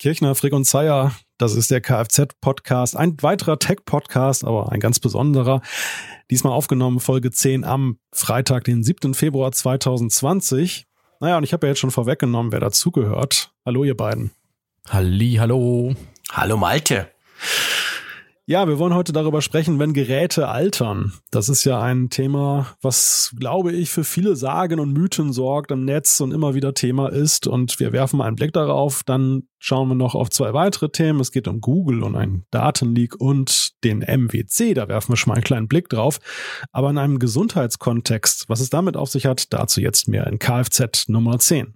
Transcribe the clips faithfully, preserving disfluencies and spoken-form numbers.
Kirchner, Frick und Zeyer, das ist der Kfz-Podcast, ein weiterer Tech-Podcast, aber ein ganz besonderer. Diesmal aufgenommen, Folge zehn am Freitag, den siebten Februar zweitausendzwanzig. Naja, und ich habe ja jetzt schon vorweggenommen, wer dazugehört. Hallo ihr beiden. Halli, hallo. Hallo Malte. Ja, wir wollen heute darüber sprechen, wenn Geräte altern. Das ist ja ein Thema, was, glaube ich, für viele Sagen und Mythen sorgt im Netz und immer wieder Thema ist. Und wir werfen mal einen Blick darauf. Dann schauen wir noch auf zwei weitere Themen. Es geht um Google und einen Datenleak und den M W C. Da werfen wir schon mal einen kleinen Blick drauf. Aber in einem Gesundheitskontext, was es damit auf sich hat, dazu jetzt mehr in Kfz Nummer zehn.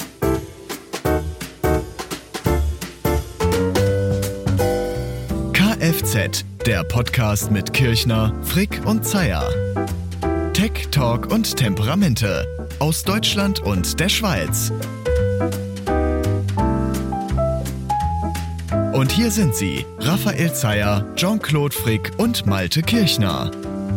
Kfz, der Podcast mit Kirchner, Frick und Zeyer. Tech, Talk und Temperamente aus Deutschland und der Schweiz. Und hier sind sie, Raphael Zeyer, Jean-Claude Frick und Malte Kirchner.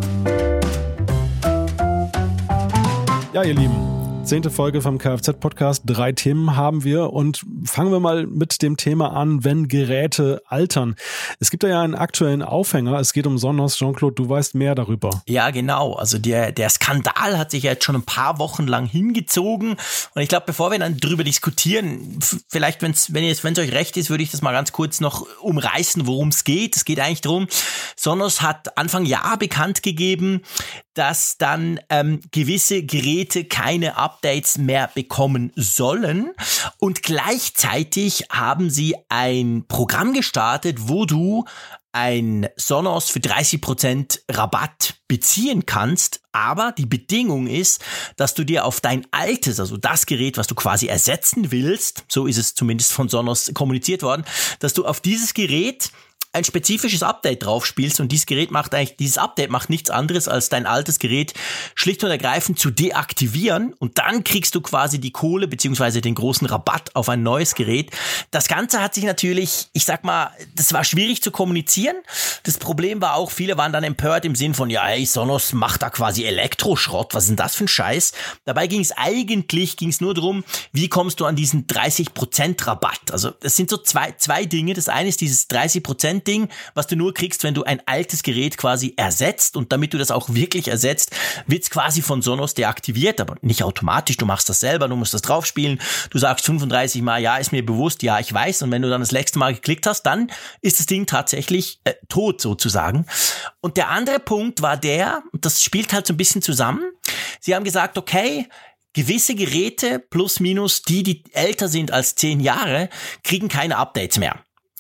Ja, ihr Lieben. Zehnte Folge vom Kfz-Podcast. Drei Themen haben wir und fangen wir mal mit dem Thema an, wenn Geräte altern. Es gibt da ja einen aktuellen Aufhänger. Es geht um Sonos. Jean-Claude, du weißt mehr darüber. Ja, genau. Also der, der Skandal hat sich ja jetzt schon ein paar Wochen lang hingezogen. Und ich glaube, bevor wir dann drüber diskutieren, vielleicht, wenn's, wenn es wenn es euch recht ist, würde ich das mal ganz kurz noch umreißen, worum es geht. Es geht eigentlich darum, Sonos hat Anfang Jahr bekannt gegeben, dass dann ähm, gewisse Geräte keine Updates mehr bekommen sollen. Und gleichzeitig haben sie ein Programm gestartet, wo du ein Sonos für dreißig Prozent Rabatt beziehen kannst. Aber die Bedingung ist, dass du dir auf dein altes, also das Gerät, was du quasi ersetzen willst, so ist es zumindest von Sonos kommuniziert worden, dass du auf dieses Gerät ein spezifisches Update drauf spielst und dieses Gerät macht eigentlich, dieses Update macht nichts anderes, als dein altes Gerät schlicht und ergreifend zu deaktivieren und dann kriegst du quasi die Kohle beziehungsweise den großen Rabatt auf ein neues Gerät. Das Ganze hat sich natürlich, ich sag mal, das war schwierig zu kommunizieren. Das Problem war auch, viele waren dann empört im Sinn von, ja, ey, Sonos macht da quasi Elektroschrott, was ist denn das für ein Scheiß? Dabei ging es eigentlich, ging es nur darum, wie kommst du an diesen dreißig Prozent Rabatt? Also das sind so zwei, zwei Dinge. Das eine ist dieses dreißig Prozent Ding, was du nur kriegst, wenn du ein altes Gerät quasi ersetzt, und damit du das auch wirklich ersetzt, wird's quasi von Sonos deaktiviert, aber nicht automatisch, du machst das selber, du musst das draufspielen, du sagst fünfunddreißig Mal, ja, ist mir bewusst, ja, ich weiß, und wenn du dann das letzte Mal geklickt hast, dann ist das Ding tatsächlich äh, tot sozusagen. Und der andere Punkt war der, und das spielt halt so ein bisschen zusammen, sie haben gesagt, okay, gewisse Geräte plus minus, die, die älter sind als zehn Jahre, kriegen keine Updates mehr.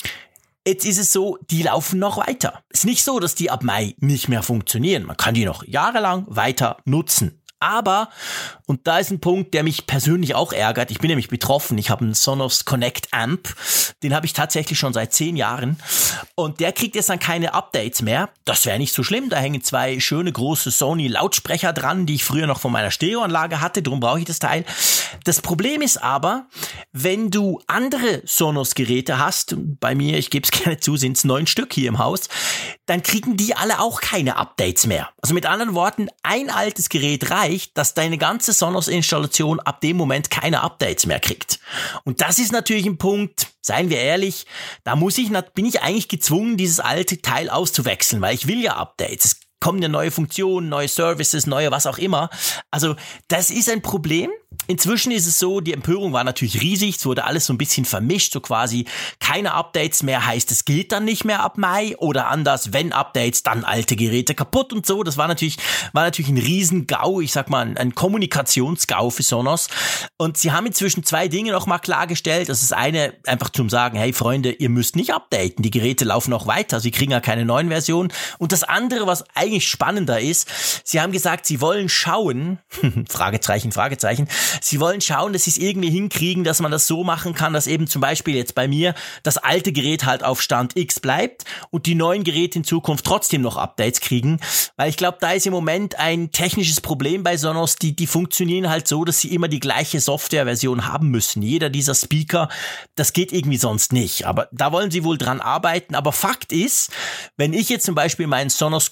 Jetzt ist es so, die laufen noch weiter. Es ist nicht so, dass die ab Mai nicht mehr funktionieren. Man kann die noch jahrelang weiter nutzen. Aber, und da ist ein Punkt, der mich persönlich auch ärgert, ich bin nämlich betroffen, ich habe einen Sonos Connect Amp, den habe ich tatsächlich schon seit zehn Jahren und der kriegt jetzt dann keine Updates mehr. Das wäre nicht so schlimm, da hängen zwei schöne große Sony Lautsprecher dran, die ich früher noch von meiner Stereoanlage hatte, darum brauche ich das Teil. Das Problem ist aber, wenn du andere Sonos Geräte hast, bei mir, ich gebe es gerne zu, sind es neun Stück hier im Haus, dann kriegen die alle auch keine Updates mehr. Also mit anderen Worten, ein altes Gerät reicht, dass deine ganze Sonos-Installation ab dem Moment keine Updates mehr kriegt. Und das ist natürlich ein Punkt, seien wir ehrlich, da muss ich, bin ich eigentlich gezwungen, dieses alte Teil auszuwechseln, weil ich will ja Updates. Es kommen ja neue Funktionen, neue Services, neue was auch immer. Also das ist ein Problem. Inzwischen ist es so, die Empörung war natürlich riesig, es wurde alles so ein bisschen vermischt, so quasi keine Updates mehr, heißt es geht dann nicht mehr ab Mai, oder anders, wenn Updates, dann alte Geräte kaputt und so. Das war natürlich war natürlich ein Riesen-GAU, ich sag mal ein, ein Kommunikations-GAU für Sonos. Und sie haben inzwischen zwei Dinge nochmal klargestellt. Das ist eine, einfach zum sagen, hey Freunde, ihr müsst nicht updaten, die Geräte laufen auch weiter, sie kriegen ja keine neuen Versionen. Und das andere, was eigentlich spannender ist, sie haben gesagt, sie wollen schauen, Fragezeichen, Fragezeichen, sie wollen schauen, dass sie es irgendwie hinkriegen, dass man das so machen kann, dass eben zum Beispiel jetzt bei mir das alte Gerät halt auf Stand X bleibt und die neuen Geräte in Zukunft trotzdem noch Updates kriegen, weil ich glaube, da ist im Moment ein technisches Problem bei Sonos, die die funktionieren halt so, dass sie immer die gleiche Softwareversion haben müssen. Jeder dieser Speaker, das geht irgendwie sonst nicht, aber da wollen sie wohl dran arbeiten. Aber Fakt ist, wenn ich jetzt zum Beispiel meinen Sonos Connect Amp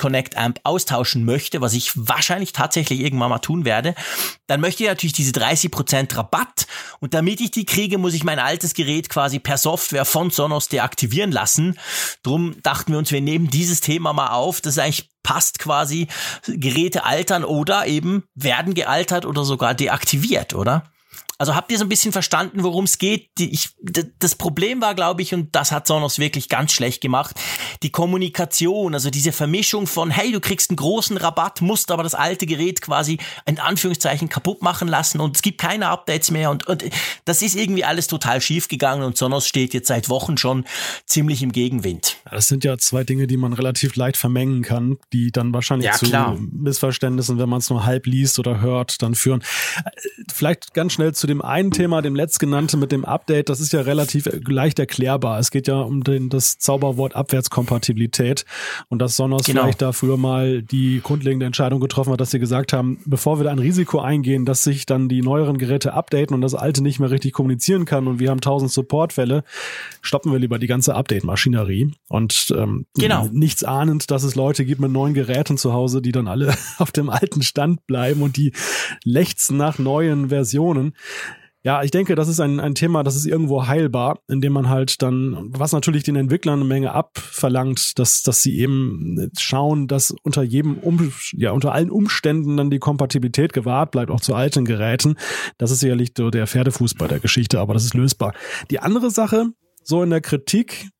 Amp austauschen möchte, was ich wahrscheinlich tatsächlich irgendwann mal tun werde, dann möchte ich natürlich diese dreißig Prozent Rabatt und damit ich die kriege, muss ich mein altes Gerät quasi per Software von Sonos deaktivieren lassen. Drum dachten wir uns, wir nehmen dieses Thema mal auf, das eigentlich passt quasi, Geräte altern oder eben werden gealtert oder sogar deaktiviert, oder? Also habt ihr so ein bisschen verstanden, worum es geht? Die, ich, d- das Problem war, glaube ich, und das hat Sonos wirklich ganz schlecht gemacht, die Kommunikation, also diese Vermischung von, hey, du kriegst einen großen Rabatt, musst aber das alte Gerät quasi in Anführungszeichen kaputt machen lassen und es gibt keine Updates mehr und, und das ist irgendwie alles total schief gegangen und Sonos steht jetzt seit Wochen schon ziemlich im Gegenwind. Ja, das sind ja zwei Dinge, die man relativ leicht vermengen kann, die dann wahrscheinlich Ja, zu klar. Missverständnissen, wenn man es nur halb liest oder hört, dann führen. Vielleicht ganz schnell zu dem einen Thema, dem letztgenannten mit dem Update, das ist ja relativ leicht erklärbar. Es geht ja um den, das Zauberwort Abwärtskompatibilität und dass Sonos Genau. vielleicht dafür mal die grundlegende Entscheidung getroffen hat, dass sie gesagt haben, bevor wir da ein Risiko eingehen, dass sich dann die neueren Geräte updaten und das alte nicht mehr richtig kommunizieren kann und wir haben tausend Supportfälle, stoppen wir lieber die ganze Update-Maschinerie und ähm, Genau. nichts ahnend, dass es Leute gibt mit neuen Geräten zu Hause, die dann alle auf dem alten Stand bleiben und die lechzen nach neuen Versionen. Ja, ich denke, das ist ein, ein Thema, das ist irgendwo heilbar, indem man halt dann, was natürlich den Entwicklern eine Menge abverlangt, dass, dass sie eben schauen, dass unter jedem, um, ja, unter allen Umständen dann die Kompatibilität gewahrt bleibt, auch zu alten Geräten. Das ist sicherlich so der Pferdefuß bei der Geschichte, aber das ist lösbar. Die andere Sache, so in der Kritik,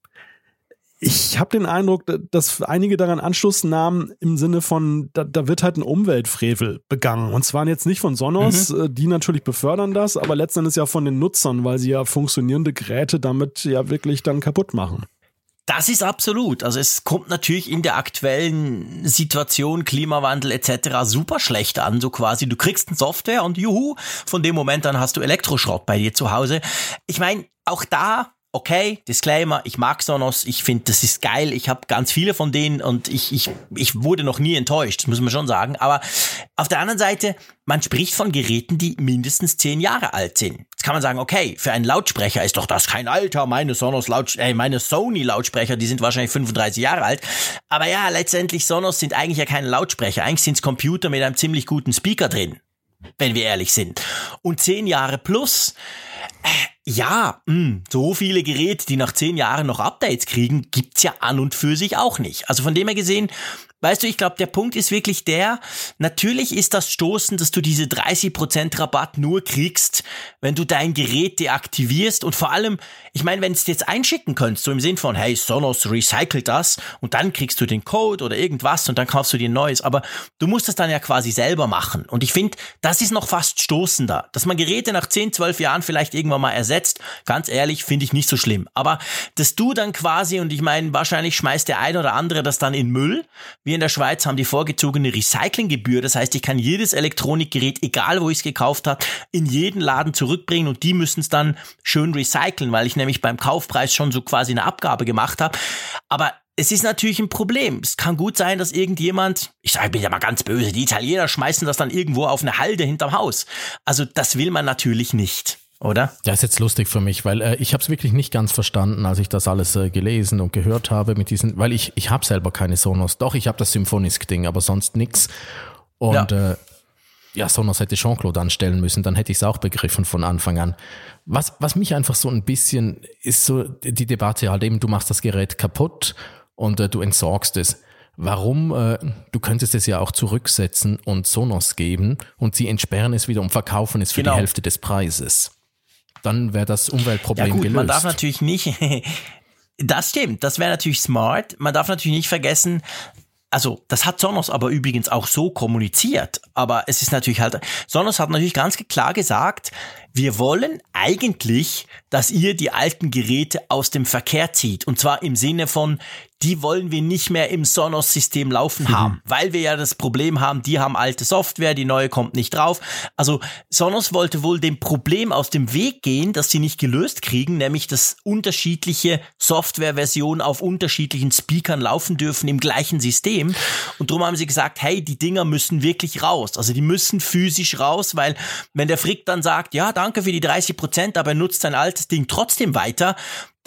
ich habe den Eindruck, dass einige daran Anschluss nahmen im Sinne von, da, da wird halt ein Umweltfrevel begangen. Und zwar jetzt nicht von Sonos, mhm. die natürlich befördern das, aber letztendlich ja von den Nutzern, weil sie ja funktionierende Geräte damit ja wirklich dann kaputt machen. Das ist absolut. Also es kommt natürlich in der aktuellen Situation, Klimawandel et cetera super schlecht an. So quasi, du kriegst eine Software und juhu, von dem Moment an hast du Elektroschrott bei dir zu Hause. Ich meine, auch da... Okay, Disclaimer, ich mag Sonos, ich finde, das ist geil, ich habe ganz viele von denen und ich, ich, ich wurde noch nie enttäuscht, muss man schon sagen, aber auf der anderen Seite, man spricht von Geräten, die mindestens zehn Jahre alt sind. Jetzt kann man sagen, okay, für einen Lautsprecher ist doch das kein Alter, meine Sonos Laut, äh, meine Sony Lautsprecher, die sind wahrscheinlich fünfunddreißig Jahre alt, aber ja, letztendlich Sonos sind eigentlich ja keine Lautsprecher, eigentlich sind es Computer mit einem ziemlich guten Speaker drin, wenn wir ehrlich sind. Und zehn Jahre plus, äh, ja, mh, so viele Geräte, die nach zehn Jahren noch Updates kriegen, gibt's ja an und für sich auch nicht. Also von dem her gesehen, weißt du, ich glaube, der Punkt ist wirklich der, natürlich ist das Stoßen, dass du diese dreißig Prozent Rabatt nur kriegst, wenn du dein Gerät deaktivierst und vor allem, ich meine, wenn du es jetzt einschicken könntest, so im Sinn von, hey, Sonos recycelt das und dann kriegst du den Code oder irgendwas und dann kaufst du dir ein neues, aber du musst das dann ja quasi selber machen und ich finde, das ist noch fast stoßender, dass man Geräte nach zehn, zwölf Jahren vielleicht irgendwann mal ersetzt, ganz ehrlich, finde ich nicht so schlimm, aber dass du dann quasi, und ich meine, wahrscheinlich schmeißt der ein oder andere das dann in Müll. Wir in der Schweiz haben die vorgezogene Recyclinggebühr. Das heißt, ich kann jedes Elektronikgerät, egal wo ich es gekauft habe, in jeden Laden zurückbringen und die müssen es dann schön recyceln, weil ich nämlich beim Kaufpreis schon so quasi eine Abgabe gemacht habe. Aber es ist natürlich ein Problem. Es kann gut sein, dass irgendjemand, ich sage, ich bin ja mal ganz böse, die Italiener schmeißen das dann irgendwo auf eine Halde hinterm Haus. Also das will man natürlich nicht. Oder? Das ist jetzt lustig für mich, weil äh, ich habe es wirklich nicht ganz verstanden, als ich das alles äh, gelesen und gehört habe mit diesen, weil ich ich habe selber keine Sonos. Doch, ich habe das Symphonisk-Ding, aber sonst nix. Und ja. Äh, ja, Sonos hätte Jean-Claude anstellen müssen, dann hätte ich es auch begriffen von Anfang an. Was was mich einfach so ein bisschen ist so die Debatte halt eben, du machst das Gerät kaputt und äh, du entsorgst es. Warum? Äh, du könntest es ja auch zurücksetzen und Sonos geben und sie entsperren es wieder und verkaufen es für genau. die Hälfte des Preises. Dann wäre das Umweltproblem ja gut, gelöst. Man darf natürlich nicht, das stimmt, das wäre natürlich smart. Man darf natürlich nicht vergessen, also das hat Sonos aber übrigens auch so kommuniziert, aber es ist natürlich halt, Sonos hat natürlich ganz klar gesagt, wir wollen eigentlich, dass ihr die alten Geräte aus dem Verkehr zieht und zwar im Sinne von, die wollen wir nicht mehr im Sonos-System laufen mhm. haben, weil wir ja das Problem haben, die haben alte Software, die neue kommt nicht drauf. Also Sonos wollte wohl dem Problem aus dem Weg gehen, das sie nicht gelöst kriegen, nämlich dass unterschiedliche Softwareversionen auf unterschiedlichen Speakern laufen dürfen im gleichen System. Und darum haben sie gesagt, hey, die Dinger müssen wirklich raus. Also die müssen physisch raus, weil wenn der Frick dann sagt, ja, danke für die dreißig Prozent, aber er nutzt sein altes Ding trotzdem weiter,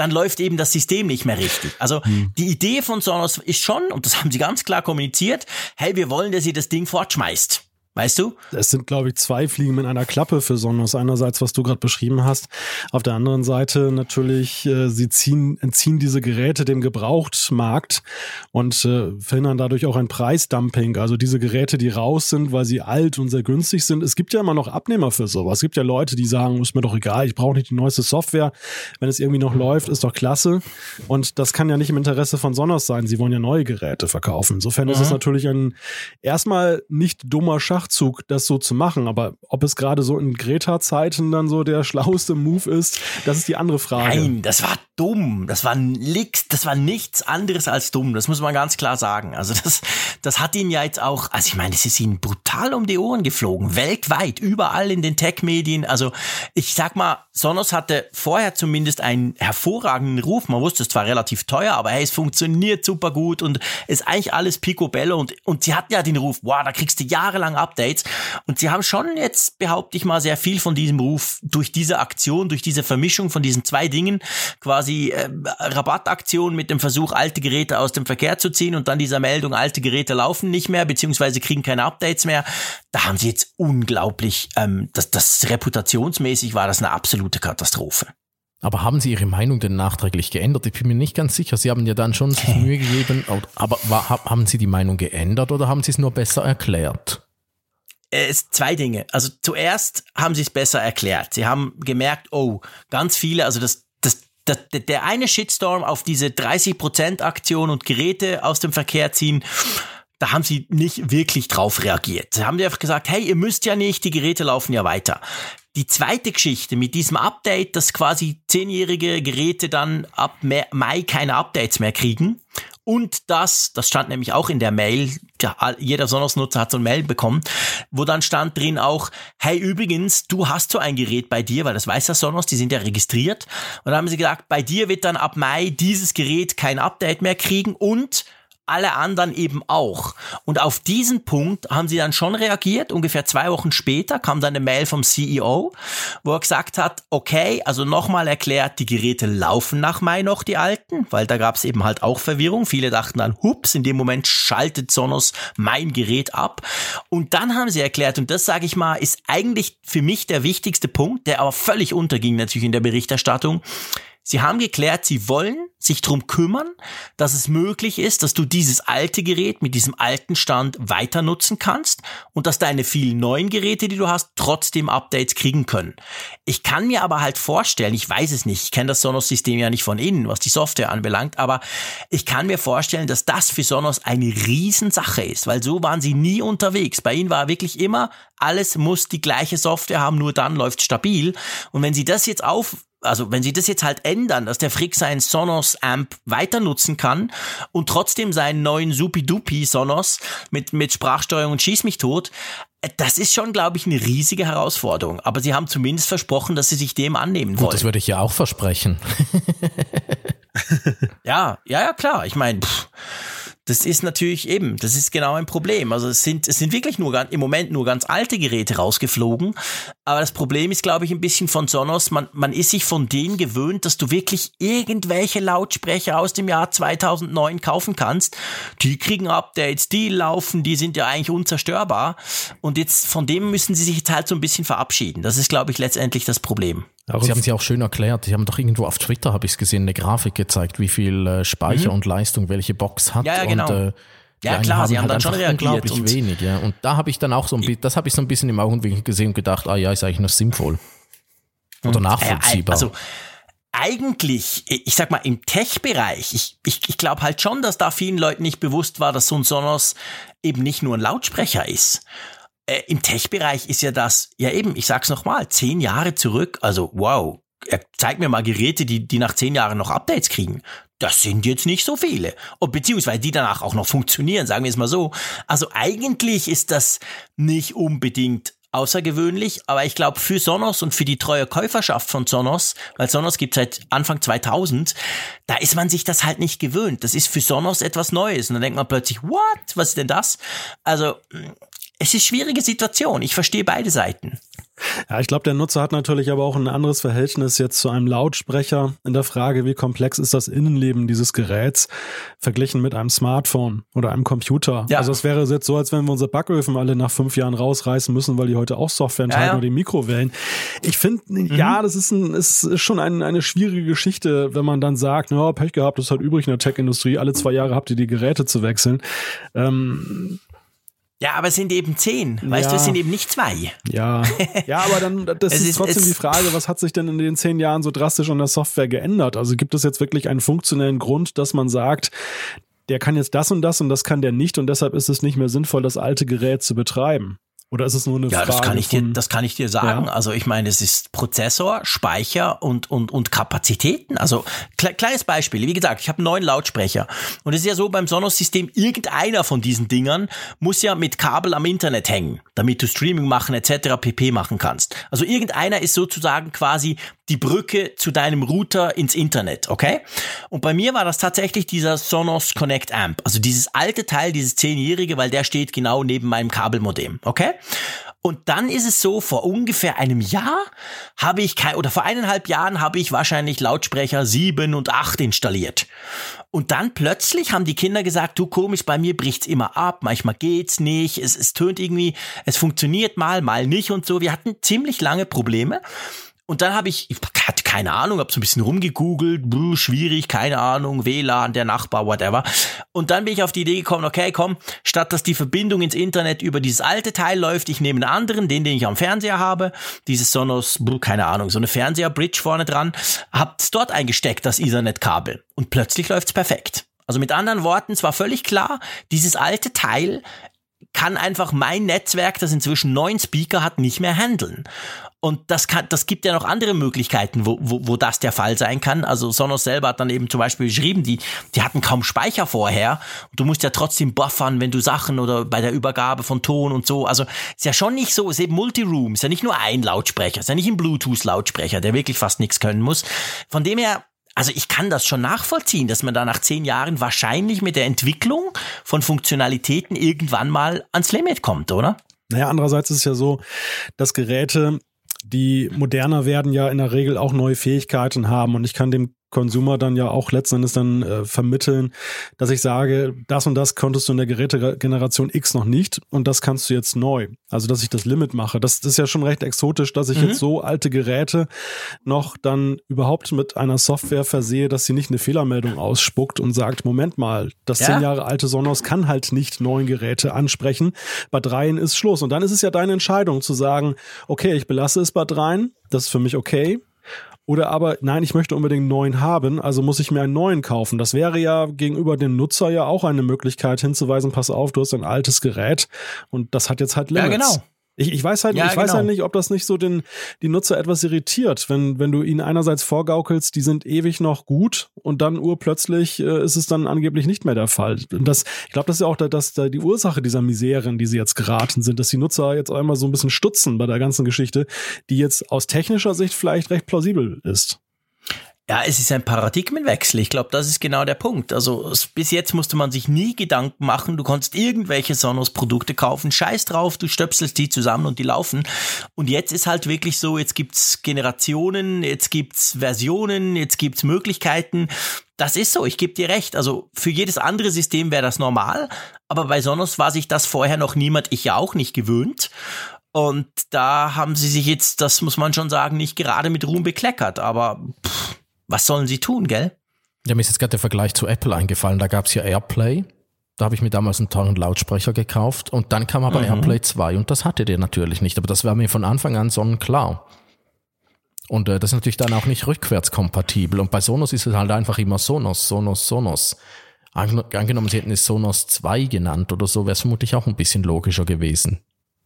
dann läuft eben das System nicht mehr richtig. Also hm. die Idee von Sonos ist schon, und das haben sie ganz klar kommuniziert, hey, wir wollen, dass ihr das Ding fortschmeißt. Weißt du? Es sind, glaube ich, zwei Fliegen mit einer Klappe für Sonos. Einerseits, was du gerade beschrieben hast. Auf der anderen Seite natürlich, äh, sie ziehen, entziehen diese Geräte dem Gebrauchtmarkt und äh, verhindern dadurch auch ein Preisdumping. Also diese Geräte, die raus sind, weil sie alt und sehr günstig sind. Es gibt ja immer noch Abnehmer für sowas. Es gibt ja Leute, die sagen, ist mir doch egal, ich brauche nicht die neueste Software. Wenn es irgendwie noch läuft, ist doch klasse. Und das kann ja nicht im Interesse von Sonos sein. Sie wollen ja neue Geräte verkaufen. Insofern mhm. ist es natürlich ein erstmal nicht dummer Schachzug, das so zu machen, aber ob es gerade so in Greta-Zeiten dann so der schlauste Move ist, das ist die andere Frage. Nein, das war dumm, das war nix, das war nichts anderes als dumm, das muss man ganz klar sagen. Also das, das hat ihn ja jetzt auch, also ich meine, es ist ihnen brutal um die Ohren geflogen, weltweit, überall in den Tech-Medien. Also ich sag mal, Sonos hatte vorher zumindest einen hervorragenden Ruf, man wusste, es zwar relativ teuer, aber hey, es funktioniert super gut und ist eigentlich alles picobello und, und sie hatten ja den Ruf, wow, da kriegst du jahrelang Updates und sie haben schon jetzt, behaupte ich mal, sehr viel von diesem Ruf durch diese Aktion, durch diese Vermischung von diesen zwei Dingen, quasi äh, Rabattaktion mit dem Versuch, alte Geräte aus dem Verkehr zu ziehen und dann dieser Meldung, alte Geräte laufen nicht mehr, beziehungsweise kriegen keine Updates mehr. Da haben sie jetzt unglaublich, ähm, das, das reputationsmäßig war das eine absolute Katastrophe. Aber haben Sie Ihre Meinung denn nachträglich geändert? Ich bin mir nicht ganz sicher. Sie haben ja dann schon sich Mühe gegeben, aber war, haben Sie die Meinung geändert oder haben Sie es nur besser erklärt? Es zwei Dinge. Also zuerst haben sie es besser erklärt. Sie haben gemerkt, oh, ganz viele, also das, das, das der eine Shitstorm auf diese dreißig Prozent Aktion und Geräte aus dem Verkehr ziehen, da haben sie nicht wirklich drauf reagiert. Sie haben einfach gesagt, hey, ihr müsst ja nicht, die Geräte laufen ja weiter. Die zweite Geschichte mit diesem Update, dass quasi zehnjährige Geräte dann ab Mai keine Updates mehr kriegen und das, das stand nämlich auch in der Mail, ja, jeder Sonos-Nutzer hat so eine Mail bekommen, wo dann stand drin auch, hey übrigens, du hast so ein Gerät bei dir, weil das weiß ja Sonos, die sind ja registriert und dann haben sie gesagt, bei dir wird dann ab Mai dieses Gerät kein Update mehr kriegen und alle anderen eben auch. Und auf diesen Punkt haben sie dann schon reagiert. Ungefähr zwei Wochen später kam dann eine Mail vom C E O, wo er gesagt hat, okay, also nochmal erklärt, die Geräte laufen nach Mai noch, die alten, weil da gab es eben halt auch Verwirrung. Viele dachten dann, hups, in dem Moment schaltet Sonos mein Gerät ab. Und dann haben sie erklärt, und das sage ich mal, ist eigentlich für mich der wichtigste Punkt, der aber völlig unterging natürlich in der Berichterstattung. Sie haben geklärt, sie wollen sich drum kümmern, dass es möglich ist, dass du dieses alte Gerät mit diesem alten Stand weiter nutzen kannst und dass deine vielen neuen Geräte, die du hast, trotzdem Updates kriegen können. Ich kann mir aber halt vorstellen, ich weiß es nicht, ich kenne das Sonos-System ja nicht von innen, was die Software anbelangt, aber ich kann mir vorstellen, dass das für Sonos eine Riesensache ist, weil so waren sie nie unterwegs. Bei ihnen war wirklich immer, alles muss die gleiche Software haben, nur dann läuft stabil. Und wenn sie das jetzt auf Also wenn sie das jetzt halt ändern, dass der Frick seinen Sonos-Amp weiter nutzen kann und trotzdem seinen neuen Supi-Dupi Sonos mit, mit Sprachsteuerung und Schieß mich tot, das ist schon, glaube ich, eine riesige Herausforderung. Aber sie haben zumindest versprochen, dass sie sich dem annehmen wollen. Gut, das würde ich ja auch versprechen. ja, ja, ja, klar. Ich meine, das ist natürlich eben, das ist genau ein Problem. Also es sind, es sind wirklich nur im Moment nur ganz alte Geräte rausgeflogen. Aber das Problem ist, glaube ich, ein bisschen von Sonos, man, man ist sich von denen gewöhnt, dass du wirklich irgendwelche Lautsprecher aus dem Jahr zweitausendneun kaufen kannst. Die kriegen Updates, die laufen, die sind ja eigentlich unzerstörbar. Und jetzt von dem müssen sie sich jetzt halt so ein bisschen verabschieden. Das ist, glaube ich, letztendlich das Problem. Sie haben es ja auch schön erklärt. Sie haben doch irgendwo auf Twitter, habe ich es gesehen, eine Grafik gezeigt, wie viel äh, Speicher mhm. und Leistung welche Box hat. Ja, ja, genau. Und, äh, ja, klar, haben sie haben halt dann schon reagiert. Unglaublich und wenig, ja. Und da habe ich dann auch so ein bisschen, das habe ich so ein bisschen im Augenwinkel gesehen und gedacht, ah ja, ist eigentlich noch sinnvoll. Oder nachvollziehbar. Also, eigentlich, ich sag mal, im Tech-Bereich, ich, ich, ich glaube halt schon, dass da vielen Leuten nicht bewusst war, dass so ein Sonos eben nicht nur ein Lautsprecher ist. Äh, Im Tech-Bereich ist ja das, ja eben, ich sag's nochmal, zehn Jahre zurück, also wow, zeig mir mal Geräte, die, die nach zehn Jahren noch Updates kriegen. Das sind jetzt nicht so viele. Und beziehungsweise die danach auch noch funktionieren, sagen wir es mal so. Also eigentlich ist das nicht unbedingt außergewöhnlich, aber ich glaube für Sonos und für die treue Käuferschaft von Sonos, weil Sonos gibt seit Anfang zweitausend, da ist man sich das halt nicht gewöhnt. Das ist für Sonos etwas Neues. Und dann denkt man plötzlich, what? Was ist denn das? Also es ist schwierige Situation. Ich verstehe beide Seiten. Ja, ich glaube, der Nutzer hat natürlich aber auch ein anderes Verhältnis jetzt zu einem Lautsprecher in der Frage, wie komplex ist das Innenleben dieses Geräts verglichen mit einem Smartphone oder einem Computer. Ja. Also es wäre jetzt so, als wenn wir unsere Backöfen alle nach fünf Jahren rausreißen müssen, weil die heute auch Software enthalten ja, ja. oder die Mikrowellen. Ich finde, mhm. ja, das ist, ein, ist schon ein, eine schwierige Geschichte, wenn man dann sagt, na, Pech gehabt, das ist halt übrig in der Tech-Industrie, alle zwei Jahre habt ihr die Geräte zu wechseln. Ähm, Ja, aber es sind eben zehn. Weißt ja. du, es sind eben nicht zwei. Ja, ja, aber dann, das ist, ist trotzdem die Frage, was hat sich denn in den zehn Jahren so drastisch an der Software geändert? Also gibt es jetzt wirklich einen funktionellen Grund, dass man sagt, der kann jetzt das und das und das kann der nicht und deshalb ist es nicht mehr sinnvoll, das alte Gerät zu betreiben? Oder ist es nur eine ja, Frage? Ja, das kann ich dir, von, das kann ich dir sagen. Ja. Also ich meine, es ist Prozessor, Speicher und und und Kapazitäten. Also kle- kleines Beispiel. Wie gesagt, ich habe einen neuen Lautsprecher und es ist ja so beim Sonos-System, irgendeiner von diesen Dingern muss ja mit Kabel am Internet hängen, damit du Streaming machen et cetera pp machen kannst. Also irgendeiner ist sozusagen quasi die Brücke zu deinem Router ins Internet, okay? Und bei mir war das tatsächlich dieser Sonos Connect Amp, also dieses alte Teil, dieses zehnjährige, weil der steht genau neben meinem Kabelmodem, okay? Und dann ist es so, vor ungefähr einem Jahr habe ich kein, oder vor eineinhalb Jahren habe ich wahrscheinlich Lautsprecher sieben und acht installiert. Und dann plötzlich haben die Kinder gesagt, du komisch, bei mir bricht's immer ab, manchmal geht's nicht, es, es tönt irgendwie, es funktioniert mal, mal nicht und so. Wir hatten ziemlich lange Probleme. Und dann habe ich, ich hatte keine Ahnung, habe so ein bisschen rumgegoogelt, buh, schwierig, keine Ahnung, W L A N, der Nachbar, whatever. Und dann bin ich auf die Idee gekommen, okay, komm, statt dass die Verbindung ins Internet über dieses alte Teil läuft, ich nehme einen anderen, den, den ich am Fernseher habe, dieses Sonos, buh, keine Ahnung, so eine Fernseher-Bridge vorne dran, hab's dort eingesteckt, das Ethernet-Kabel. Und plötzlich läuft's perfekt. Also mit anderen Worten, es war völlig klar, dieses alte Teil kann einfach mein Netzwerk, das inzwischen neun Speaker hat, nicht mehr handeln. Und das kann, das gibt ja noch andere Möglichkeiten, wo, wo, wo das der Fall sein kann. Also Sonos selber hat dann eben zum Beispiel geschrieben, die, die hatten kaum Speicher vorher. Und du musst ja trotzdem buffern, wenn du Sachen oder bei der Übergabe von Ton und so. Also ist ja schon nicht so, ist eben Multiroom, ist ja nicht nur ein Lautsprecher, ist ja nicht ein Bluetooth-Lautsprecher, der wirklich fast nichts können muss. Von dem her, also ich kann das schon nachvollziehen, dass man da nach zehn Jahren wahrscheinlich mit der Entwicklung von Funktionalitäten irgendwann mal ans Limit kommt, oder? Naja, andererseits ist es ja so, dass Geräte, die moderner werden, ja in der Regel auch neue Fähigkeiten haben und ich kann dem Consumer dann ja auch letzten Endes dann äh, vermitteln, dass ich sage, das und das konntest du in der Gerätegeneration X noch nicht und das kannst du jetzt neu. Also, dass ich das Limit mache. Das, das ist ja schon recht exotisch, dass ich mhm. jetzt so alte Geräte noch dann überhaupt mit einer Software versehe, dass sie nicht eine Fehlermeldung ausspuckt und sagt, Moment mal, das ja. zehn Jahre alte Sonos kann halt nicht neuen Geräte ansprechen. Bei dreien ist Schluss. Und dann ist es ja deine Entscheidung zu sagen, okay, ich belasse es bei dreien, das ist für mich okay. Oder aber, nein, ich möchte unbedingt einen neuen haben, also muss ich mir einen neuen kaufen. Das wäre ja gegenüber dem Nutzer ja auch eine Möglichkeit hinzuweisen, pass auf, du hast ein altes Gerät und das hat jetzt halt Limits. Ja, genau. Ich, ich weiß halt, ja, ich genau. weiß halt nicht, ob das nicht so den die Nutzer etwas irritiert, wenn wenn du ihnen einerseits vorgaukelst, die sind ewig noch gut und dann urplötzlich äh, ist es dann angeblich nicht mehr der Fall. Und das, ich glaube, das ist ja auch da, das, da die Ursache dieser Misere, in die sie jetzt geraten sind, dass die Nutzer jetzt einmal so ein bisschen stutzen bei der ganzen Geschichte, die jetzt aus technischer Sicht vielleicht recht plausibel ist. Ja, es ist ein Paradigmenwechsel. Ich glaube, das ist genau der Punkt. Also bis jetzt musste man sich nie Gedanken machen. Du konntest irgendwelche Sonos-Produkte kaufen. Scheiß drauf, du stöpselst die zusammen und die laufen. Und jetzt ist halt wirklich so, jetzt gibt's Generationen, jetzt gibt's Versionen, jetzt gibt's Möglichkeiten. Das ist so, ich gebe dir recht. Also für jedes andere System wäre das normal. Aber bei Sonos war sich das vorher noch niemand, ich ja auch nicht gewöhnt. Und da haben sie sich jetzt, das muss man schon sagen, nicht gerade mit Ruhm bekleckert. Aber pff, was sollen sie tun, gell? Ja, mir ist jetzt gerade der Vergleich zu Apple eingefallen. Da gab es ja AirPlay. Da habe ich mir damals einen teuren Lautsprecher gekauft. Und dann kam aber mhm. AirPlay zwei und das hatte der natürlich nicht. Aber das war mir von Anfang an sonnenklar. Und äh, das ist natürlich dann auch nicht rückwärtskompatibel. Und bei Sonos ist es halt einfach immer Sonos, Sonos, Sonos. Angen- angenommen, sie hätten es Sonos zwei genannt oder so, wäre es vermutlich auch ein bisschen logischer gewesen.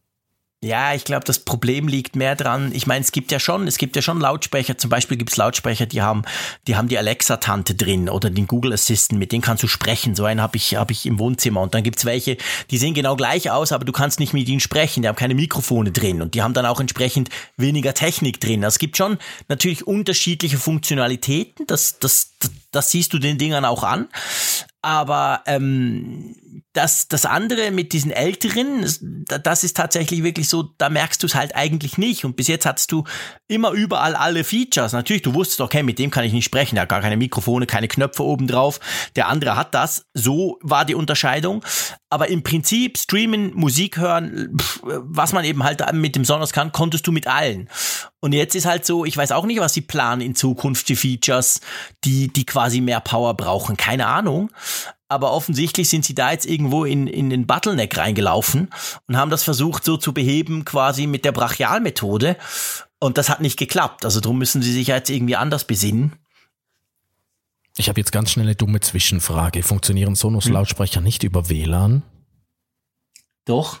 Ja, ich glaube, das Problem liegt mehr dran. Ich meine, es gibt ja schon, es gibt ja schon Lautsprecher. Zum Beispiel gibt es Lautsprecher, die haben, die haben die Alexa-Tante drin oder den Google Assistant, mit denen kannst du sprechen. So einen habe ich, habe ich im Wohnzimmer. Und dann gibt's welche, die sehen genau gleich aus, aber du kannst nicht mit ihnen sprechen. Die haben keine Mikrofone drin und die haben dann auch entsprechend weniger Technik drin. Also es gibt schon natürlich unterschiedliche Funktionalitäten. Das, das, das, das siehst du den Dingern auch an. Aber ähm, Das, das andere mit diesen älteren, das ist tatsächlich wirklich so, da merkst du es halt eigentlich nicht. Und bis jetzt hattest du immer überall alle Features. Natürlich, du wusstest, okay, mit dem kann ich nicht sprechen, der hat gar keine Mikrofone, keine Knöpfe oben drauf. Der andere hat das. So war die Unterscheidung. Aber im Prinzip streamen, Musik hören, was man eben halt mit dem Sonos kann, konntest du mit allen. Und jetzt ist halt so, ich weiß auch nicht, was sie planen in Zukunft, die Features, die, die quasi mehr Power brauchen. Keine Ahnung. Aber offensichtlich sind sie da jetzt irgendwo in, in den Bottleneck reingelaufen und haben das versucht so zu beheben quasi mit der Brachialmethode. Und das hat nicht geklappt. Also darum müssen sie sich jetzt irgendwie anders besinnen. Ich habe jetzt ganz schnell eine dumme Zwischenfrage. Funktionieren Sonos-Lautsprecher hm. nicht über W L A N? Doch.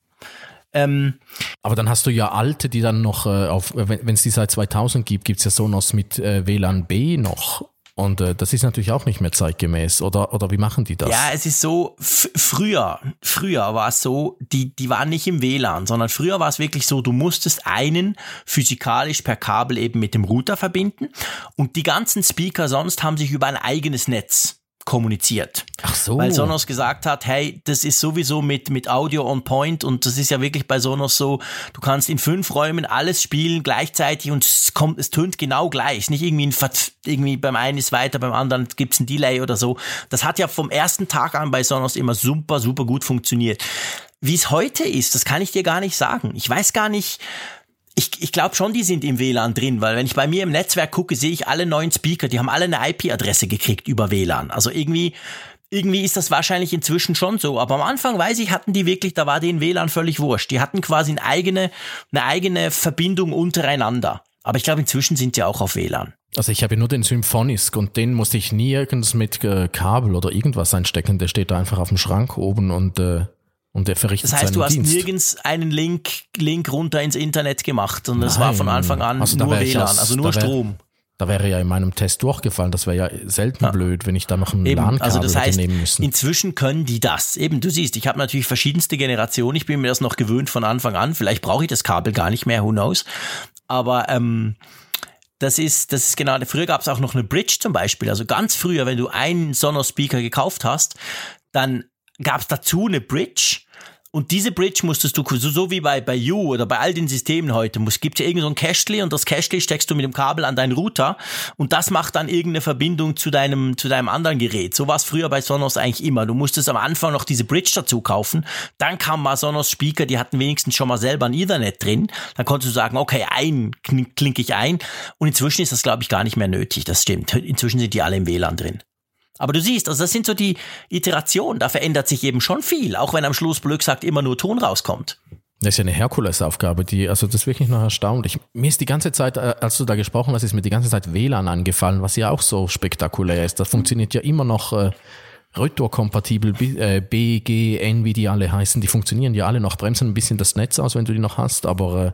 Ähm, Aber dann hast du ja alte, die dann noch, äh, auf, wenn es die seit zweitausend gibt, gibt es ja Sonos mit äh, W L A N B noch. Und äh, das ist natürlich auch nicht mehr zeitgemäß. Oder oder wie machen die das? Ja, es ist so, f- früher, früher war es so, die die waren nicht im W L A N, sondern früher war es wirklich so, du musstest einen physikalisch per Kabel eben mit dem Router verbinden und die ganzen Speaker sonst haben sich über ein eigenes Netz kommuniziert. Ach so. Weil Sonos gesagt hat, hey, das ist sowieso mit mit Audio on point und das ist ja wirklich bei Sonos so, du kannst in fünf Räumen alles spielen gleichzeitig und es kommt, es tönt genau gleich. Nicht irgendwie ein Ver- irgendwie beim einen ist weiter, beim anderen gibt's ein Delay oder so. Das hat ja vom ersten Tag an bei Sonos immer super, super gut funktioniert. Wie es heute ist, das kann ich dir gar nicht sagen. Ich weiß gar nicht. Ich, ich glaube schon, die sind im W L A N drin, weil wenn ich bei mir im Netzwerk gucke, sehe ich alle neuen Speaker, die haben alle eine I P-Adresse gekriegt über W L A N. Also irgendwie, irgendwie ist das wahrscheinlich inzwischen schon so. Aber am Anfang, weiß ich, hatten die wirklich, da war denen W L A N völlig wurscht. Die hatten quasi eine eigene, eine eigene Verbindung untereinander. Aber ich glaube, inzwischen sind die auch auf W L A N. Also ich habe nur den Symphonisk und den musste ich nie irgendwas mit äh, Kabel oder irgendwas einstecken. Der steht da einfach auf dem Schrank oben und äh Und der verrichtet das heißt, du hast Dienst. nirgends einen Link, Link runter ins Internet gemacht und das Nein. war von Anfang an also nur W L A N, aus, also nur da wär, Strom. Da wäre ja in meinem Test durchgefallen, das wäre ja selten Ja. blöd, wenn ich da noch ein Eben, LAN-Kabel also das heißt, hätte nehmen müssen. Inzwischen können die das. Eben, du siehst, ich habe natürlich verschiedenste Generationen, ich bin mir das noch gewöhnt von Anfang an, vielleicht brauche ich das Kabel gar nicht mehr, who knows. Aber ähm, das ist, das ist genau, früher gab es auch noch eine Bridge zum Beispiel, also ganz früher, wenn du einen Sonos-Speaker gekauft hast, dann gab es dazu eine Bridge. Und diese Bridge musstest du, so, so wie bei, bei You oder bei all den Systemen heute, muss, gibt es ja irgend so ein Cachely und das Cachely steckst du mit dem Kabel an deinen Router und das macht dann irgendeine Verbindung zu deinem, zu deinem anderen Gerät. So war es früher bei Sonos eigentlich immer. Du musstest am Anfang noch diese Bridge dazu kaufen, dann kam mal Sonos Speaker, die hatten wenigstens schon mal selber ein Ethernet drin. Dann konntest du sagen, okay, einen klinke ich ein und inzwischen ist das, glaube ich, gar nicht mehr nötig. Das stimmt. Inzwischen sind die alle im W L A N drin. Aber du siehst, also das sind so die Iterationen, da verändert sich eben schon viel, auch wenn am Schluss Blöck sagt, immer nur Ton rauskommt. Das ist ja eine Herkulesaufgabe, die, also das ist wirklich noch erstaunlich. Mir ist die ganze Zeit, als du da gesprochen hast, ist mir die ganze Zeit W L A N angefallen, was ja auch so spektakulär ist. Das funktioniert ja immer noch äh, Retour-kompatibel, äh, B, G, N, wie die alle heißen, die funktionieren ja alle noch, bremsen ein bisschen das Netz aus, wenn du die noch hast, aber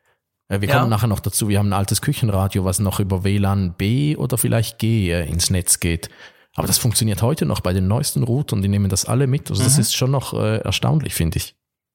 äh, wir kommen ja nachher noch dazu, wir haben ein altes Küchenradio, was noch über W L A N B oder vielleicht G äh, ins Netz geht. Aber das funktioniert heute noch bei den neuesten Routern, die nehmen das alle mit. Also das mhm. ist schon noch äh, erstaunlich, finde ich.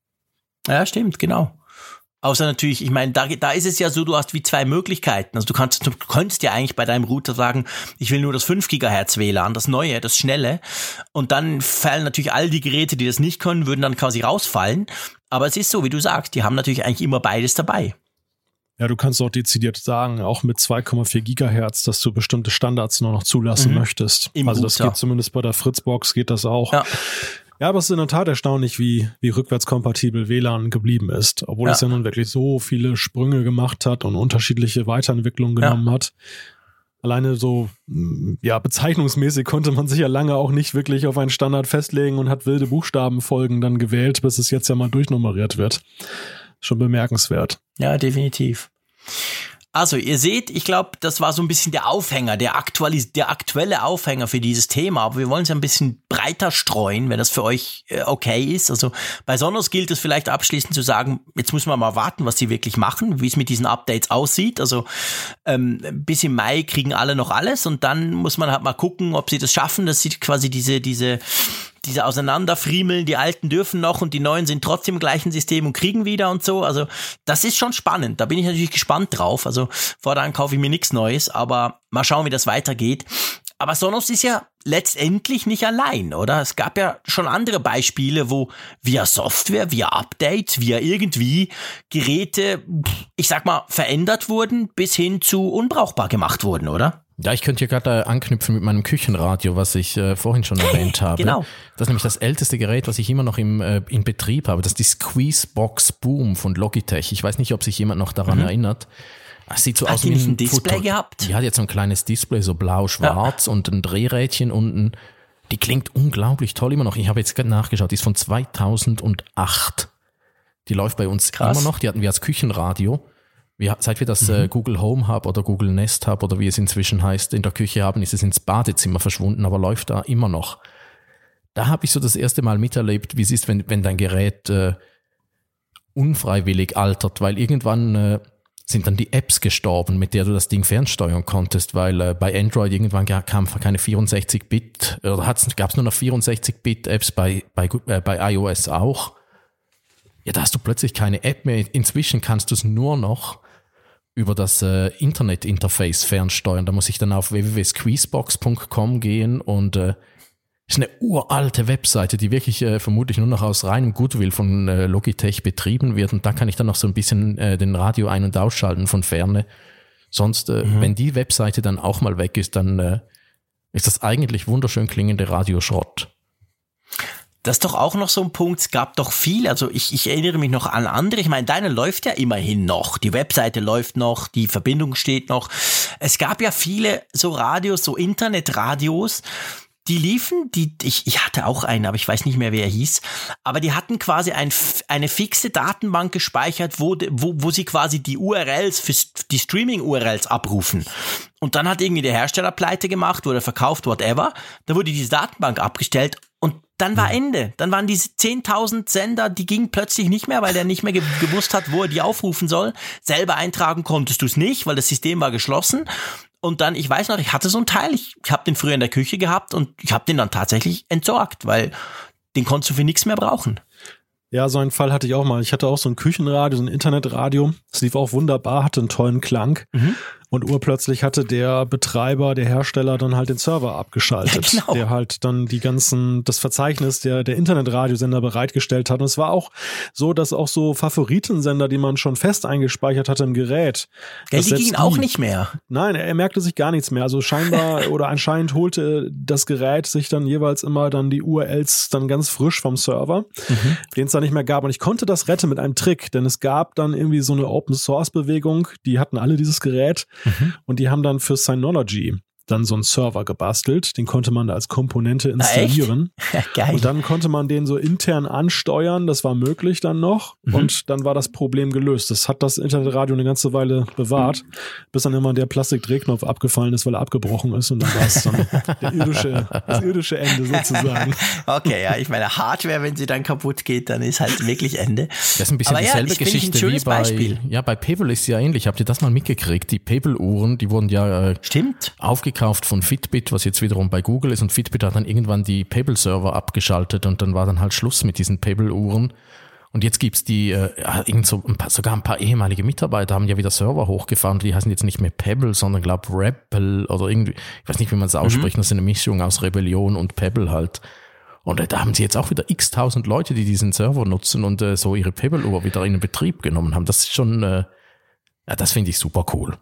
Ja, stimmt, genau. Außer natürlich, ich meine, da, da ist es ja so, du hast wie zwei Möglichkeiten. Also du kannst, du könntest ja eigentlich bei deinem Router sagen, ich will nur das fünf Gigahertz W L A N, das neue, das schnelle. Und dann fallen natürlich all die Geräte, die das nicht können, würden dann quasi rausfallen. Aber es ist so, wie du sagst, die haben natürlich eigentlich immer beides dabei. Ja, du kannst auch dezidiert sagen, auch mit zwei Komma vier Gigahertz, dass du bestimmte Standards nur noch zulassen mhm. möchtest. Im also das Router. geht zumindest bei der Fritzbox, geht das auch. Ja. Ja, aber es ist in der Tat erstaunlich, wie, wie rückwärtskompatibel W L A N geblieben ist. Obwohl ja. es ja nun wirklich so viele Sprünge gemacht hat und unterschiedliche Weiterentwicklungen genommen ja. hat. Alleine so, ja, bezeichnungsmäßig konnte man sich ja lange auch nicht wirklich auf einen Standard festlegen und hat wilde Buchstabenfolgen dann gewählt, bis es jetzt ja mal durchnummeriert wird. Schon bemerkenswert. Ja, definitiv. Also, ihr seht, ich glaube, das war so ein bisschen der Aufhänger, der, aktualis- der aktuelle Aufhänger für dieses Thema, aber wir wollen es ja ein bisschen breiter streuen, wenn das für euch äh, okay ist. Also bei Sonos gilt es vielleicht abschließend zu sagen, jetzt müssen wir mal warten, was sie wirklich machen, wie es mit diesen Updates aussieht. Also ähm, bis im Mai kriegen alle noch alles und dann muss man halt mal gucken, ob sie das schaffen, dass sie quasi diese diese diese auseinanderfriemeln, die Alten dürfen noch und die Neuen sind trotzdem im gleichen System und kriegen wieder und so. Also das ist schon spannend. Da bin ich natürlich gespannt drauf. Also fortan kaufe ich mir nichts Neues, aber mal schauen, wie das weitergeht. Aber Sonos ist ja letztendlich nicht allein, oder? Es gab ja schon andere Beispiele, wo via Software, via Updates, via irgendwie Geräte, ich sag mal, verändert wurden, bis hin zu unbrauchbar gemacht wurden, oder? Ja, ich könnte hier gerade anknüpfen mit meinem Küchenradio, was ich äh, vorhin schon erwähnt habe. Genau. Das ist nämlich das älteste Gerät, was ich immer noch im, äh, in Betrieb habe. Das ist die Squeezebox Boom von Logitech. Ich weiß nicht, ob sich jemand noch daran mhm. erinnert. Es sieht so Hat aus die wie nicht ein ein Display Foto- gehabt? Die hat jetzt so ein kleines Display, so blau-schwarz ja. und ein Drehrädchen unten. Die klingt unglaublich toll immer noch. Ich habe jetzt gerade nachgeschaut, die ist von zweitausendacht. Die läuft bei uns Krass. immer noch. Die hatten wir als Küchenradio. Wir, seit wir das mhm. äh, Google Home Hub oder Google Nest Hub oder wie es inzwischen heißt, in der Küche haben, ist es ins Badezimmer verschwunden, aber läuft da immer noch. Da habe ich so das erste Mal miterlebt, wie es ist, wenn, wenn dein Gerät äh, unfreiwillig altert, weil irgendwann äh, sind dann die Apps gestorben, mit der du das Ding fernsteuern konntest, weil äh, bei Android irgendwann kam keine vierundsechzig Bit, oder gab es nur noch vierundsechzig Bit Apps, bei, bei, äh, bei iOS auch. Ja, da hast du plötzlich keine App mehr. Inzwischen kannst du es nur noch über das äh, Internet-Interface fernsteuern. Da muss ich dann auf w w w punkt squeezebox punkt com gehen und äh, ist eine uralte Webseite, die wirklich äh, vermutlich nur noch aus reinem Goodwill von äh, Logitech betrieben wird. Und da kann ich dann noch so ein bisschen äh, den Radio ein- und ausschalten von Ferne. Sonst, äh, mhm. wenn die Webseite dann auch mal weg ist, dann äh, ist das eigentlich wunderschön klingende Radioschrott. Das ist doch auch noch so ein Punkt, es gab doch viel, also ich, ich erinnere mich noch an andere, ich meine, deine läuft ja immerhin noch, die Webseite läuft noch, die Verbindung steht noch. Es gab ja viele so Radios, so Internetradios, die liefen, die ich, ich hatte auch einen, aber ich weiß nicht mehr, wie er hieß, aber die hatten quasi ein, eine fixe Datenbank gespeichert, wo, wo, wo sie quasi die U R Ls, für die Streaming-U R Ls abrufen. Und dann hat irgendwie der Hersteller pleite gemacht, wurde verkauft, whatever, da wurde diese Datenbank abgestellt und dann war Ende. Dann waren diese zehntausend Sender, die gingen plötzlich nicht mehr, weil der nicht mehr ge- gewusst hat, wo er die aufrufen soll. Selber eintragen konntest du es nicht, weil das System war geschlossen. Und dann, ich weiß noch, ich hatte so einen Teil, ich, ich habe den früher in der Küche gehabt und ich habe den dann tatsächlich entsorgt, weil den konntest du für nichts mehr brauchen. Ja, so einen Fall hatte ich auch mal. Ich hatte auch so ein Küchenradio, so ein Internetradio. Das lief auch wunderbar, hatte einen tollen Klang. Mhm. Und urplötzlich hatte der Betreiber, der Hersteller dann halt den Server abgeschaltet, ja, genau. der halt dann die ganzen, das Verzeichnis der, der Internetradiosender bereitgestellt hat. Und es war auch so, dass auch so Favoritensender, die man schon fest eingespeichert hatte im Gerät. Ja, die gingen auch nicht mehr. Nein, er, er merkte sich gar nichts mehr. Also scheinbar oder anscheinend holte das Gerät sich dann jeweils immer dann die U R Ls dann ganz frisch vom Server, mhm. den es da nicht mehr gab. Und ich konnte das retten mit einem Trick, denn es gab dann irgendwie so eine Open-Source-Bewegung, die hatten alle dieses Gerät. Mhm. Und die haben dann für Synology dann so einen Server gebastelt, den konnte man da als Komponente installieren. Ja, geil. Und dann konnte man den so intern ansteuern, das war möglich dann noch mhm. und dann war das Problem gelöst. Das hat das Internetradio eine ganze Weile bewahrt, mhm. bis dann immer der Plastikdrehknopf abgefallen ist, weil er abgebrochen ist und dann war es dann der irdische, das irdische Ende sozusagen. Okay, ja, ich meine Hardware, wenn sie dann kaputt geht, dann ist halt wirklich Ende. Das ist ein bisschen Aber dieselbe ja, Geschichte wie bei, Beispiel. ja, bei Pebble ist ja ähnlich. Habt ihr das mal mitgekriegt? Die Pebble-Uhren, die wurden ja äh, Stimmt. aufgekauft von Fitbit, was jetzt wiederum bei Google ist, und Fitbit hat dann irgendwann die Pebble-Server abgeschaltet und dann war dann halt Schluss mit diesen Pebble-Uhren. Und jetzt gibt's die, äh, irgend so ein paar, sogar ein paar ehemalige Mitarbeiter haben ja wieder Server hochgefahren, die heißen jetzt nicht mehr Pebble, sondern glaub Rebel oder irgendwie, ich weiß nicht, wie man es ausspricht, mhm. das ist eine Mischung aus Rebellion und Pebble halt. Und äh, da haben sie jetzt auch wieder x tausend Leute, die diesen Server nutzen und äh, so ihre Pebble-Uhr wieder in den Betrieb genommen haben. Das ist schon, äh, ja, das finde ich super cool.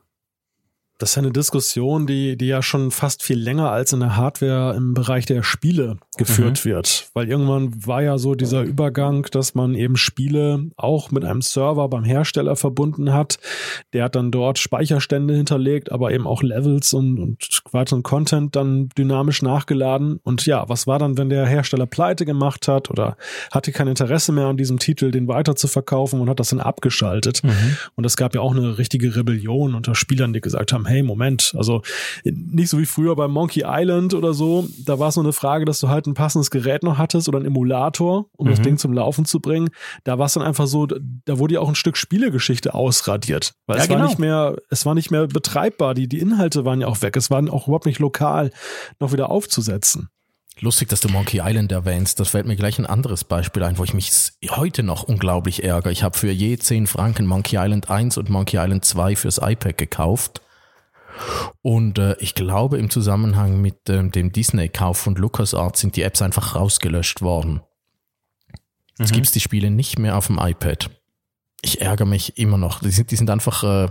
Das ist eine Diskussion, die, die ja schon fast viel länger als in der Hardware im Bereich der Spiele geführt mhm. wird. Weil irgendwann war ja so dieser Übergang, dass man eben Spiele auch mit einem Server beim Hersteller verbunden hat. Der hat dann dort Speicherstände hinterlegt, aber eben auch Levels und, und weiteren Content dann dynamisch nachgeladen. Und ja, was war dann, wenn der Hersteller pleite gemacht hat oder hatte kein Interesse mehr an diesem Titel, den weiter zu verkaufen und hat das dann abgeschaltet. Mhm. Und es gab ja auch eine richtige Rebellion unter Spielern, die gesagt haben, hey, Moment, also nicht so wie früher bei Monkey Island oder so, da war es nur eine Frage, dass du halt ein passendes Gerät noch hattest oder einen Emulator, um mhm. das Ding zum Laufen zu bringen. Da war es dann einfach so, da wurde ja auch ein Stück Spielegeschichte ausradiert, weil ja, es genau. war nicht mehr, es war nicht mehr betreibbar, die, die Inhalte waren ja auch weg, es war auch überhaupt nicht lokal noch wieder aufzusetzen. Lustig, dass du Monkey Island erwähnst. Das fällt mir gleich ein anderes Beispiel ein, wo ich mich heute noch unglaublich ärgere. Ich habe für je zehn Franken Monkey Island eins und Monkey Island zwei fürs iPad gekauft. Und äh, ich glaube, im Zusammenhang mit ähm, dem Disney-Kauf von LucasArts sind die Apps einfach rausgelöscht worden. Jetzt mhm. gibt es die Spiele nicht mehr auf dem iPad. Ich ärgere mich immer noch. Die sind, die sind einfach, äh,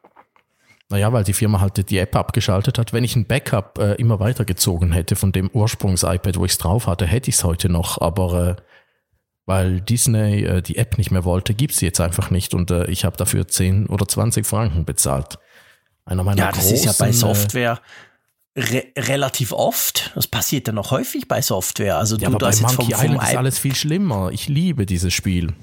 naja, weil die Firma halt die App abgeschaltet hat. Wenn ich ein Backup äh, immer weitergezogen hätte von dem Ursprungs-iPad, wo ich es drauf hatte, hätte ich es heute noch. Aber äh, weil Disney äh, die App nicht mehr wollte, gibt es sie jetzt einfach nicht. Und äh, ich habe dafür zehn oder zwanzig Franken bezahlt. Einer meiner ja, das großen, ist ja bei Software re- relativ oft. Das passiert ja noch häufig bei Software. Also ja, du, aber du bei hast jetzt Monkey vom, vom Island ist alles viel schlimmer. Ich liebe dieses Spiel.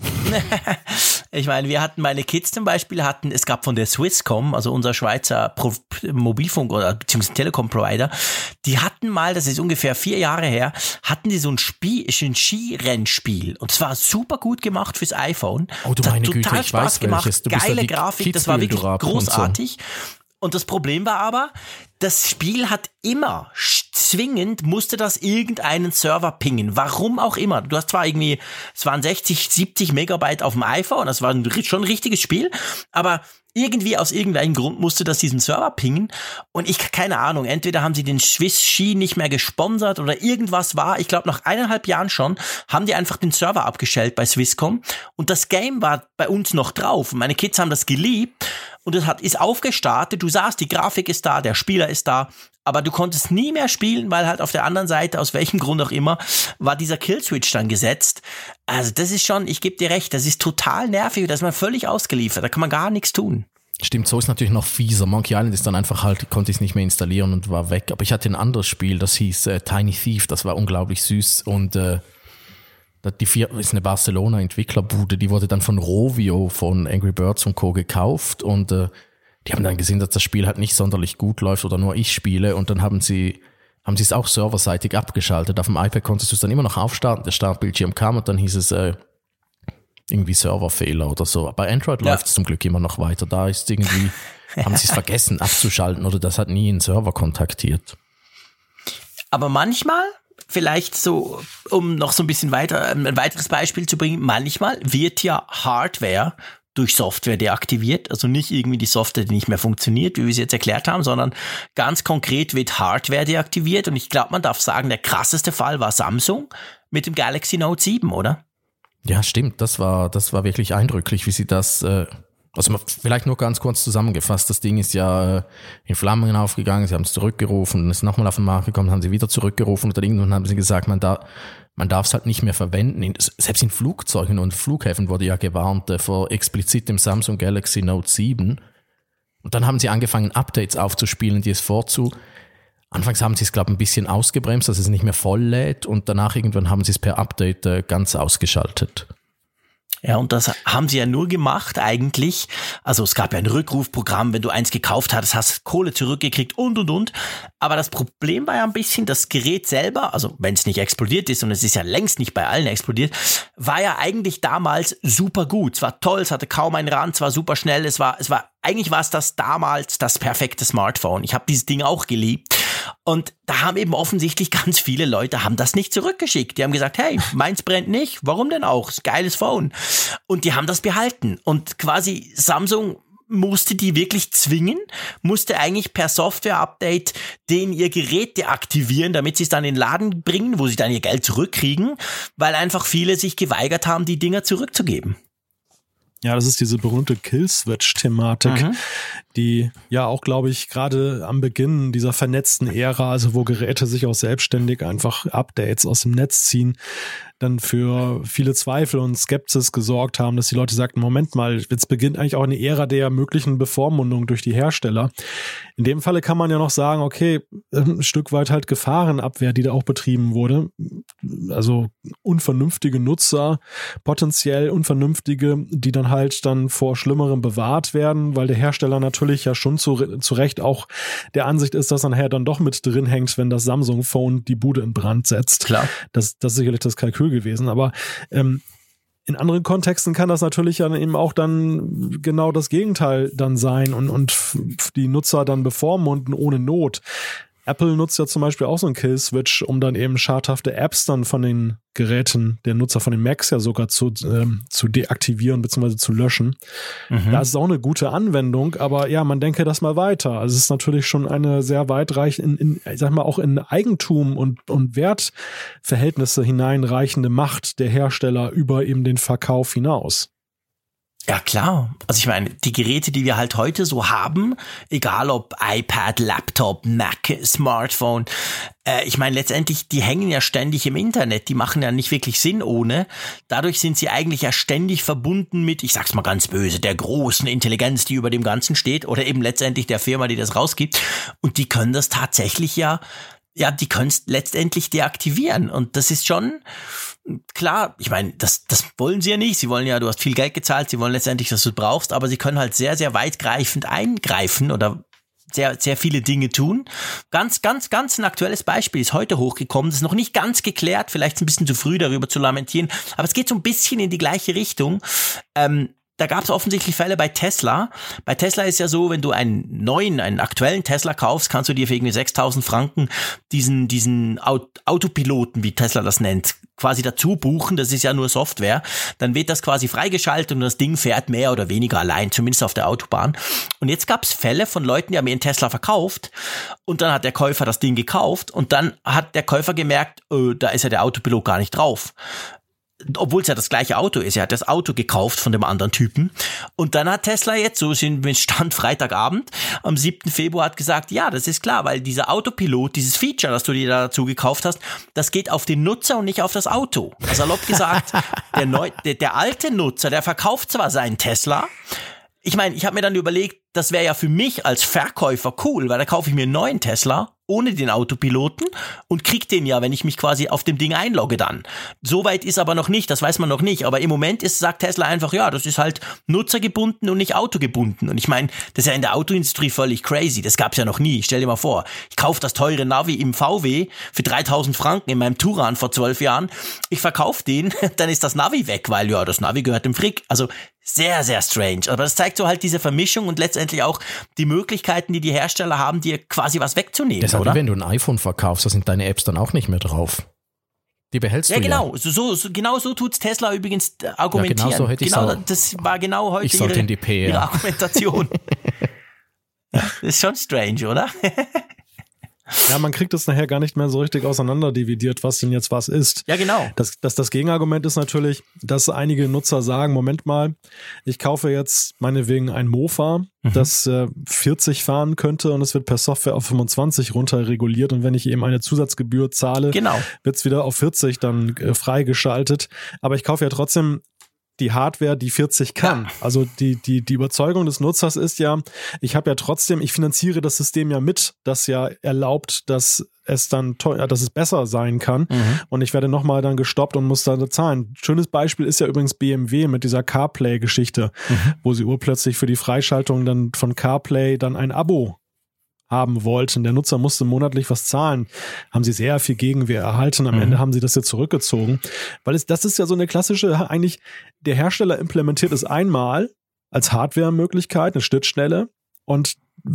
Ich meine, wir hatten, meine Kids zum Beispiel hatten, es gab von der Swisscom, also unser Schweizer Pro- Mobilfunk- oder beziehungsweise Telekom-Provider, die hatten mal, das ist ungefähr vier Jahre her, hatten die so ein Spiel, ein Skirennspiel. Und es war super gut gemacht fürs iPhone. Oh du das meine hat total Güte, ich Spaß weiß gemacht, welches. Du bist geile ja Grafik, das war wirklich großartig. Und, so. Und das Problem war aber, das Spiel hat immer, zwingend musste das irgendeinen Server pingen. Warum auch immer. Du hast zwar irgendwie, es waren sechzig, siebzig Megabyte auf dem iPhone, das war ein, schon ein richtiges Spiel, aber irgendwie aus irgendeinem Grund musste das diesen Server pingen. Und ich, keine Ahnung, entweder haben sie den Swiss Ski nicht mehr gesponsert oder irgendwas war, ich glaube nach eineinhalb Jahren schon, haben die einfach den Server abgestellt bei Swisscom. Und das Game war bei uns noch drauf. Meine Kids haben das geliebt. Und es hat, ist aufgestartet, du sahst, die Grafik ist da, der Spieler ist da, aber du konntest nie mehr spielen, weil halt auf der anderen Seite, aus welchem Grund auch immer, war dieser Killswitch dann gesetzt. Also das ist schon, ich gebe dir recht, das ist total nervig, da ist man völlig ausgeliefert, da kann man gar nichts tun. Stimmt, so ist natürlich noch fieser. Monkey Island ist dann einfach halt, konnte ich es nicht mehr installieren und war weg. Aber ich hatte ein anderes Spiel, das hieß äh, Tiny Thief, das war unglaublich süß und äh, die Firma ist eine Barcelona-Entwicklerbude, die wurde dann von Rovio, von Angry Birds und Co. gekauft und äh, die haben dann gesehen, dass das Spiel halt nicht sonderlich gut läuft oder nur ich spiele und dann haben sie haben sie es auch serverseitig abgeschaltet. Auf dem iPad konntest du es dann immer noch aufstarten, der Startbildschirm kam und dann hieß es äh, irgendwie Serverfehler oder so. Bei Android ja. läuft es zum Glück immer noch weiter. Da ist irgendwie, haben sie es vergessen abzuschalten oder das hat nie einen Server kontaktiert. Aber manchmal vielleicht so, um noch so ein bisschen weiter, ein weiteres Beispiel zu bringen, manchmal wird ja Hardware durch Software deaktiviert, also nicht irgendwie die Software, die nicht mehr funktioniert, wie wir es jetzt erklärt haben, sondern ganz konkret wird Hardware deaktiviert und ich glaube, man darf sagen, der krasseste Fall war Samsung mit dem Galaxy Note sieben, oder? Ja, stimmt, das war, das war wirklich eindrücklich, wie sie das, äh also vielleicht nur ganz kurz zusammengefasst, das Ding ist ja äh, in Flammen aufgegangen, sie haben es zurückgerufen, ist nochmal auf den Markt gekommen, haben sie wieder zurückgerufen und dann irgendwann haben sie gesagt, man, da, man darf es halt nicht mehr verwenden. In, selbst in Flugzeugen und Flughäfen wurde ja gewarnt äh, vor explizit dem Samsung Galaxy Note sieben. Und dann haben sie angefangen, Updates aufzuspielen, die es vorzu... Anfangs haben sie es, glaube ich, ein bisschen ausgebremst, dass es nicht mehr voll lädt und danach irgendwann haben sie es per Update äh, ganz ausgeschaltet. Ja, und das haben sie ja nur gemacht eigentlich, also es gab ja ein Rückrufprogramm, wenn du eins gekauft hattest, hast Kohle zurückgekriegt und, und, und. Aber das Problem war ja ein bisschen, das Gerät selber, also wenn es nicht explodiert ist und es ist ja längst nicht bei allen explodiert, war ja eigentlich damals super gut. Es war toll, es hatte kaum einen Rand, es war super schnell, es war, es war, eigentlich war es das damals das perfekte Smartphone. Ich habe dieses Ding auch geliebt. Und da haben eben offensichtlich ganz viele Leute haben das nicht zurückgeschickt. Die haben gesagt, hey, meins brennt nicht. Warum denn auch? Ist ein geiles Phone. Und die haben das behalten. Und quasi Samsung musste die wirklich zwingen, musste eigentlich per Software-Update den ihr Gerät deaktivieren, damit sie es dann in den Laden bringen, wo sie dann ihr Geld zurückkriegen, weil einfach viele sich geweigert haben, die Dinger zurückzugeben. Ja, das ist diese berühmte Kill-Switch-Thematik, mhm. die ja auch, glaube ich, gerade am Beginn dieser vernetzten Ära, also wo Geräte sich auch selbstständig einfach Updates aus dem Netz ziehen, dann für viele Zweifel und Skepsis gesorgt haben, dass die Leute sagten, Moment mal, jetzt beginnt eigentlich auch eine Ära der möglichen Bevormundung durch die Hersteller. In dem Falle kann man ja noch sagen, okay, ein Stück weit halt Gefahrenabwehr, die da auch betrieben wurde. Also unvernünftige Nutzer, potenziell unvernünftige, die dann halt dann vor Schlimmerem bewahrt werden, weil der Hersteller natürlich ja schon zu, zu Recht auch der Ansicht ist, dass er nachher dann doch mit drin hängt, wenn das Samsung-Phone die Bude in Brand setzt. Klar. Das, das ist sicherlich das Kalkül gewesen, aber ähm, in anderen Kontexten kann das natürlich dann eben auch dann genau das Gegenteil dann sein und, und die Nutzer dann bevormunden ohne Not. Apple nutzt ja zum Beispiel auch so einen Kill-Switch, um dann eben schadhafte Apps dann von den Geräten der Nutzer, von den Macs ja sogar zu, ähm, zu deaktivieren bzw. zu löschen. Mhm. Da ist es auch eine gute Anwendung, aber ja, man denke das mal weiter. Also es ist natürlich schon eine sehr weitreichende, in, in, ich sag mal, auch in Eigentum und, und Wertverhältnisse hineinreichende Macht der Hersteller über eben den Verkauf hinaus. Ja, klar. Also ich meine, die Geräte, die wir halt heute so haben, egal ob iPad, Laptop, Mac, Smartphone, äh, ich meine, letztendlich, die hängen ja ständig im Internet, die machen ja nicht wirklich Sinn ohne. Dadurch sind sie eigentlich ja ständig verbunden mit, ich sag's mal ganz böse, der großen Intelligenz, die über dem Ganzen steht, oder eben letztendlich der Firma, die das rausgibt. Und die können das tatsächlich ja, ja, die können es letztendlich deaktivieren. Und das ist schon... Klar, ich meine, das, das wollen sie ja nicht. Sie wollen ja, du hast viel Geld gezahlt, sie wollen letztendlich, dass du es brauchst, aber sie können halt sehr, sehr weitgreifend eingreifen oder sehr, sehr viele Dinge tun. Ganz, ganz, ganz ein aktuelles Beispiel ist heute hochgekommen. Das ist noch nicht ganz geklärt, vielleicht ist ein bisschen zu früh darüber zu lamentieren, aber es geht so ein bisschen in die gleiche Richtung. Ähm, Da gab es offensichtlich Fälle bei Tesla. Bei Tesla ist ja so, wenn du einen neuen, einen aktuellen Tesla kaufst, kannst du dir für irgendwie sechstausend Franken diesen diesen Autopiloten, wie Tesla das nennt, quasi dazu buchen. Das ist ja nur Software. Dann wird das quasi freigeschaltet und das Ding fährt mehr oder weniger allein, zumindest auf der Autobahn. Und jetzt gab es Fälle von Leuten, die haben ihren Tesla verkauft und dann hat der Käufer das Ding gekauft und dann hat der Käufer gemerkt, äh, da ist ja der Autopilot gar nicht drauf. Obwohl es ja das gleiche Auto ist. Er hat das Auto gekauft von dem anderen Typen. Und dann hat Tesla jetzt, so sind wir Stand Freitagabend, am siebten Februar hat gesagt, ja, das ist klar, weil dieser Autopilot, dieses Feature, das du dir dazu gekauft hast, das geht auf den Nutzer und nicht auf das Auto. Also salopp gesagt, der, neu, der, der alte Nutzer, der verkauft zwar seinen Tesla. Ich meine, ich habe mir dann überlegt, das wäre ja für mich als Verkäufer cool, weil da kaufe ich mir einen neuen Tesla ohne den Autopiloten und krieg den ja, wenn ich mich quasi auf dem Ding einlogge dann. Soweit ist aber noch nicht, das weiß man noch nicht. Aber im Moment ist, sagt Tesla einfach, ja, das ist halt nutzergebunden und nicht autogebunden. Und ich meine, das ist ja in der Autoindustrie völlig crazy. Das gab's ja noch nie. Stell dir mal vor, ich kaufe das teure Navi im V W für dreitausend Franken in meinem Touran vor zwölf Jahren. Ich verkaufe den, dann ist das Navi weg, weil ja, das Navi gehört dem Frick. Also sehr, sehr strange. Aber das zeigt so halt diese Vermischung und letztendlich auch die Möglichkeiten, die die Hersteller haben, dir quasi was wegzunehmen. Das ist halt, oder? Wie wenn du ein iPhone verkaufst, da sind deine Apps dann auch nicht mehr drauf. Die behältst ja, du genau. ja. So, so, genau so tut's Tesla übrigens argumentieren. Ja, genau so hätte genau, auch. Das war genau heute ich ihre, ihre, in die P, ja. ihre Argumentation. Das ist schon strange, oder? Ja, man kriegt es nachher gar nicht mehr so richtig auseinanderdividiert, was denn jetzt was ist. Ja, genau. Das, das, das Gegenargument ist natürlich, dass einige Nutzer sagen, Moment mal, ich kaufe jetzt meinetwegen ein Mofa, mhm. das äh, vierzig fahren könnte und es wird per Software auf fünfundzwanzig runter reguliert und wenn ich eben eine Zusatzgebühr zahle, genau. wird es wieder auf vierzig dann äh, freigeschaltet. Aber ich kaufe ja trotzdem die Hardware, die vierzig kann. Ja. Also die, die, die Überzeugung des Nutzers ist ja, ich habe ja trotzdem, ich finanziere das System ja mit, das ja erlaubt, dass es dann teuer, dass es besser sein kann. Mhm. Und ich werde nochmal dann gestoppt und muss dann zahlen. Schönes Beispiel ist ja übrigens B M W mit dieser CarPlay-Geschichte, mhm. wo sie urplötzlich für die Freischaltung dann von CarPlay dann ein Abo haben wollten. Der Nutzer musste monatlich was zahlen. Haben sie sehr viel Gegenwehr erhalten. Am mhm. Ende haben sie das jetzt zurückgezogen. Weil es, das ist ja so eine klassische, eigentlich, der Hersteller implementiert es einmal als Hardware-Möglichkeit, eine Schnittstelle. Und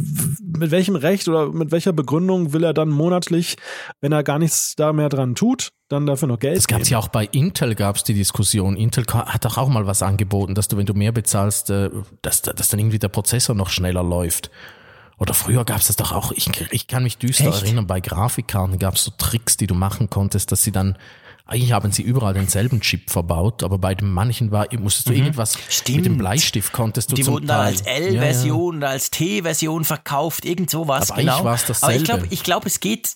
mit welchem Recht oder mit welcher Begründung will er dann monatlich, wenn er gar nichts da mehr dran tut, dann dafür noch Geld Das gab es ja auch bei Intel, gab es die Diskussion. Intel hat doch auch mal was angeboten, dass du, wenn du mehr bezahlst, dass, dass dann irgendwie der Prozessor noch schneller läuft. Oder früher gab es das doch auch, ich, ich kann mich düster Echt? erinnern, bei Grafikkarten gab es so Tricks, die du machen konntest, dass sie dann, eigentlich haben sie überall denselben Chip verbaut, aber bei den manchen war, musstest du mhm. irgendwas Stimmt. mit dem Bleistift konntest du Die zum wurden Teil. dann als L-Version oder ja, ja. als T-Version verkauft, irgend sowas. Aber genau. eigentlich war es dasselbe. Aber ich glaube, ich glaube, es geht,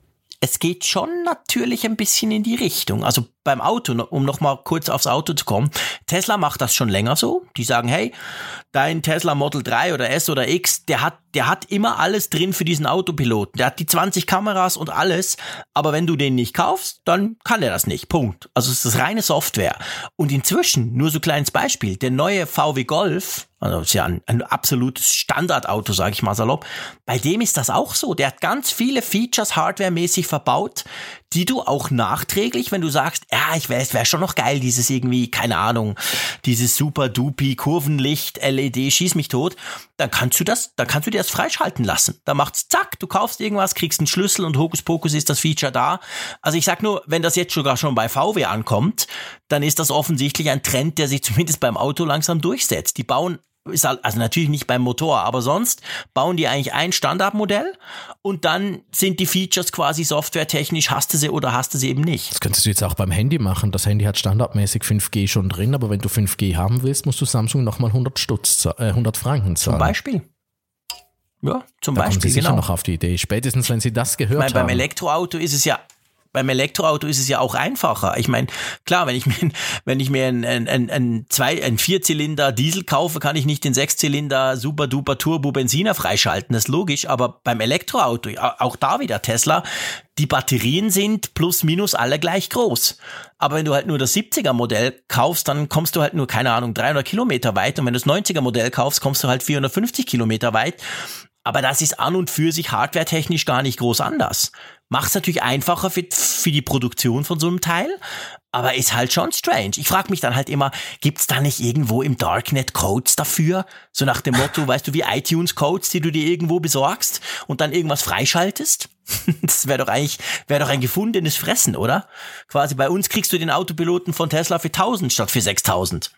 es geht schon natürlich ein bisschen in die Richtung. Also beim Auto, um nochmal kurz aufs Auto zu kommen, Tesla macht das schon länger so. Die sagen, hey, dein Tesla Model drei oder S oder X, der hat, der hat immer alles drin für diesen Autopiloten. Der hat die zwanzig Kameras und alles, aber wenn du den nicht kaufst, dann kann er das nicht. Punkt. Also es ist reine Software. Und inzwischen, nur so ein kleines Beispiel, der neue V W Golf, also das ist ja ein, ein absolutes Standardauto, sage ich mal salopp, bei dem ist das auch so. Der hat ganz viele Features hardwaremäßig verbaut, die du auch nachträglich, wenn du sagst, ja, ich weiß, wäre schon noch geil, dieses irgendwie, keine Ahnung, dieses super dupi Kurvenlicht, L E D, schieß mich tot, dann kannst du das, dann kannst du dir das freischalten lassen. Da macht's zack, du kaufst irgendwas, kriegst einen Schlüssel und Hokuspokus ist das Feature da. Also ich sag nur, wenn das jetzt sogar schon bei V W ankommt, dann ist das offensichtlich ein Trend, der sich zumindest beim Auto langsam durchsetzt. Die bauen Ist halt, also natürlich nicht beim Motor, aber sonst bauen die eigentlich ein Standardmodell und dann sind die Features quasi softwaretechnisch, hast du sie oder hast du sie eben nicht. Das könntest du jetzt auch beim Handy machen. Das Handy hat standardmäßig fünf G schon drin, aber wenn du fünf G haben willst, musst du Samsung nochmal hundert Stutz, äh, hundert Franken zahlen. Zum Beispiel. Ja, zum da Beispiel, kommen sie sicher genau. noch auf die Idee. Spätestens, wenn sie das gehört ich meine, haben. beim Elektroauto ist es ja Beim Elektroauto ist es ja auch einfacher. Ich meine, klar, wenn ich mir, wenn ich mir ein, ein, ein, ein, zwei, ein Vierzylinder Diesel kaufe, kann ich nicht den Sechszylinder Super Duper Turbo Benziner freischalten. Das ist logisch. Aber beim Elektroauto, auch da wieder Tesla, die Batterien sind plus minus alle gleich groß. Aber wenn du halt nur das siebziger Modell kaufst, dann kommst du halt nur, keine Ahnung, dreihundert Kilometer weit. Und wenn du das neunziger Modell kaufst, kommst du halt vierhundertfünfzig Kilometer weit. Aber das ist an und für sich hardwaretechnisch gar nicht groß anders. Macht's natürlich einfacher für, für die Produktion von so einem Teil, aber ist halt schon strange. Ich frage mich dann halt immer, gibt's da nicht irgendwo im Darknet Codes dafür? So nach dem Motto, weißt du, wie iTunes-Codes, die du dir irgendwo besorgst und dann irgendwas freischaltest? Das wäre doch eigentlich, wäre doch ein gefundenes Fressen, oder? Quasi bei uns kriegst du den Autopiloten von Tesla für tausend statt für sechstausend.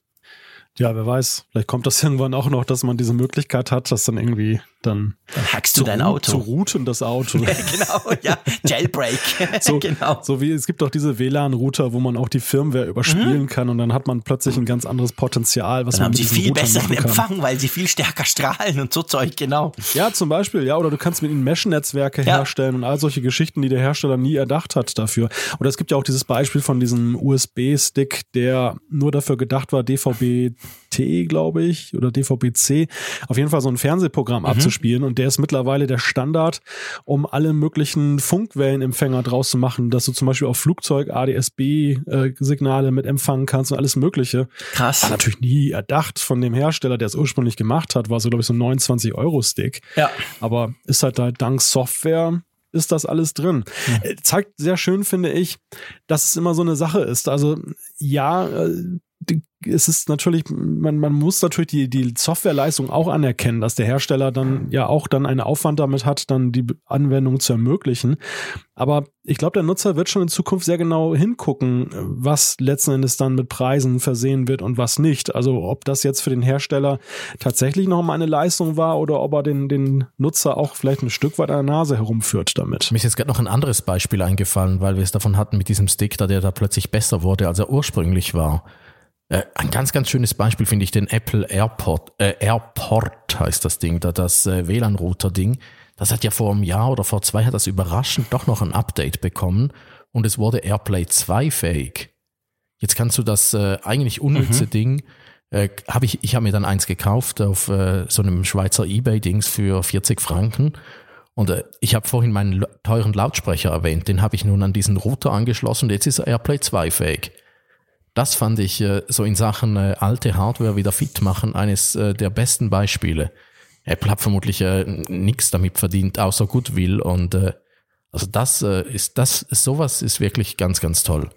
Ja, wer weiß, vielleicht kommt das irgendwann auch noch, dass man diese Möglichkeit hat, dass dann irgendwie dann, dann hackst du dein Auto. Zu routen das Auto. Ja, genau, ja, Jailbreak. So, genau. So wie es gibt auch diese W L A N-Router, wo man auch die Firmware überspielen mhm. kann und dann hat man plötzlich ein ganz anderes Potenzial, was dann man haben mit sie diesem viel Router besseren machen kann. Empfang, weil sie viel stärker strahlen und so Zeug, genau. Ja, zum Beispiel, ja, oder du kannst mit ihnen Mesh-Netzwerke ja. herstellen und all solche Geschichten, die der Hersteller nie erdacht hat dafür. Oder es gibt ja auch dieses Beispiel von diesem U S B-Stick, der nur dafür gedacht war, D V B T, glaube ich, oder D V B C, auf jeden Fall so ein Fernsehprogramm mhm. abzuspielen und der ist mittlerweile der Standard, um alle möglichen Funkwellenempfänger draus zu machen, dass du zum Beispiel auf Flugzeug A D S B-Signale mit empfangen kannst und alles Mögliche. Krass. War natürlich nie erdacht von dem Hersteller, der es ursprünglich gemacht hat, war so, glaube ich, so ein neunundzwanzig Euro Stick. Ja. Aber ist halt da dank Software ist das alles drin. Mhm. Zeigt sehr schön, finde ich, dass es immer so eine Sache ist. Also ja, es ist natürlich, man, man muss natürlich die, die Softwareleistung auch anerkennen, dass der Hersteller dann ja auch dann einen Aufwand damit hat, dann die Anwendung zu ermöglichen. Aber ich glaube, der Nutzer wird schon in Zukunft sehr genau hingucken, was letzten Endes dann mit Preisen versehen wird und was nicht. Also ob das jetzt für den Hersteller tatsächlich noch mal eine Leistung war oder ob er den, den Nutzer auch vielleicht ein Stück weit an der Nase herumführt damit. Mir ist jetzt gerade noch ein anderes Beispiel eingefallen, weil wir es davon hatten mit diesem Stick, da der da plötzlich besser wurde, als er ursprünglich war. Äh, ein ganz, ganz schönes Beispiel finde ich den Apple AirPod, äh, AirPort heißt das Ding, da das äh, W L A N-Router-Ding. Das hat ja vor einem Jahr oder vor zwei hat das überraschend doch noch ein Update bekommen und es wurde AirPlay zwei fähig. Jetzt kannst du das äh, eigentlich unnütze mhm. Ding, äh, hab ich, ich habe mir dann eins gekauft auf äh, so einem Schweizer eBay-Dings für vierzig Franken. Und äh, ich habe vorhin meinen teuren Lautsprecher erwähnt, den habe ich nun an diesen Router angeschlossen und jetzt ist er AirPlay zwei fähig. Das fand ich äh, so in Sachen äh, alte Hardware wieder fit machen eines äh, der besten Beispiele. Apple hat vermutlich äh, nichts damit verdient, außer Goodwill und äh, also das äh, ist das sowas ist wirklich ganz, ganz toll.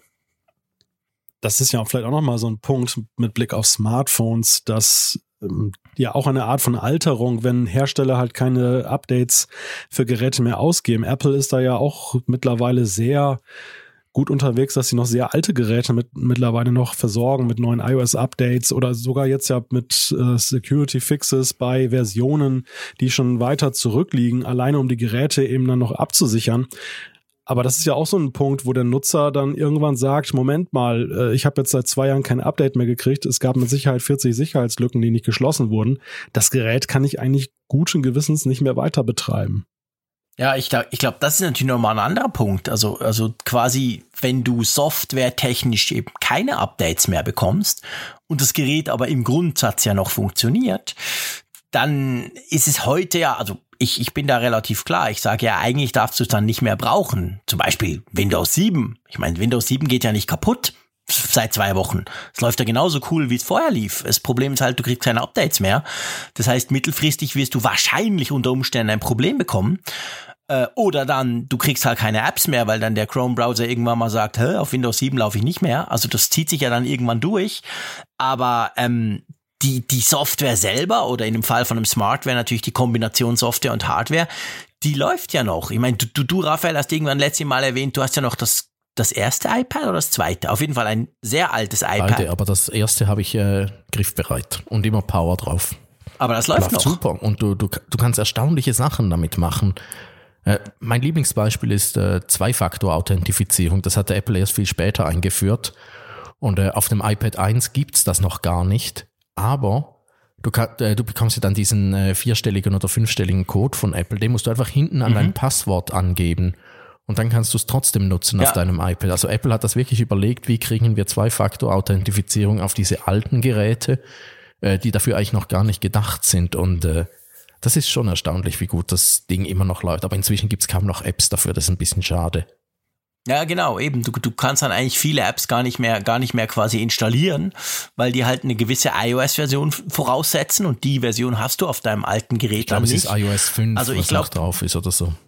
Das ist ja vielleicht auch nochmal so ein Punkt mit Blick auf Smartphones, dass ähm, ja auch eine Art von Alterung, wenn Hersteller halt keine Updates für Geräte mehr ausgeben. Apple ist da ja auch mittlerweile sehr gut unterwegs, dass sie noch sehr alte Geräte mit mittlerweile noch versorgen mit neuen iOS-Updates oder sogar jetzt ja mit äh, Security-Fixes bei Versionen, die schon weiter zurückliegen, alleine um die Geräte eben dann noch abzusichern. Aber das ist ja auch so ein Punkt, wo der Nutzer dann irgendwann sagt, Moment mal, äh, ich habe jetzt seit zwei Jahren kein Update mehr gekriegt, es gab mit Sicherheit vierzig Sicherheitslücken, die nicht geschlossen wurden. Das Gerät kann ich eigentlich guten Gewissens nicht mehr weiter betreiben. Ja, ich glaube, ich glaub, das ist natürlich nochmal ein anderer Punkt. Also, also quasi, wenn du softwaretechnisch eben keine Updates mehr bekommst und das Gerät aber im Grundsatz ja noch funktioniert, dann ist es heute ja, also ich, ich bin da relativ klar. Ich sage ja, eigentlich darfst du es dann nicht mehr brauchen. Zum Beispiel Windows sieben. Ich meine, Windows sieben geht ja nicht kaputt seit zwei Wochen. Es läuft ja genauso cool, wie es vorher lief. Das Problem ist halt, du kriegst keine Updates mehr. Das heißt, mittelfristig wirst du wahrscheinlich unter Umständen ein Problem bekommen. Äh, oder dann, du kriegst halt keine Apps mehr, weil dann der Chrome-Browser irgendwann mal sagt, hä, auf Windows sieben laufe ich nicht mehr. Also das zieht sich ja dann irgendwann durch. Aber ähm, die die Software selber oder in dem Fall von einem Smartware natürlich die Kombination Software und Hardware, die läuft ja noch. Ich meine, du, du, du, Raphael, hast irgendwann letztes Mal erwähnt, du hast ja noch das das erste iPad oder das zweite? Auf jeden Fall ein sehr altes iPad. Beide, aber das erste habe ich äh, griffbereit und immer Power drauf. Aber das läuft, läuft noch. Super und du, du, du kannst erstaunliche Sachen damit machen. Äh, mein Lieblingsbeispiel ist äh, Zwei-Faktor-Authentifizierung. Das hatte Apple erst viel später eingeführt. Und äh, auf dem iPad eins gibt's das noch gar nicht. Aber du, kann, äh, du bekommst ja dann diesen äh, vierstelligen oder fünfstelligen Code von Apple. Den musst du einfach hinten an mhm. dein Passwort angeben. Und dann kannst du es trotzdem nutzen ja. auf deinem iPad. Also Apple hat das wirklich überlegt, wie kriegen wir Zwei-Faktor-Authentifizierung auf diese alten Geräte, äh, die dafür eigentlich noch gar nicht gedacht sind. Und äh, das ist schon erstaunlich, wie gut das Ding immer noch läuft. Aber inzwischen gibt es kaum noch Apps dafür, das ist ein bisschen schade. Ja, genau, eben. Du, du kannst dann eigentlich viele Apps gar nicht mehr, gar nicht mehr quasi installieren, weil die halt eine gewisse iOS-Version voraussetzen und die Version hast du auf deinem alten Gerät ich glaub, dann nicht. Ich glaube, es ist iOS fünf, also ich was glaub, noch drauf ist oder so.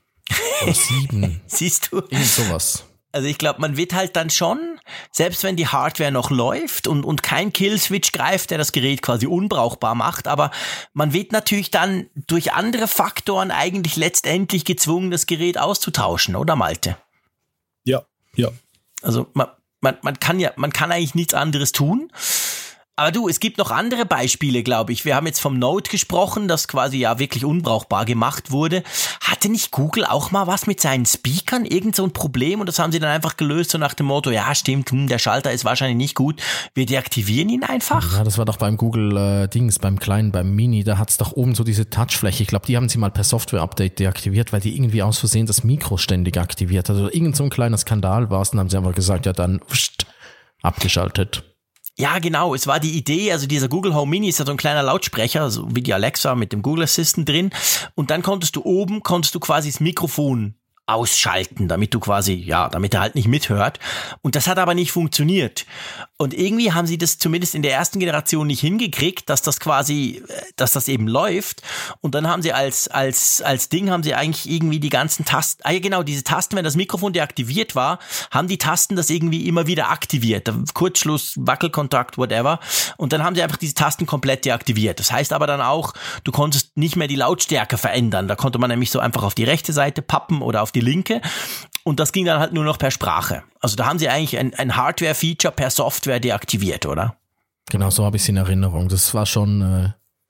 Oder sieben. Siehst du? Irgend sowas. Also ich glaube, man wird halt dann schon, selbst wenn die Hardware noch läuft und, und kein Killswitch greift, der das Gerät quasi unbrauchbar macht, aber man wird natürlich dann durch andere Faktoren eigentlich letztendlich gezwungen, das Gerät auszutauschen, oder Malte? Ja, ja. Also man, man, man kann ja, man kann eigentlich nichts anderes tun. Aber du, es gibt noch andere Beispiele, glaube ich. Wir haben jetzt vom Note gesprochen, das quasi ja wirklich unbrauchbar gemacht wurde. Hatte nicht Google auch mal was mit seinen Speakern? Irgend so ein Problem? Und das haben sie dann einfach gelöst, so nach dem Motto, ja stimmt, hm, der Schalter ist wahrscheinlich nicht gut. Wir deaktivieren ihn einfach. Ja, das war doch beim Google äh, Dings, beim kleinen, beim Mini, da hat's doch oben so diese Touchfläche. Ich glaube, die haben sie mal per Software-Update deaktiviert, weil die irgendwie aus Versehen das Mikro ständig aktiviert hat. Also irgend so ein kleiner Skandal war es. Dann haben sie einfach gesagt, ja dann pst, abgeschaltet. Ja, genau. Es war die Idee, also dieser Google Home Mini ist ja so ein kleiner Lautsprecher, so wie die Alexa mit dem Google Assistant drin. Und dann konntest du oben, konntest du quasi das Mikrofon ausschalten, damit du quasi, ja, damit er halt nicht mithört. Und das hat aber nicht funktioniert. Und irgendwie haben sie das zumindest in der ersten Generation nicht hingekriegt, dass das quasi, dass das eben läuft. Und dann haben sie als, als, als Ding haben sie eigentlich irgendwie die ganzen Tasten, ah ja genau, diese Tasten, wenn das Mikrofon deaktiviert war, haben die Tasten das irgendwie immer wieder aktiviert. Kurzschluss, Wackelkontakt, whatever. Und dann haben sie einfach diese Tasten komplett deaktiviert. Das heißt aber dann auch, du konntest nicht mehr die Lautstärke verändern. Da konnte man nämlich so einfach auf die rechte Seite pappen oder auf die linke. Und das ging dann halt nur noch per Sprache. Also da haben sie eigentlich ein, ein Hardware-Feature per Software deaktiviert, oder? Genau, so habe ich es in Erinnerung. Das war schon äh,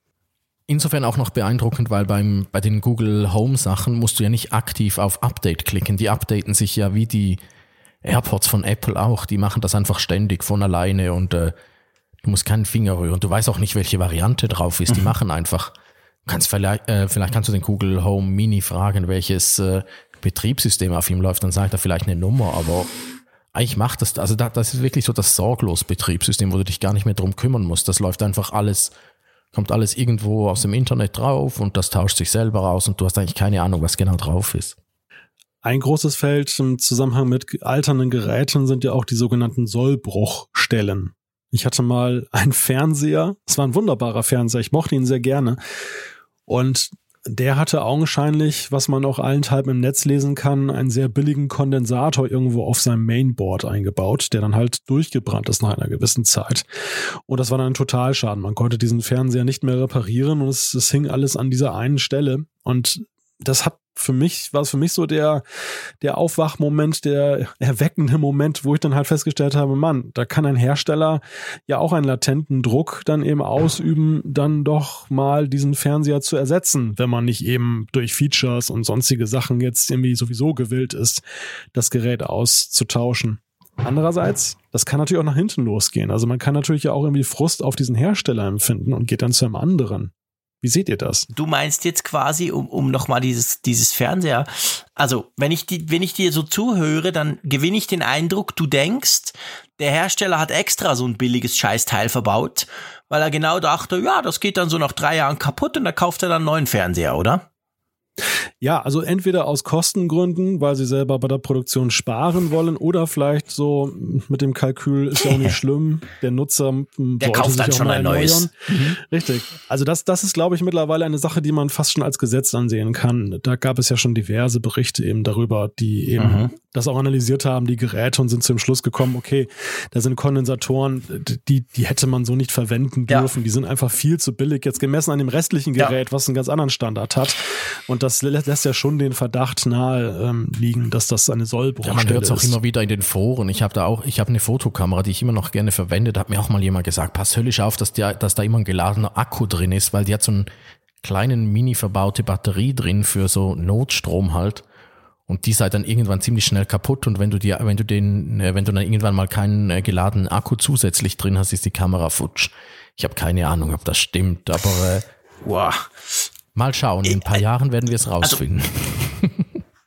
insofern auch noch beeindruckend, weil beim bei den Google Home Sachen musst du ja nicht aktiv auf Update klicken. Die updaten sich ja wie die AirPods von Apple auch. Die machen das einfach ständig von alleine und äh, du musst keinen Finger rühren. Du weißt auch nicht, welche Variante drauf ist. Die mhm. machen einfach. Du kannst vielleicht, äh, vielleicht kannst du den Google Home Mini fragen, welches äh, Betriebssystem auf ihm läuft, dann sagt er vielleicht eine Nummer, aber eigentlich macht das, also da, das ist wirklich so das sorglos Betriebssystem, wo du dich gar nicht mehr drum kümmern musst. Das läuft einfach alles, kommt alles irgendwo aus dem Internet drauf und das tauscht sich selber aus und du hast eigentlich keine Ahnung, was genau drauf ist. Ein großes Feld im Zusammenhang mit alternden Geräten sind ja auch die sogenannten Sollbruchstellen. Ich hatte mal einen Fernseher, es war ein wunderbarer Fernseher, ich mochte ihn sehr gerne und der hatte augenscheinlich, was man auch allenthalben im Netz lesen kann, einen sehr billigen Kondensator irgendwo auf seinem Mainboard eingebaut, der dann halt durchgebrannt ist nach einer gewissen Zeit. Und das war dann ein Totalschaden. Man konnte diesen Fernseher nicht mehr reparieren und es, es hing alles an dieser einen Stelle. Und das hat für mich, war es für mich so der, der Aufwachmoment, der erweckende Moment, wo ich dann halt festgestellt habe, Mann, da kann ein Hersteller ja auch einen latenten Druck dann eben ausüben, dann doch mal diesen Fernseher zu ersetzen, wenn man nicht eben durch Features und sonstige Sachen jetzt irgendwie sowieso gewillt ist, das Gerät auszutauschen. Andererseits, das kann natürlich auch nach hinten losgehen. Also man kann natürlich ja auch irgendwie Frust auf diesen Hersteller empfinden und geht dann zu einem anderen. Wie seht ihr das? Du meinst jetzt quasi, um, um nochmal dieses, dieses Fernseher, also wenn ich, die, wenn ich dir so zuhöre, dann gewinne ich den Eindruck, du denkst, der Hersteller hat extra so ein billiges Scheißteil verbaut, weil er genau dachte, ja, das geht dann so nach drei Jahren kaputt und da kauft er dann einen neuen Fernseher, oder? Ja, also entweder aus Kostengründen, weil sie selber bei der Produktion sparen wollen, oder vielleicht so mit dem Kalkül ist ja auch nicht schlimm. Der Nutzer der kauft dann schon ein neues. Mhm. Richtig. Also das, das ist, glaube ich, mittlerweile eine Sache, die man fast schon als Gesetz ansehen kann. Da gab es ja schon diverse Berichte eben darüber, die eben mhm. das auch analysiert haben, die Geräte, und sind zum Schluss gekommen, okay, da sind Kondensatoren, die, die hätte man so nicht verwenden dürfen. Ja. Die sind einfach viel zu billig, jetzt gemessen an dem restlichen Gerät, ja. was einen ganz anderen Standard hat. Und das lässt ja schon den Verdacht nahe ähm, liegen, dass das eine Sollbruchstelle ist. Ja, man hört es auch immer wieder in den Foren. Ich habe da auch, ich habe eine Fotokamera, die ich immer noch gerne verwende. Da hat mir auch mal jemand gesagt, pass höllisch auf, dass, der, dass da immer ein geladener Akku drin ist, weil die hat so einen kleinen mini verbaute Batterie drin für so Notstrom halt. Und die sei dann irgendwann ziemlich schnell kaputt. Und wenn du die, wenn du den, wenn du dann irgendwann mal keinen äh, geladenen Akku zusätzlich drin hast, ist die Kamera futsch. Ich habe keine Ahnung, ob das stimmt, aber äh, wow. Mal schauen, in ein paar Jahren werden wir es rausfinden. Also,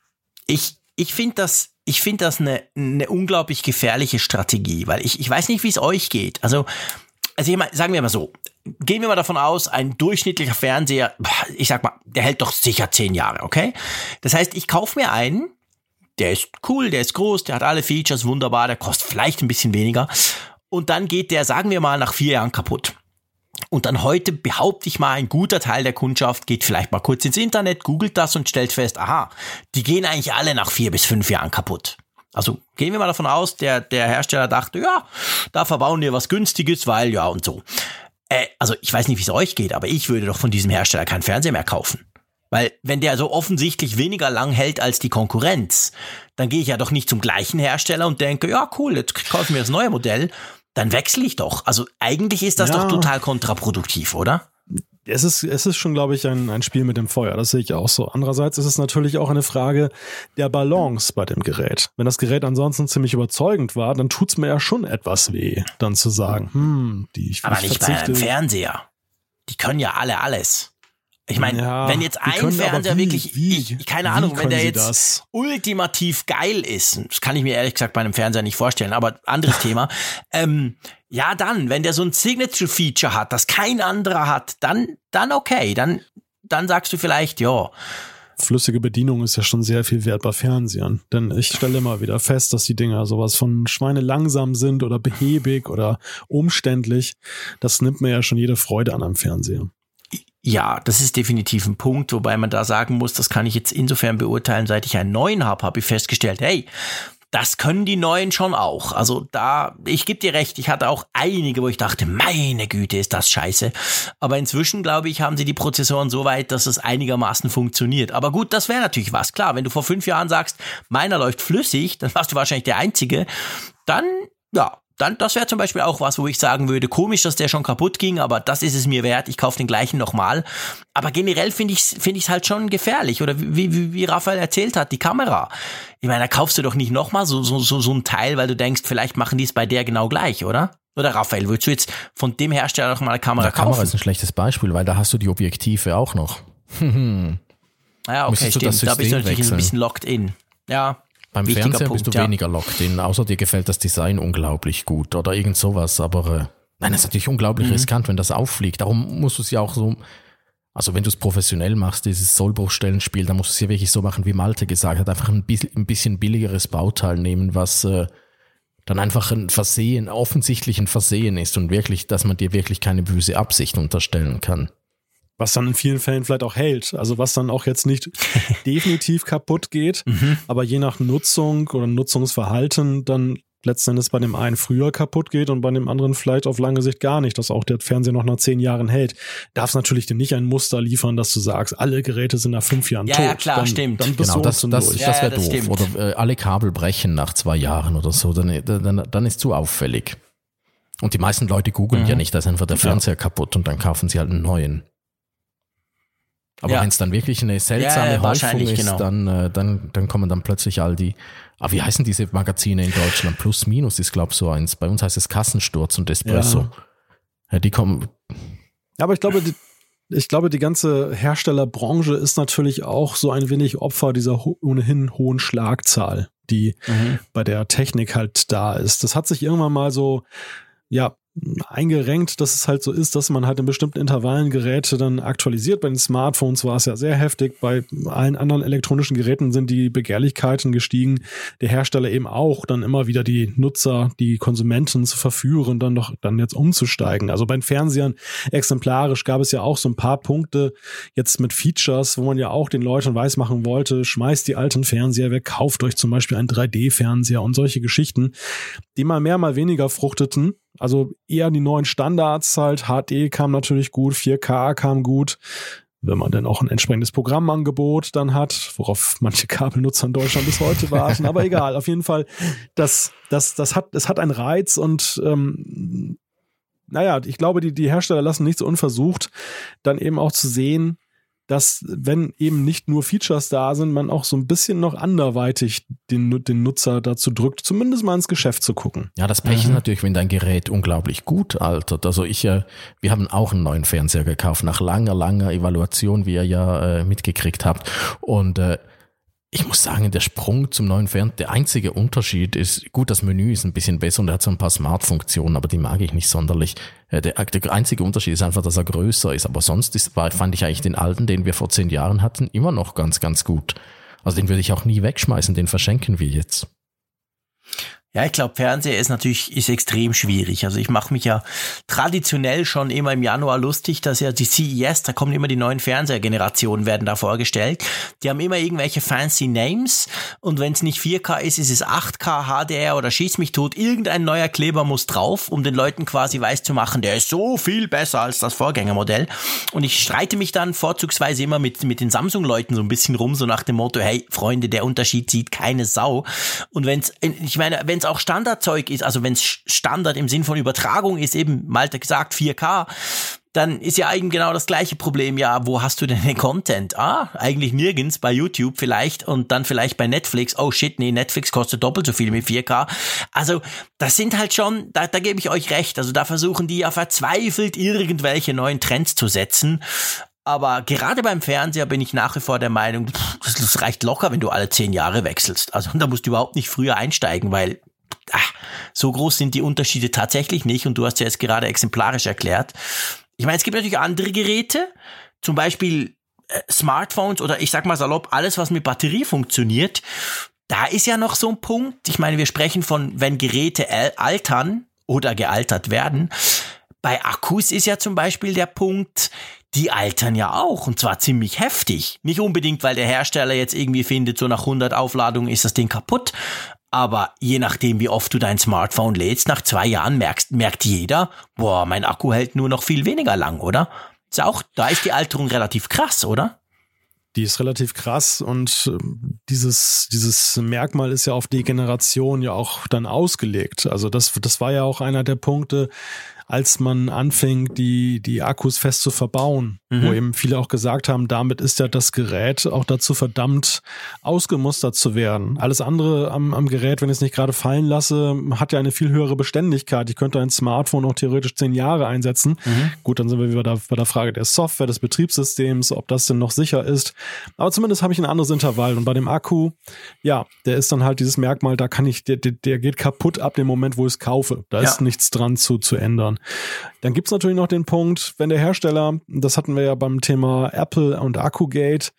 ich ich finde das, ich finde das eine, eine unglaublich gefährliche Strategie, weil ich, ich weiß nicht, wie es euch geht. Also, also ich mal, sagen wir mal so, gehen wir mal davon aus, ein durchschnittlicher Fernseher, ich sag mal, der hält doch sicher zehn Jahre, okay? Das heißt, ich kaufe mir einen, der ist cool, der ist groß, der hat alle Features, wunderbar, der kostet vielleicht ein bisschen weniger. Und dann geht der, sagen wir mal, nach vier Jahren kaputt. Und dann heute behaupte ich mal, ein guter Teil der Kundschaft geht vielleicht mal kurz ins Internet, googelt das und stellt fest, aha, die gehen eigentlich alle nach vier bis fünf Jahren kaputt. Also gehen wir mal davon aus, der, der Hersteller dachte, ja, da verbauen wir was Günstiges, weil ja und so. Äh, also ich weiß nicht, wie es euch geht, aber ich würde doch von diesem Hersteller keinen Fernseher mehr kaufen. Weil wenn der so offensichtlich weniger lang hält als die Konkurrenz, dann gehe ich ja doch nicht zum gleichen Hersteller und denke, ja cool, jetzt kaufen wir das neue Modell. Dann wechsle ich doch. Also eigentlich ist das ja doch total kontraproduktiv, oder? Es ist, es ist schon, glaube ich, ein, ein Spiel mit dem Feuer. Das sehe ich auch so. Andererseits ist es natürlich auch eine Frage der Balance bei dem Gerät. Wenn das Gerät ansonsten ziemlich überzeugend war, dann tut's mir ja schon etwas weh, dann zu sagen, hm, die ich Aber nicht bei einem Fernseher. Die können ja alle alles. Ich meine, ja, wenn jetzt ein Fernseher wie, wirklich, wie, ich, keine Ahnung, wenn der jetzt das? ultimativ geil ist, das kann ich mir ehrlich gesagt bei einem Fernseher nicht vorstellen, aber anderes Thema, ähm, ja dann, wenn der so ein Signature-Feature hat, das kein anderer hat, dann, dann okay, dann, dann sagst du vielleicht, ja. Flüssige Bedienung ist ja schon sehr viel wert bei Fernsehern, denn ich stelle immer wieder fest, dass die Dinger sowas von Schweine langsam sind oder behäbig oder umständlich. Das nimmt mir ja schon jede Freude an einem Fernseher. Ja, das ist definitiv ein Punkt, wobei man da sagen muss, das kann ich jetzt insofern beurteilen, seit ich einen neuen habe, habe ich festgestellt, hey, das können die neuen schon auch. Also da, ich gebe dir recht, ich hatte auch einige, wo ich dachte, meine Güte, ist das scheiße. Aber inzwischen, glaube ich, haben sie die Prozessoren so weit, dass es einigermaßen funktioniert. Aber gut, das wäre natürlich was. Klar, wenn du vor fünf Jahren sagst, meiner läuft flüssig, dann warst du wahrscheinlich der Einzige. Dann, ja, dann, das wäre zum Beispiel auch was, wo ich sagen würde, komisch, dass der schon kaputt ging, aber das ist es mir wert, ich kaufe den gleichen nochmal. Aber generell finde ich es finde ich es halt schon gefährlich. Oder wie, wie, wie Raphael erzählt hat, die Kamera. Ich meine, da kaufst du doch nicht nochmal so, so, so, so ein Teil, weil du denkst, vielleicht machen die es bei der genau gleich, oder? Oder Raphael, würdest du jetzt von dem Hersteller noch mal eine Kamera ja, kaufen? Kamera ist ein schlechtes Beispiel, weil da hast du die Objektive auch noch. Ja, okay, stimmt. Da bist du natürlich wechseln. ein bisschen locked in. Ja. Beim Wichtiger Fernseher Punkt, bist du ja. weniger locked in, außer dir gefällt das Design unglaublich gut oder irgend sowas, aber äh, nein, das ist natürlich unglaublich mhm. riskant, wenn das auffliegt. Darum musst du es ja auch so, also wenn du es professionell machst, dieses Sollbruchstellenspiel, dann musst du es ja wirklich so machen, wie Malte gesagt hat, einfach ein bisschen, ein bisschen billigeres Bauteil nehmen, was äh, dann einfach ein Versehen, offensichtlich ein Versehen ist und wirklich, dass man dir wirklich keine böse Absicht unterstellen kann. Was dann in vielen Fällen vielleicht auch hält. Also was dann auch jetzt nicht definitiv kaputt geht, mhm. aber je nach Nutzung oder Nutzungsverhalten dann letzten Endes bei dem einen früher kaputt geht und bei dem anderen vielleicht auf lange Sicht gar nicht, dass auch der Fernseher noch nach zehn Jahren hält. Darf es natürlich dir nicht ein Muster liefern, dass du sagst, alle Geräte sind nach fünf Jahren ja, tot. Ja, klar, dann, stimmt. Dann bist genau, du das, das, das, ja, das wäre ja, doof. Stimmt. Oder äh, alle Kabel brechen nach zwei Jahren oder so, dann, dann, dann ist zu auffällig. Und die meisten Leute googeln mhm. ja nicht, da ist einfach der Fernseher ja. kaputt und dann kaufen sie halt einen neuen. Aber ja. wenn es dann wirklich eine seltsame ja, Häufung ist, genau. dann, äh, dann, dann kommen dann plötzlich all die, ah, wie heißen diese Magazine in Deutschland? Plus, Minus ist, glaube ich, so eins. Bei uns heißt es Kassensturz und Espresso. Ja. Ja, die kommen. Ja, aber ich glaube, die, ich glaube, die ganze Herstellerbranche ist natürlich auch so ein wenig Opfer dieser ho- ohnehin hohen Schlagzahl, die mhm. bei der Technik halt da ist. Das hat sich irgendwann mal so, ja, eingerenkt, dass es halt so ist, dass man halt in bestimmten Intervallen Geräte dann aktualisiert. Bei den Smartphones war es ja sehr heftig. Bei allen anderen elektronischen Geräten sind die Begehrlichkeiten gestiegen. Der Hersteller eben auch, dann immer wieder die Nutzer, die Konsumenten zu verführen, dann doch dann jetzt umzusteigen. Also bei den Fernsehern exemplarisch gab es ja auch so ein paar Punkte jetzt mit Features, wo man ja auch den Leuten weismachen wollte, schmeißt die alten Fernseher weg, kauft euch zum Beispiel einen drei D Fernseher und solche Geschichten, die mal mehr, mal weniger fruchteten. Also eher die neuen Standards halt. H D kam natürlich gut, vier K kam gut. Wenn man dann auch ein entsprechendes Programmangebot dann hat, worauf manche Kabelnutzer in Deutschland bis heute warten. Aber egal, auf jeden Fall, das, das, das hat, es hat einen Reiz und ähm, naja, ich glaube, die, die Hersteller lassen nichts unversucht, dann eben auch zu sehen, dass, wenn eben nicht nur Features da sind, man auch so ein bisschen noch anderweitig den, den Nutzer dazu drückt, zumindest mal ins Geschäft zu gucken. Ja, das Pech mhm. ist natürlich, wenn dein Gerät unglaublich gut altert. Also ich, äh, wir haben auch einen neuen Fernseher gekauft, nach langer, langer Evaluation, wie ihr ja äh, mitgekriegt habt. Und äh, ich muss sagen, der Sprung zum neuen Fernseher, der einzige Unterschied ist, gut, das Menü ist ein bisschen besser und er hat so ein paar Smart-Funktionen, aber die mag ich nicht sonderlich. Der, der einzige Unterschied ist einfach, dass er größer ist, aber sonst ist, war, fand ich eigentlich den alten, den wir vor zehn Jahren hatten, immer noch ganz, ganz gut. Also den würde ich auch nie wegschmeißen, den verschenken wir jetzt. Ja, ich glaube, Fernseher ist natürlich ist extrem schwierig. Also ich mache mich ja traditionell schon immer im Januar lustig, dass ja die C E S, da kommen immer die neuen Fernsehergenerationen, werden da vorgestellt. Die haben immer irgendwelche fancy Names und wenn es nicht vier K ist, ist es acht K, H D R oder schieß mich tot. Irgendein neuer Kleber muss drauf, um den Leuten quasi weiß zu machen, der ist so viel besser als das Vorgängermodell. Und ich streite mich dann vorzugsweise immer mit mit den Samsung-Leuten so ein bisschen rum, so nach dem Motto, hey Freunde, der Unterschied sieht keine Sau. Und wenn es, ich meine, wenn es auch Standardzeug ist, also wenn es Standard im Sinn von Übertragung ist, eben Malte gesagt vier K, dann ist ja eigentlich genau das gleiche Problem. Ja, wo hast du denn den Content? Ah, eigentlich nirgends, bei YouTube vielleicht und dann vielleicht bei Netflix. Oh shit, nee, Netflix kostet doppelt so viel mit vier K. Also das sind halt schon, da, da gebe ich euch recht, also da versuchen die ja verzweifelt irgendwelche neuen Trends zu setzen. Aber gerade beim Fernseher bin ich nach wie vor der Meinung, das reicht locker, wenn du alle zehn Jahre wechselst. Also da musst du überhaupt nicht früher einsteigen, weil ach, so groß sind die Unterschiede tatsächlich nicht. Und du hast ja jetzt gerade exemplarisch erklärt. Ich meine, es gibt natürlich andere Geräte, zum Beispiel äh, Smartphones oder ich sag mal salopp, alles, was mit Batterie funktioniert. Da ist ja noch so ein Punkt. Ich meine, wir sprechen von, wenn Geräte altern oder gealtert werden. Bei Akkus ist ja zum Beispiel der Punkt, die altern ja auch und zwar ziemlich heftig. Nicht unbedingt, weil der Hersteller jetzt irgendwie findet, so nach hundert Aufladungen ist das Ding kaputt. Aber je nachdem, wie oft du dein Smartphone lädst, nach zwei Jahren merkst, merkt jeder, boah, mein Akku hält nur noch viel weniger lang, oder? Ist auch, da ist die Alterung relativ krass, oder? Die ist relativ krass und dieses, dieses Merkmal ist ja auf Degeneration ja auch dann ausgelegt. Also das, das war ja auch einer der Punkte, als man anfing, die, die Akkus fest zu verbauen, mhm. wo eben viele auch gesagt haben, damit ist ja das Gerät auch dazu verdammt, ausgemustert zu werden. Alles andere am, am Gerät, wenn ich es nicht gerade fallen lasse, hat ja eine viel höhere Beständigkeit. Ich könnte ein Smartphone auch theoretisch zehn Jahre einsetzen. Mhm. Gut, dann sind wir wieder da, bei der Frage der Software, des Betriebssystems, ob das denn noch sicher ist. Aber zumindest habe ich ein anderes Intervall. Und bei dem Akku, ja, der ist dann halt dieses Merkmal, da kann ich, der, der, der geht kaputt ab dem Moment, wo ich es kaufe. Da ja. ist nichts dran zu, zu ändern. Dann gibt's natürlich noch den Punkt, wenn der Hersteller, das hatten wir ja beim Thema Apple und Akkugate,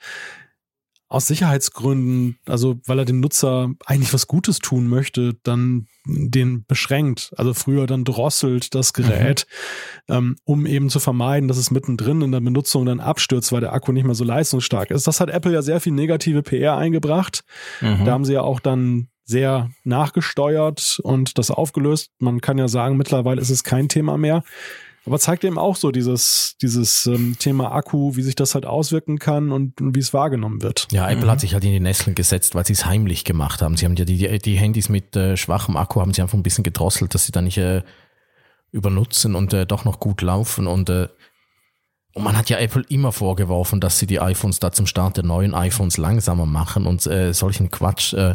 aus Sicherheitsgründen, also weil er dem Nutzer eigentlich was Gutes tun möchte, dann den beschränkt, also früher dann drosselt das Gerät, mhm. ähm, um eben zu vermeiden, dass es mittendrin in der Benutzung dann abstürzt, weil der Akku nicht mehr so leistungsstark ist. Das hat Apple ja sehr viel negative P R eingebracht. Mhm. Da haben sie ja auch dann sehr nachgesteuert und das aufgelöst. Man kann ja sagen, mittlerweile ist es kein Thema mehr. Aber zeigt eben auch so dieses, dieses ähm, Thema Akku, wie sich das halt auswirken kann und, und wie es wahrgenommen wird. Ja, Apple mhm. hat sich halt in die Nesseln gesetzt, weil sie es heimlich gemacht haben. Sie haben ja die, die Handys mit äh, schwachem Akku haben sie einfach ein bisschen gedrosselt, dass sie da nicht äh, übernutzen und äh, doch noch gut laufen. Und, äh, und man hat ja Apple immer vorgeworfen, dass sie die iPhones da zum Start der neuen iPhones langsamer machen und äh, solchen Quatsch. Äh,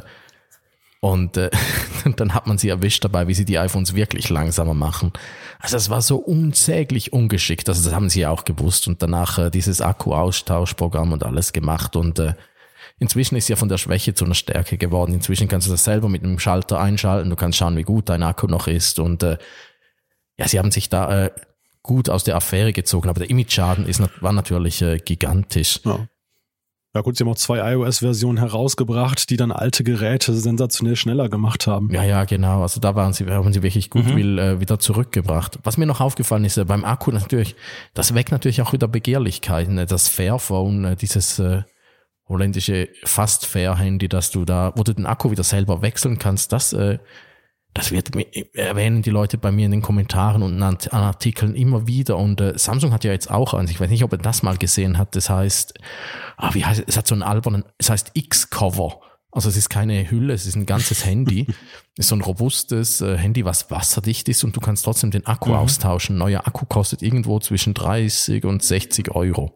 Und äh, dann hat man sie erwischt dabei, wie sie die iPhones wirklich langsamer machen. Also das war so unsäglich ungeschickt. Also das haben sie ja auch gewusst. Und danach äh, dieses Akku-Austauschprogramm und alles gemacht. Und äh, inzwischen ist ja von der Schwäche zu einer Stärke geworden. Inzwischen kannst du das selber mit einem Schalter einschalten. Du kannst schauen, wie gut dein Akku noch ist. Und äh, ja, sie haben sich da äh, gut aus der Affäre gezogen, aber der Image-Schaden ist, war natürlich äh, gigantisch. Ja. Ja gut, sie haben auch zwei iOS-Versionen herausgebracht, die dann alte Geräte sensationell schneller gemacht haben. Ja, ja, genau. Also da waren sie, haben sie wirklich gut mhm. äh, wieder zurückgebracht. Was mir noch aufgefallen ist, äh, beim Akku natürlich, das weckt natürlich auch wieder Begehrlichkeiten. Äh, das Fairphone, äh, dieses äh, holländische Fast-Fair-Handy, dass du da, wo du den Akku wieder selber wechseln kannst, das äh, Das wird erwähnen die Leute bei mir in den Kommentaren und an Artikeln immer wieder. Und äh, Samsung hat ja jetzt auch eins, ich weiß nicht, ob er das mal gesehen hat, das heißt, ah, wie heißt es, es hat so einen albernen, es heißt X-Cover. Also es ist keine Hülle, es ist ein ganzes Handy. Es ist so ein robustes äh, Handy, was wasserdicht ist und du kannst trotzdem den Akku mhm. austauschen. Neuer Akku kostet irgendwo zwischen dreißig und sechzig Euro.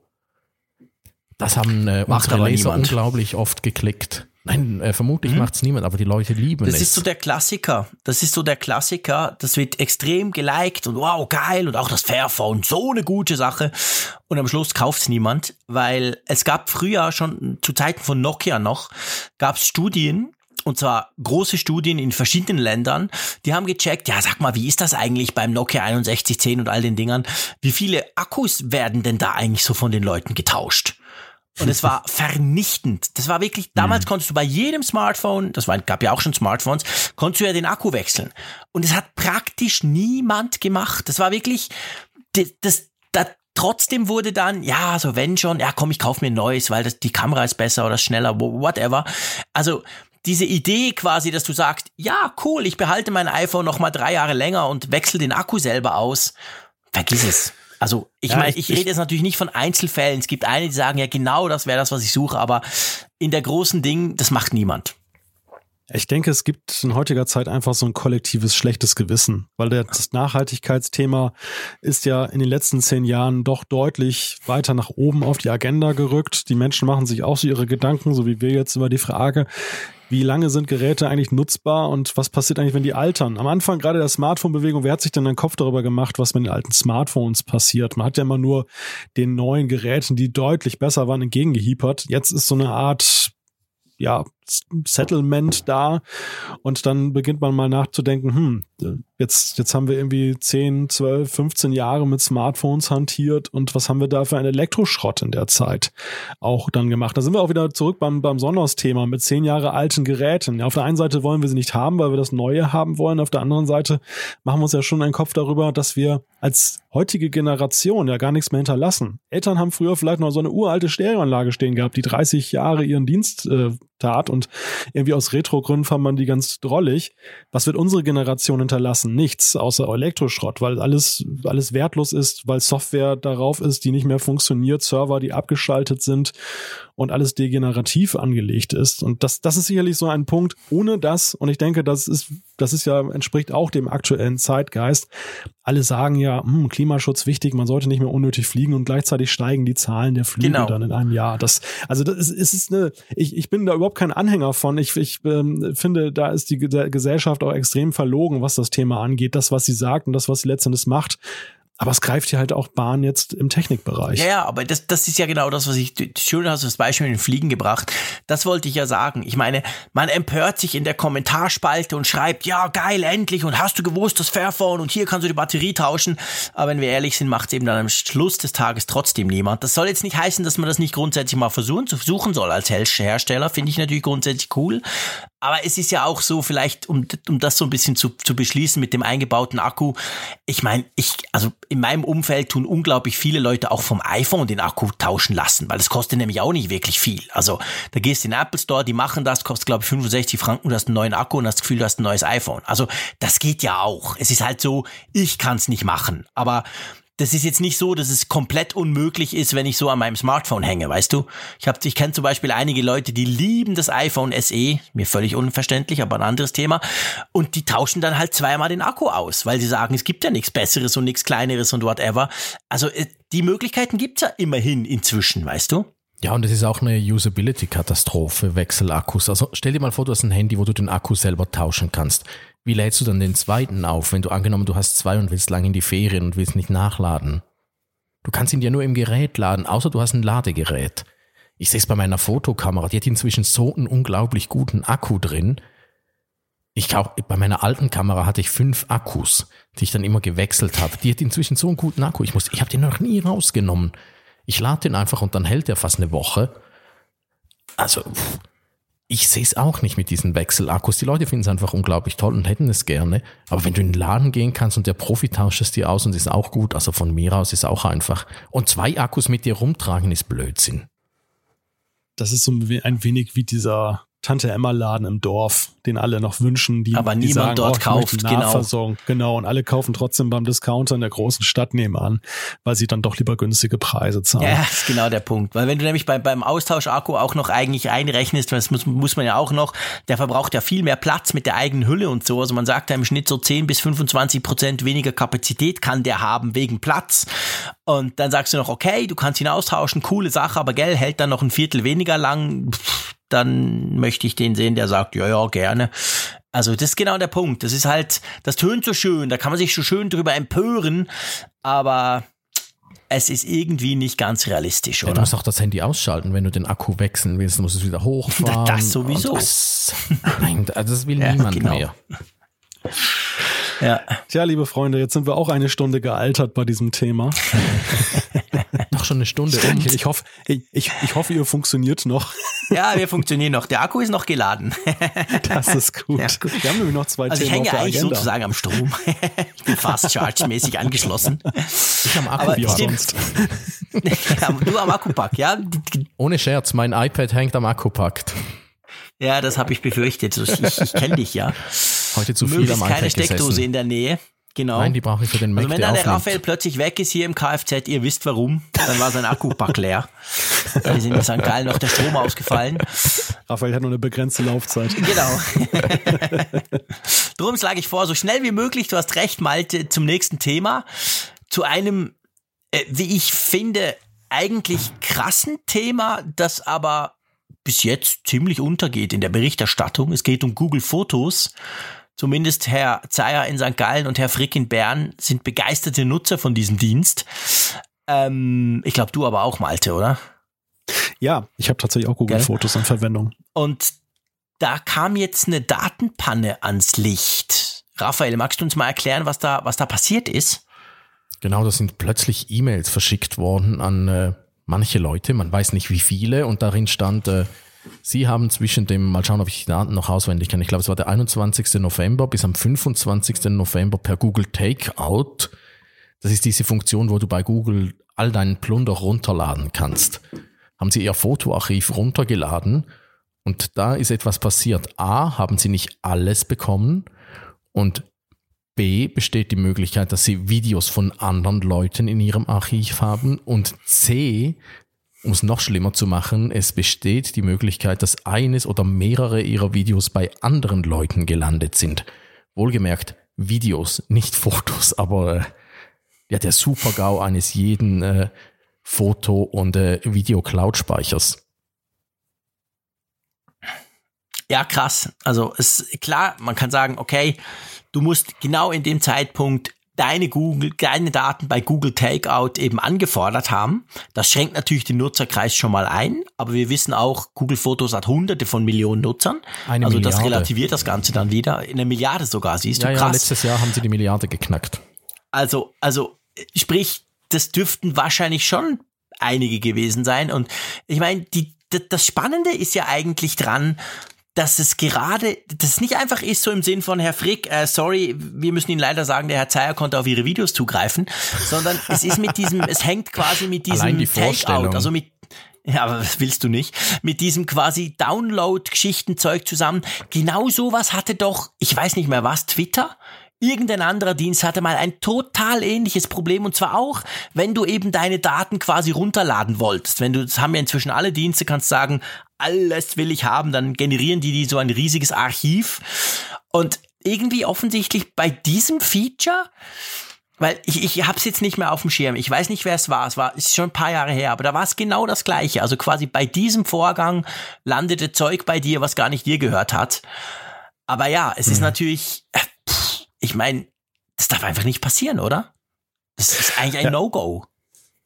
Das haben äh, unsere Leser niemand. unglaublich oft geklickt. Nein, äh, vermutlich mhm. macht's niemand, aber die Leute lieben das es. Das ist so der Klassiker. Das ist so der Klassiker. Das wird extrem geliked und wow, geil und auch das Fairphone, so eine gute Sache. Und am Schluss kauft's niemand, weil es gab früher schon zu Zeiten von Nokia noch, gab's Studien, und zwar große Studien in verschiedenen Ländern, die haben gecheckt, ja, sag mal, wie ist das eigentlich beim Nokia einundsechzig zehn und all den Dingern? Wie viele Akkus werden denn da eigentlich so von den Leuten getauscht? Und es war vernichtend. Das war wirklich, damals mhm. konntest du bei jedem Smartphone, das war, gab ja auch schon Smartphones, konntest du ja den Akku wechseln. Und es hat praktisch niemand gemacht. Das war wirklich, das, das, das trotzdem wurde dann, ja, so wenn schon, ja komm, ich kauf mir ein neues, weil das, die Kamera ist besser oder ist schneller, whatever. Also, diese Idee quasi, dass du sagst, ja, cool, ich behalte mein iPhone noch mal drei Jahre länger und wechsle den Akku selber aus. Vergiss es. Also ich ja, meine, ich, ich rede jetzt natürlich nicht von Einzelfällen. Es gibt einige, die sagen, ja genau, das wäre das, was ich suche, aber in der großen Ding, das macht niemand. Ich denke, es gibt in heutiger Zeit einfach so ein kollektives schlechtes Gewissen, weil das Nachhaltigkeitsthema ist ja in den letzten zehn Jahren doch deutlich weiter nach oben auf die Agenda gerückt. Die Menschen machen sich auch so ihre Gedanken, so wie wir jetzt über die Frage, wie lange sind Geräte eigentlich nutzbar und was passiert eigentlich, wenn die altern? Am Anfang gerade der Smartphone-Bewegung, wer hat sich denn einen Kopf darüber gemacht, was mit den alten Smartphones passiert? Man hat ja immer nur den neuen Geräten, die deutlich besser waren, entgegengehiepert. Jetzt ist so eine Art, ja, Settlement da und dann beginnt man mal nachzudenken, hm, jetzt, jetzt haben wir irgendwie zehn, zwölf, fünfzehn Jahre mit Smartphones hantiert und was haben wir da für einen Elektroschrott in der Zeit auch dann gemacht? Da sind wir auch wieder zurück beim, beim Sonos-Thema mit zehn Jahre alten Geräten. Ja, auf der einen Seite wollen wir sie nicht haben, weil wir das Neue haben wollen, auf der anderen Seite machen wir uns ja schon einen Kopf darüber, dass wir als heutige Generation ja gar nichts mehr hinterlassen. Eltern haben früher vielleicht noch so eine uralte Stereoanlage stehen gehabt, die dreißig Jahre ihren Dienst äh, tat und irgendwie aus Retro-Gründen fand man die ganz drollig. Was wird unsere Generation hinterlassen? Nichts, außer Elektroschrott, weil alles, alles wertlos ist, weil Software darauf ist, die nicht mehr funktioniert, Server, die abgeschaltet sind und alles degenerativ angelegt ist. Und das, das ist sicherlich so ein Punkt, ohne das, und ich denke, das ist, das ist ja, entspricht auch dem aktuellen Zeitgeist. Alle sagen ja, hm, Klimaschutz wichtig, man sollte nicht mehr unnötig fliegen und gleichzeitig steigen die Zahlen der Flüge genau. dann in einem Jahr. Das, also das ist, es ist eine, ich, ich bin da überhaupt kein Anhänger von. Ich, ich ähm, finde, da ist die Gesellschaft auch extrem verlogen, was das Thema angeht. Das, was sie sagt und das, was sie letztendlich macht. Aber es greift hier halt auch Bahn jetzt im Technikbereich. Ja, ja, aber das, das ist ja genau das, was ich, schön hast du das Beispiel mit den Fliegen gebracht. Das wollte ich ja sagen. Ich meine, man empört sich in der Kommentarspalte und schreibt, ja, geil, endlich, und hast du gewusst, das Fairphone, und hier kannst du die Batterie tauschen. Aber wenn wir ehrlich sind, macht es eben dann am Schluss des Tages trotzdem niemand. Das soll jetzt nicht heißen, dass man das nicht grundsätzlich mal versuchen, zu suchen soll als Hersteller. Finde ich natürlich grundsätzlich cool. Aber es ist ja auch so, vielleicht, um, um das so ein bisschen zu, zu beschließen mit dem eingebauten Akku. Ich meine, ich, also in meinem Umfeld tun unglaublich viele Leute auch vom iPhone den Akku tauschen lassen, weil das kostet nämlich auch nicht wirklich viel. Also da gehst du in den Apple Store, die machen das, kostet glaube ich fünfundsechzig Franken, du hast einen neuen Akku und hast das Gefühl, du hast ein neues iPhone. Also das geht ja auch. Es ist halt so, ich kann es nicht machen, aber das ist jetzt nicht so, dass es komplett unmöglich ist, wenn ich so an meinem Smartphone hänge, weißt du? Ich hab, ich kenne zum Beispiel einige Leute, die lieben das iPhone S E, mir völlig unverständlich, aber ein anderes Thema, und die tauschen dann halt zweimal den Akku aus, weil sie sagen, es gibt ja nichts Besseres und nichts Kleineres und whatever. Also die Möglichkeiten gibt's ja immerhin inzwischen, weißt du? Ja, und es ist auch eine Usability-Katastrophe, Wechselakkus. Also stell dir mal vor, du hast ein Handy, wo du den Akku selber tauschen kannst. Wie lädst du dann den zweiten auf, wenn du angenommen, du hast zwei und willst lang in die Ferien und willst nicht nachladen? Du kannst ihn ja nur im Gerät laden, außer du hast ein Ladegerät. Ich sehe es bei meiner Fotokamera, die hat inzwischen so einen unglaublich guten Akku drin. Ich glaube, bei meiner alten Kamera hatte ich fünf Akkus, die ich dann immer gewechselt habe. Die hat inzwischen so einen guten Akku. Ich muss, ich habe den noch nie rausgenommen. Ich lade den einfach und dann hält der fast eine Woche. Also, ich sehe es auch nicht mit diesen Wechselakkus. Die Leute finden es einfach unglaublich toll und hätten es gerne. Aber wenn du in den Laden gehen kannst und der Profi tauscht es dir aus und ist auch gut, also von mir aus ist auch einfach. Und zwei Akkus mit dir rumtragen ist Blödsinn. Das ist so ein wenig wie dieser Tante-Emma-Laden im Dorf, den alle noch wünschen, die, aber die niemand sagen, dort oh, kauft, genau. Genau, und alle kaufen trotzdem beim Discounter in der großen Stadt nebenan, weil sie dann doch lieber günstige Preise zahlen. Ja, das ist genau der Punkt. Weil wenn du nämlich bei, beim Austauschakku auch noch eigentlich einrechnest, das muss, muss man ja auch noch, der verbraucht ja viel mehr Platz mit der eigenen Hülle und so. Also man sagt ja im Schnitt so zehn bis fünfundzwanzig Prozent weniger Kapazität kann der haben wegen Platz. Und dann sagst du noch, okay, du kannst ihn austauschen, coole Sache, aber gell, hält dann noch ein Viertel weniger lang. Pff, dann möchte ich den sehen, der sagt, ja, ja, gerne. Also das ist genau der Punkt. Das ist halt, das tönt so schön, da kann man sich so schön drüber empören, aber es ist irgendwie nicht ganz realistisch, oder? Ja, du musst auch das Handy ausschalten, wenn du den Akku wechseln willst, musst du es wieder hochfahren. Das sowieso. Das, nein, das will ja, niemand genau. mehr. Ja. Tja, liebe Freunde, jetzt sind wir auch eine Stunde gealtert bei diesem Thema. Noch schon eine Stunde um. Ich hoffe, ich, ich, ich hoffe, ihr funktioniert noch. Ja, wir funktionieren noch. Der Akku ist noch geladen. Das ist gut. Ja, gut. Wir haben nämlich noch zwei also Themen ich hänge auf der eigentlich Agenda. sozusagen am Strom. Ich bin fast charge-mäßig angeschlossen. Ich am Akku, aber wie sonst. Du am Akkupack, ja? Ohne Scherz, mein iPad hängt am Akkupack. Ja, das habe ich befürchtet. Ich, ich, ich kenne dich ja. Heute zu viel Möglichst am iPad keine Steckdose gesessen. in der Nähe. Genau. Nein, die brauche ich für den Mac, Also wenn der dann der aufnimmt. Raphael plötzlich weg ist hier im Kfz, ihr wisst warum, dann war sein Akkupack leer. Wir sind in Sankt Gallen noch der Strom ausgefallen. Raphael hat nur eine begrenzte Laufzeit. Genau. Drum schlage ich vor, so schnell wie möglich, du hast recht, Malte, zum nächsten Thema. Zu einem, äh, wie ich finde, eigentlich krassen Thema, das aber bis jetzt ziemlich untergeht in der Berichterstattung. Es geht um Google Fotos. Zumindest Herr Zeyer in Sankt Gallen und Herr Frick in Bern sind begeisterte Nutzer von diesem Dienst. Ähm, ich glaube, du aber auch, Malte, oder? Ja, ich habe tatsächlich auch Google Gell? Fotos in Verwendung. Und da kam jetzt eine Datenpanne ans Licht. Raphael, magst du uns mal erklären, was da, was da passiert ist? Genau, da sind plötzlich E-Mails verschickt worden an äh, manche Leute, man weiß nicht wie viele, und darin stand, äh, Sie haben zwischen dem, mal schauen, ob ich die Daten noch auswendig kann, ich glaube, es war der einundzwanzigsten November bis am fünfundzwanzigsten November per Google Takeout. Das ist diese Funktion, wo du bei Google all deinen Plunder runterladen kannst. Haben Sie Ihr Fotoarchiv runtergeladen und da ist etwas passiert. A, haben Sie nicht alles bekommen und B, besteht die Möglichkeit, dass Sie Videos von anderen Leuten in Ihrem Archiv haben und C, um es noch schlimmer zu machen, es besteht die Möglichkeit, dass eines oder mehrere ihrer Videos bei anderen Leuten gelandet sind. Wohlgemerkt Videos, nicht Fotos, aber äh, ja, der Super-GAU eines jeden äh, Foto- und äh, Video-Cloud-Speichers. Ja, krass. Also es klar, man kann sagen, okay, du musst genau in dem Zeitpunkt deine Google, deine Daten bei Google Takeout eben angefordert haben. Das schränkt natürlich den Nutzerkreis schon mal ein, aber wir wissen auch, Google Fotos hat hunderte von Millionen Nutzern. Eine also Milliarde. Das relativiert das Ganze dann wieder. In eine Milliarde sogar, siehst du, Ja, krass. ja, letztes Jahr haben sie die Milliarde geknackt. Also, also, sprich, das dürften wahrscheinlich schon einige gewesen sein. Und ich meine, die, das Spannende ist ja eigentlich dran, dass es gerade, dass es nicht einfach ist, so im Sinn von, Herr Frick, äh, sorry, wir müssen Ihnen leider sagen, der Herr Zeyer konnte auf Ihre Videos zugreifen, sondern es ist mit diesem, es hängt quasi mit Allein diesem die Vorstellung. Takeout, also mit, ja, aber das willst du nicht, mit diesem quasi Download-Geschichtenzeug zusammen. Genau sowas hatte doch, ich weiß nicht mehr was, Twitter? Irgendein anderer Dienst hatte mal ein total ähnliches Problem, und zwar auch, wenn du eben deine Daten quasi runterladen wolltest. Wenn du, das haben ja inzwischen alle Dienste, kannst sagen, alles will ich haben, dann generieren die, die so ein riesiges Archiv. Und irgendwie offensichtlich bei diesem Feature, weil ich, ich hab's jetzt nicht mehr auf dem Schirm, ich weiß nicht, wer es war, es war, ist schon ein paar Jahre her, aber da war es genau das Gleiche. Also quasi bei diesem Vorgang landete Zeug bei dir, was gar nicht dir gehört hat. Aber ja, es ist natürlich, pff, ich meine, das darf einfach nicht passieren, oder? Das ist eigentlich ein ja. No-Go.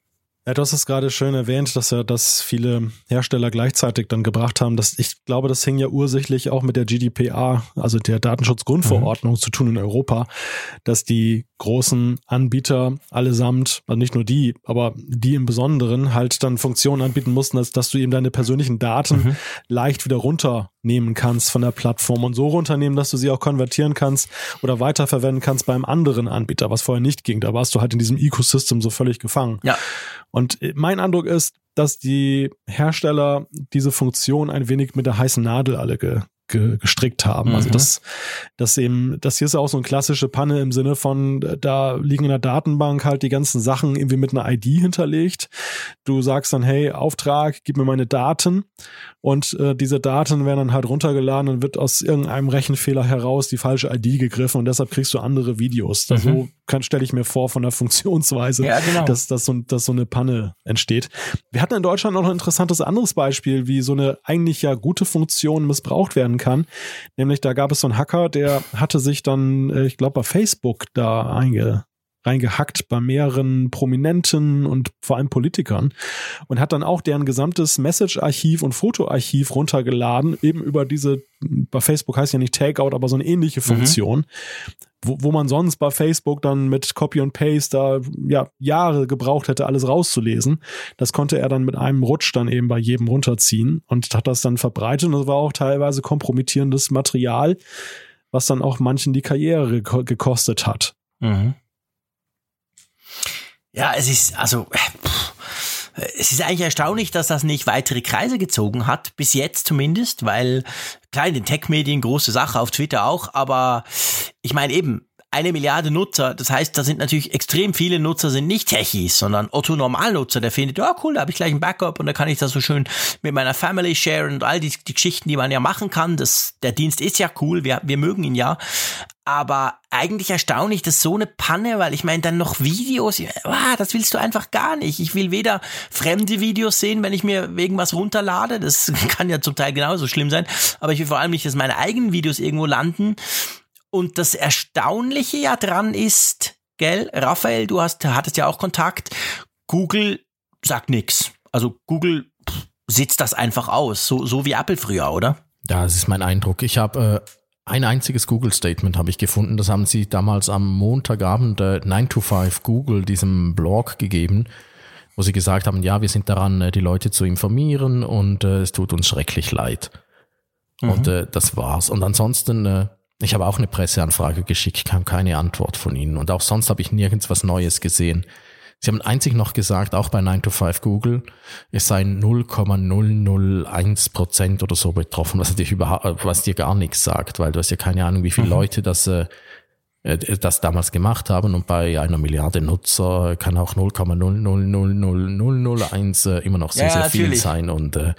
Ja, du hast es gerade schön erwähnt, dass ja das viele Hersteller gleichzeitig dann gebracht haben. Dass ich glaube, das hing ja ursächlich auch mit der G D P R, also der Datenschutzgrundverordnung, mhm. zu tun in Europa, dass die großen Anbieter allesamt, also nicht nur die, aber die im Besonderen halt dann Funktionen anbieten mussten, dass, dass du eben deine persönlichen Daten mhm. leicht wieder runternehmen kannst von der Plattform und so runternehmen, dass du sie auch konvertieren kannst oder weiterverwenden kannst beim anderen Anbieter, was vorher nicht ging. Da warst du halt in diesem Ecosystem so völlig gefangen. Ja. Und mein Eindruck ist, dass die Hersteller diese Funktion ein wenig mit der heißen Nadel alle ge, ge, gestrickt haben. Mhm. Also das, das eben, das hier ist auch so eine klassische Panne im Sinne von, da liegen in der Datenbank halt die ganzen Sachen irgendwie mit einer I D hinterlegt. Du sagst dann, hey, Auftrag, gib mir meine Daten. Und äh, diese Daten werden dann halt runtergeladen und wird aus irgendeinem Rechenfehler heraus die falsche I D gegriffen und deshalb kriegst du andere Videos. Mhm. So kann, stelle ich mir vor von der Funktionsweise, ja, genau. dass, dass, so, dass so eine Panne entsteht. Wir hatten in Deutschland noch ein interessantes anderes Beispiel, wie so eine eigentlich ja gute Funktion missbraucht werden kann. Nämlich da gab es so einen Hacker, der hatte sich dann, äh, ich glaube bei Facebook da einge reingehackt bei mehreren Prominenten und vor allem Politikern und hat dann auch deren gesamtes Message-Archiv und Fotoarchiv runtergeladen, eben über diese, bei Facebook heißt ja nicht Takeout, aber so eine ähnliche Funktion, mhm. wo, wo man sonst bei Facebook dann mit Copy und Paste da ja Jahre gebraucht hätte, alles rauszulesen. Das konnte er dann mit einem Rutsch dann eben bei jedem runterziehen und hat das dann verbreitet und das war auch teilweise kompromittierendes Material, was dann auch manchen die Karriere gekostet hat. Mhm. Ja, es ist, also, pff, es ist eigentlich erstaunlich, dass das nicht weitere Kreise gezogen hat, bis jetzt zumindest, weil, klar, in den Tech-Medien große Sache, auf Twitter auch, aber ich meine eben, eine Milliarde Nutzer, das heißt, da sind natürlich extrem viele Nutzer, sind nicht Techies, sondern Otto-Normalnutzer, der findet, ja cool, da habe ich gleich ein Backup und da kann ich das so schön mit meiner Family sharen und all die, die Geschichten, die man ja machen kann, das, der Dienst ist ja cool, wir, wir mögen ihn ja, aber eigentlich erstaunlich, dass so eine Panne, weil ich meine, dann noch Videos, ah, das willst du einfach gar nicht. Ich will weder fremde Videos sehen, wenn ich mir irgendwas runterlade, das kann ja zum Teil genauso schlimm sein, aber ich will vor allem nicht, dass meine eigenen Videos irgendwo landen. Und das Erstaunliche ja dran ist, gell, Raphael, du hast, hattest ja auch Kontakt, Google sagt nix. Also Google pff, sitzt das einfach aus, so, so wie Apple früher, oder? Ja, das ist mein Eindruck. Ich habe äh, ein einziges Google-Statement habe ich gefunden, das haben sie damals am Montagabend äh, nine to five Google, diesem Blog gegeben, wo sie gesagt haben, ja, wir sind daran, äh, die Leute zu informieren und äh, es tut uns schrecklich leid. Mhm. Und äh, das war's. Und ansonsten... Äh, Ich habe auch eine Presseanfrage geschickt, kam keine Antwort von ihnen. Und auch sonst habe ich nirgends was Neues gesehen. Sie haben einzig noch gesagt, auch bei nine to five Google, es seien null Komma null null eins Prozent oder so betroffen, was dir überhaupt, was dir gar nichts sagt, weil du hast ja keine Ahnung, wie viele mhm. Leute das, äh, das damals gemacht haben. Und bei einer Milliarde Nutzer kann auch null Komma null null null null null null eins äh, immer noch sehr, ja, sehr viel natürlich. sein. Und äh,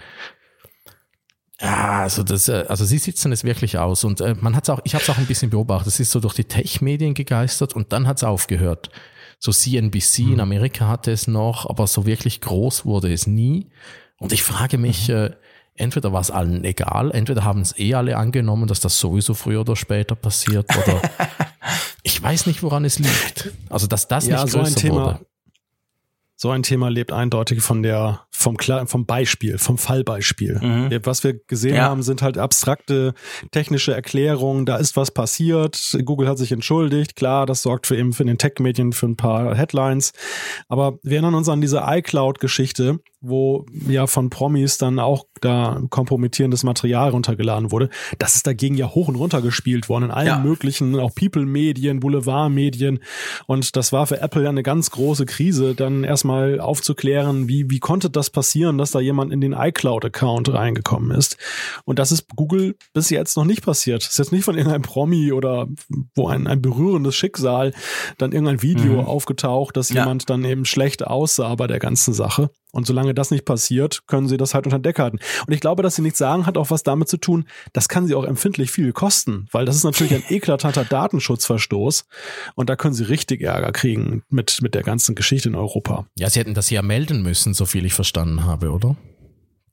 ja, also das, also sie sitzen es wirklich aus und äh, man hat's auch, ich habe es auch ein bisschen beobachtet. Es ist so durch die Tech-Medien gegeistert und dann hat's aufgehört. So C N B C mhm. in Amerika hatte es noch, aber so wirklich groß wurde es nie. Und ich frage mich, mhm. äh, entweder war es allen egal, entweder haben es eh alle angenommen, dass das sowieso früher oder später passiert, oder ich weiß nicht, woran es liegt. Also dass das ja, nicht so größer ein Thema. wurde. So ein Thema lebt eindeutig von der, vom, vom Beispiel, vom Fallbeispiel. Mhm. Was wir gesehen ja. haben, sind halt abstrakte technische Erklärungen. Da ist was passiert. Google hat sich entschuldigt. Klar, das sorgt für eben für den Tech-Medien für ein paar Headlines. Aber wir erinnern uns an diese iCloud-Geschichte, wo ja von Promis dann auch da kompromittierendes Material runtergeladen wurde. Das ist dagegen ja hoch und runter gespielt worden in allen ja. möglichen, auch People-Medien, Boulevard-Medien. Und das war für Apple ja eine ganz große Krise, dann erstmal aufzuklären, wie, wie konnte das passieren, dass da jemand in den iCloud-Account reingekommen ist. Und das ist Google bis jetzt noch nicht passiert. Das ist jetzt nicht von irgendeinem Promi oder wo ein, ein berührendes Schicksal dann irgendein Video mhm. aufgetaucht, dass ja. jemand dann eben schlecht aussah bei der ganzen Sache. Und solange das nicht passiert, können sie das halt unter den Deck halten. Und ich glaube, dass sie nichts sagen, hat auch was damit zu tun, das kann sie auch empfindlich viel kosten, weil das ist natürlich ein eklatanter Datenschutzverstoß und da können sie richtig Ärger kriegen mit, mit der ganzen Geschichte in Europa. Ja, sie hätten das ja melden müssen, so viel ich verstanden habe, oder?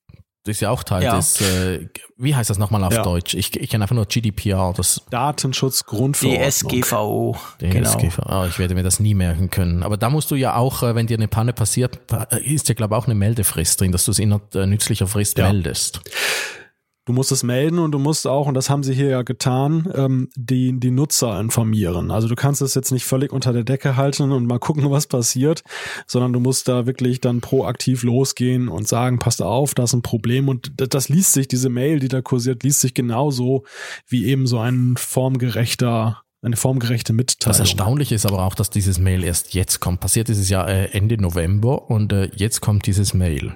Das ist ja auch Teil ja. des, äh, wie heißt das nochmal auf ja. Deutsch? Ich, ich kenne einfach nur G D P R. Das Datenschutzgrundverordnung. D S G V O. D S G V O. Genau. Oh, ich werde mir das nie merken können. Aber da musst du ja auch, wenn dir eine Panne passiert, ist ja glaube ich auch eine Meldefrist drin, dass du es innerhalb nützlicher Frist ja. meldest. Du musst es melden und du musst auch, und das haben sie hier ja getan, ähm, die, die Nutzer informieren. Also du kannst es jetzt nicht völlig unter der Decke halten und mal gucken, was passiert, sondern du musst da wirklich dann proaktiv losgehen und sagen, passt auf, da ist ein Problem. Und das, das liest sich, diese Mail, die da kursiert, liest sich genauso wie eben so ein formgerechter eine formgerechte Mitteilung. Das Erstaunliche ist aber auch, dass dieses Mail erst jetzt kommt. Passiert ist es ja äh, Ende November und äh, jetzt kommt dieses Mail.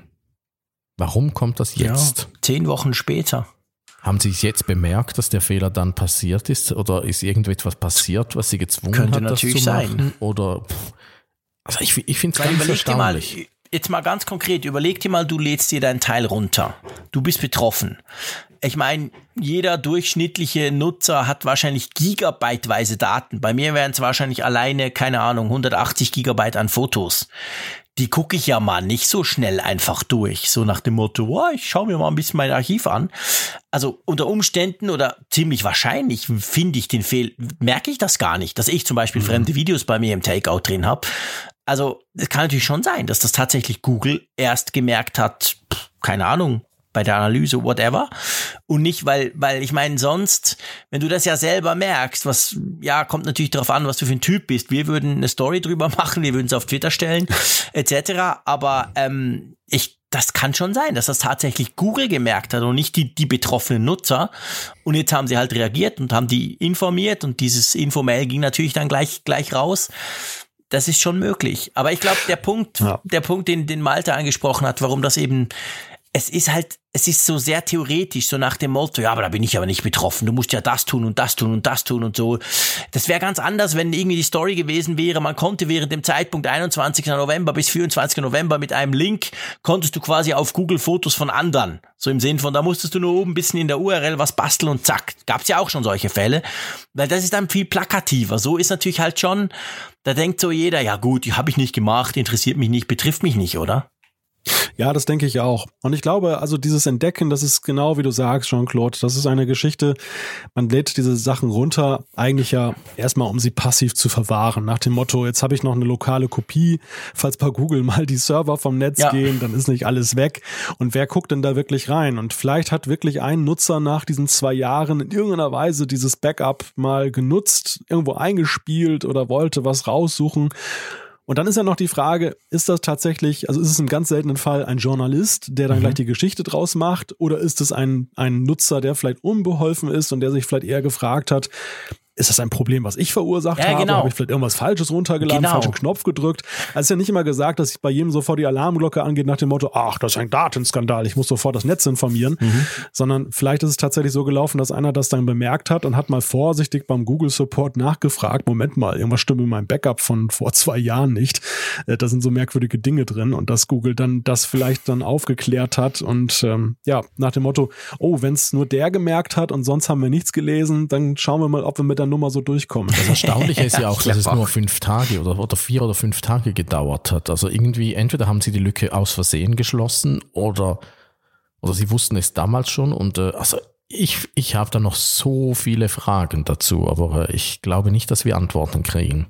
Warum kommt das jetzt? Ja, zehn Wochen später. Haben Sie es jetzt bemerkt, dass der Fehler dann passiert ist? Oder ist irgendetwas passiert, was Sie gezwungen Könnte hat, das zu natürlich machen? sein. Oder, pff, also ich, ich finde es Weil ganz überleg dir mal, erstaunlich. jetzt mal ganz konkret, überleg dir mal, du lädst dir dein Teil runter. Du bist betroffen. Ich meine, jeder durchschnittliche Nutzer hat wahrscheinlich gigabyteweise Daten. Bei mir wären es wahrscheinlich alleine, keine Ahnung, hundertachtzig Gigabyte an Fotos. Die gucke ich ja mal nicht so schnell einfach durch, so nach dem Motto, oh, ich schaue mir mal ein bisschen mein Archiv an. Also unter Umständen oder ziemlich wahrscheinlich finde ich den Fehler, merke ich das gar nicht, dass ich zum Beispiel mhm. fremde Videos bei mir im Takeout drin habe. Also es kann natürlich schon sein, dass das tatsächlich Google erst gemerkt hat, pff, keine Ahnung, bei der Analyse, whatever. Und nicht, weil, weil ich meine, sonst, wenn du das ja selber merkst, was, ja, kommt natürlich darauf an, was du für ein Typ bist. Wir würden eine Story drüber machen, wir würden es auf Twitter stellen, et cetera. Aber ähm, ich, das kann schon sein, dass das tatsächlich Google gemerkt hat und nicht die, die betroffenen Nutzer. Und jetzt haben sie halt reagiert und haben die informiert und dieses Infomail ging natürlich dann gleich, gleich raus. Das ist schon möglich. Aber ich glaube, der Punkt, ja. der Punkt, den, den Malte angesprochen hat, warum das eben, es ist halt, es ist so sehr theoretisch, so nach dem Motto, ja, aber da bin ich aber nicht betroffen, du musst ja das tun und das tun und das tun und so. Das wäre ganz anders, wenn irgendwie die Story gewesen wäre, man konnte während dem Zeitpunkt einundzwanzigsten November bis vierundzwanzigsten November mit einem Link, konntest du quasi auf Google Fotos von anderen, so im Sinn von, da musstest du nur oben ein bisschen in der U R L was basteln und zack, gab's ja auch schon solche Fälle, weil das ist dann viel plakativer. So ist natürlich halt schon, da denkt so jeder, ja gut, die habe ich nicht gemacht, interessiert mich nicht, betrifft mich nicht, oder? Ja, das denke ich auch. Und ich glaube, also dieses Entdecken, das ist genau wie du sagst, Jean-Claude, das ist eine Geschichte, man lädt diese Sachen runter, eigentlich ja erstmal, um sie passiv zu verwahren. Nach dem Motto, jetzt habe ich noch eine lokale Kopie, falls bei Google mal die Server vom Netz ja. gehen, dann ist nicht alles weg. Und wer guckt denn da wirklich rein? Und vielleicht hat wirklich ein Nutzer nach diesen zwei Jahren in irgendeiner Weise dieses Backup mal genutzt, irgendwo eingespielt oder wollte was raussuchen. Und dann ist ja noch die Frage, ist das tatsächlich, also ist es im ganz seltenen Fall ein Journalist, der dann mhm. gleich die Geschichte draus macht, oder ist es ein, ein Nutzer, der vielleicht unbeholfen ist und der sich vielleicht eher gefragt hat, ist das ein Problem, was ich verursacht ja, habe? genau. Habe ich vielleicht irgendwas Falsches runtergeladen, genau. falschen Knopf gedrückt? Also es ist ja nicht immer gesagt, dass bei jedem sofort die Alarmglocke angeht nach dem Motto, ach, das ist ein Datenskandal, ich muss sofort das Netz informieren. Mhm. Sondern vielleicht ist es tatsächlich so gelaufen, dass einer das dann bemerkt hat und hat mal vorsichtig beim Google Support nachgefragt, Moment mal, irgendwas stimmt in meinem Backup von vor zwei Jahren nicht. Da sind so merkwürdige Dinge drin, und dass Google dann das vielleicht dann aufgeklärt hat und ähm, ja, nach dem Motto, oh, wenn es nur der gemerkt hat und sonst haben wir nichts gelesen, dann schauen wir mal, ob wir mit der Nummer so durchkommen. Das Erstaunliche ist ja auch, dass es nur fünf Tage oder, oder vier oder fünf Tage gedauert hat. Also irgendwie, entweder haben sie die Lücke aus Versehen geschlossen oder, oder sie wussten es damals schon. Und äh, also ich, ich habe da noch so viele Fragen dazu, aber äh, ich glaube nicht, dass wir Antworten kriegen.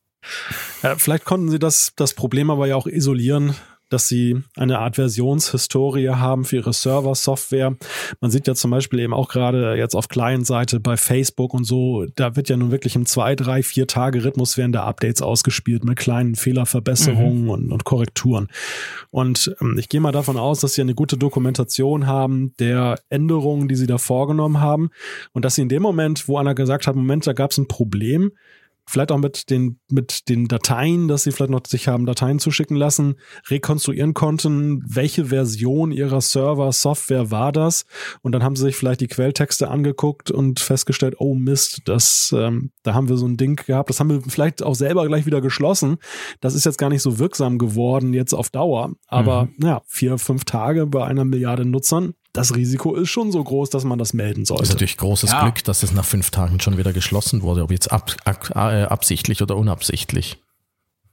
Ja, vielleicht konnten sie das, das Problem aber ja auch isolieren, dass sie eine Art Versionshistorie haben für ihre Server-Software. Man sieht ja zum Beispiel eben auch gerade jetzt auf Client-Seite bei Facebook und so, da wird ja nun wirklich im zwei, drei, vier Tage Rhythmus werden da Updates ausgespielt mit kleinen Fehlerverbesserungen mhm. und, und Korrekturen. Und ähm, ich gehe mal davon aus, dass sie eine gute Dokumentation haben der Änderungen, die sie da vorgenommen haben, und dass sie in dem Moment, wo einer gesagt hat, Moment, da gab es ein Problem, vielleicht auch mit den, mit den Dateien, dass sie vielleicht noch sich haben Dateien zuschicken lassen, rekonstruieren konnten, welche Version ihrer Server-Software war das, und dann haben sie sich vielleicht die Quelltexte angeguckt und festgestellt, oh Mist, das, ähm, da haben wir so ein Ding gehabt, das haben wir vielleicht auch selber gleich wieder geschlossen, das ist jetzt gar nicht so wirksam geworden jetzt auf Dauer, aber mhm. ja, vier, fünf Tage bei einer Milliarde Nutzern, das Risiko ist schon so groß, dass man das melden sollte. Das ist natürlich großes ja. Glück, dass es nach fünf Tagen schon wieder geschlossen wurde, ob jetzt ab, ab, äh, absichtlich oder unabsichtlich.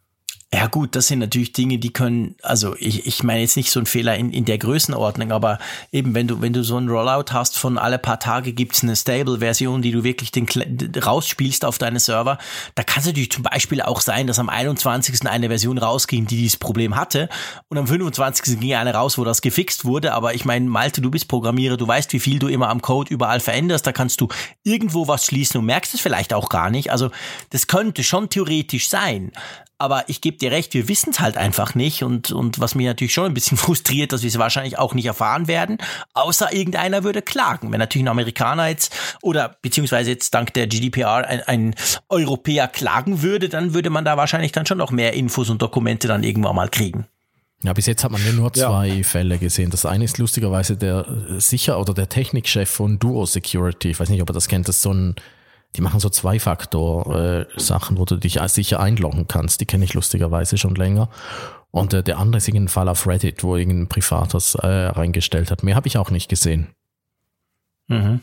Ja gut, das sind natürlich Dinge, die können, also ich, ich meine jetzt nicht so ein Fehler in, in der Größenordnung, aber eben wenn du wenn du so ein Rollout hast von alle paar Tage gibt's eine Stable-Version, die du wirklich den rausspielst auf deine Server, da kann es natürlich zum Beispiel auch sein, dass am einundzwanzigsten eine Version rausging, die dieses Problem hatte und am fünfundzwanzigsten ging eine raus, wo das gefixt wurde, aber ich meine, Malte, du bist Programmierer, du weißt, wie viel du immer am Code überall veränderst, da kannst du irgendwo was schließen und merkst es vielleicht auch gar nicht, also das könnte schon theoretisch sein. Aber ich gebe dir recht, wir wissen es halt einfach nicht und und was mich natürlich schon ein bisschen frustriert, dass wir es wahrscheinlich auch nicht erfahren werden, außer irgendeiner würde klagen. Wenn natürlich ein Amerikaner jetzt oder beziehungsweise jetzt dank der G D P R ein, ein Europäer klagen würde, dann würde man da wahrscheinlich dann schon noch mehr Infos und Dokumente dann irgendwann mal kriegen. Ja, bis jetzt hat man nur zwei ja. Fälle gesehen. Das eine ist lustigerweise der Sicher- oder der Technikchef von Duo Security. Ich weiß nicht, ob ihr das kennt, das ist so ein Die machen so Zwei-Faktor-Sachen, wo du dich sicher einloggen kannst. Die kenne ich lustigerweise schon länger. Und äh, der andere ist irgendein Fall auf Reddit, wo irgendein Privates äh, reingestellt hat. Mehr habe ich auch nicht gesehen. Mhm.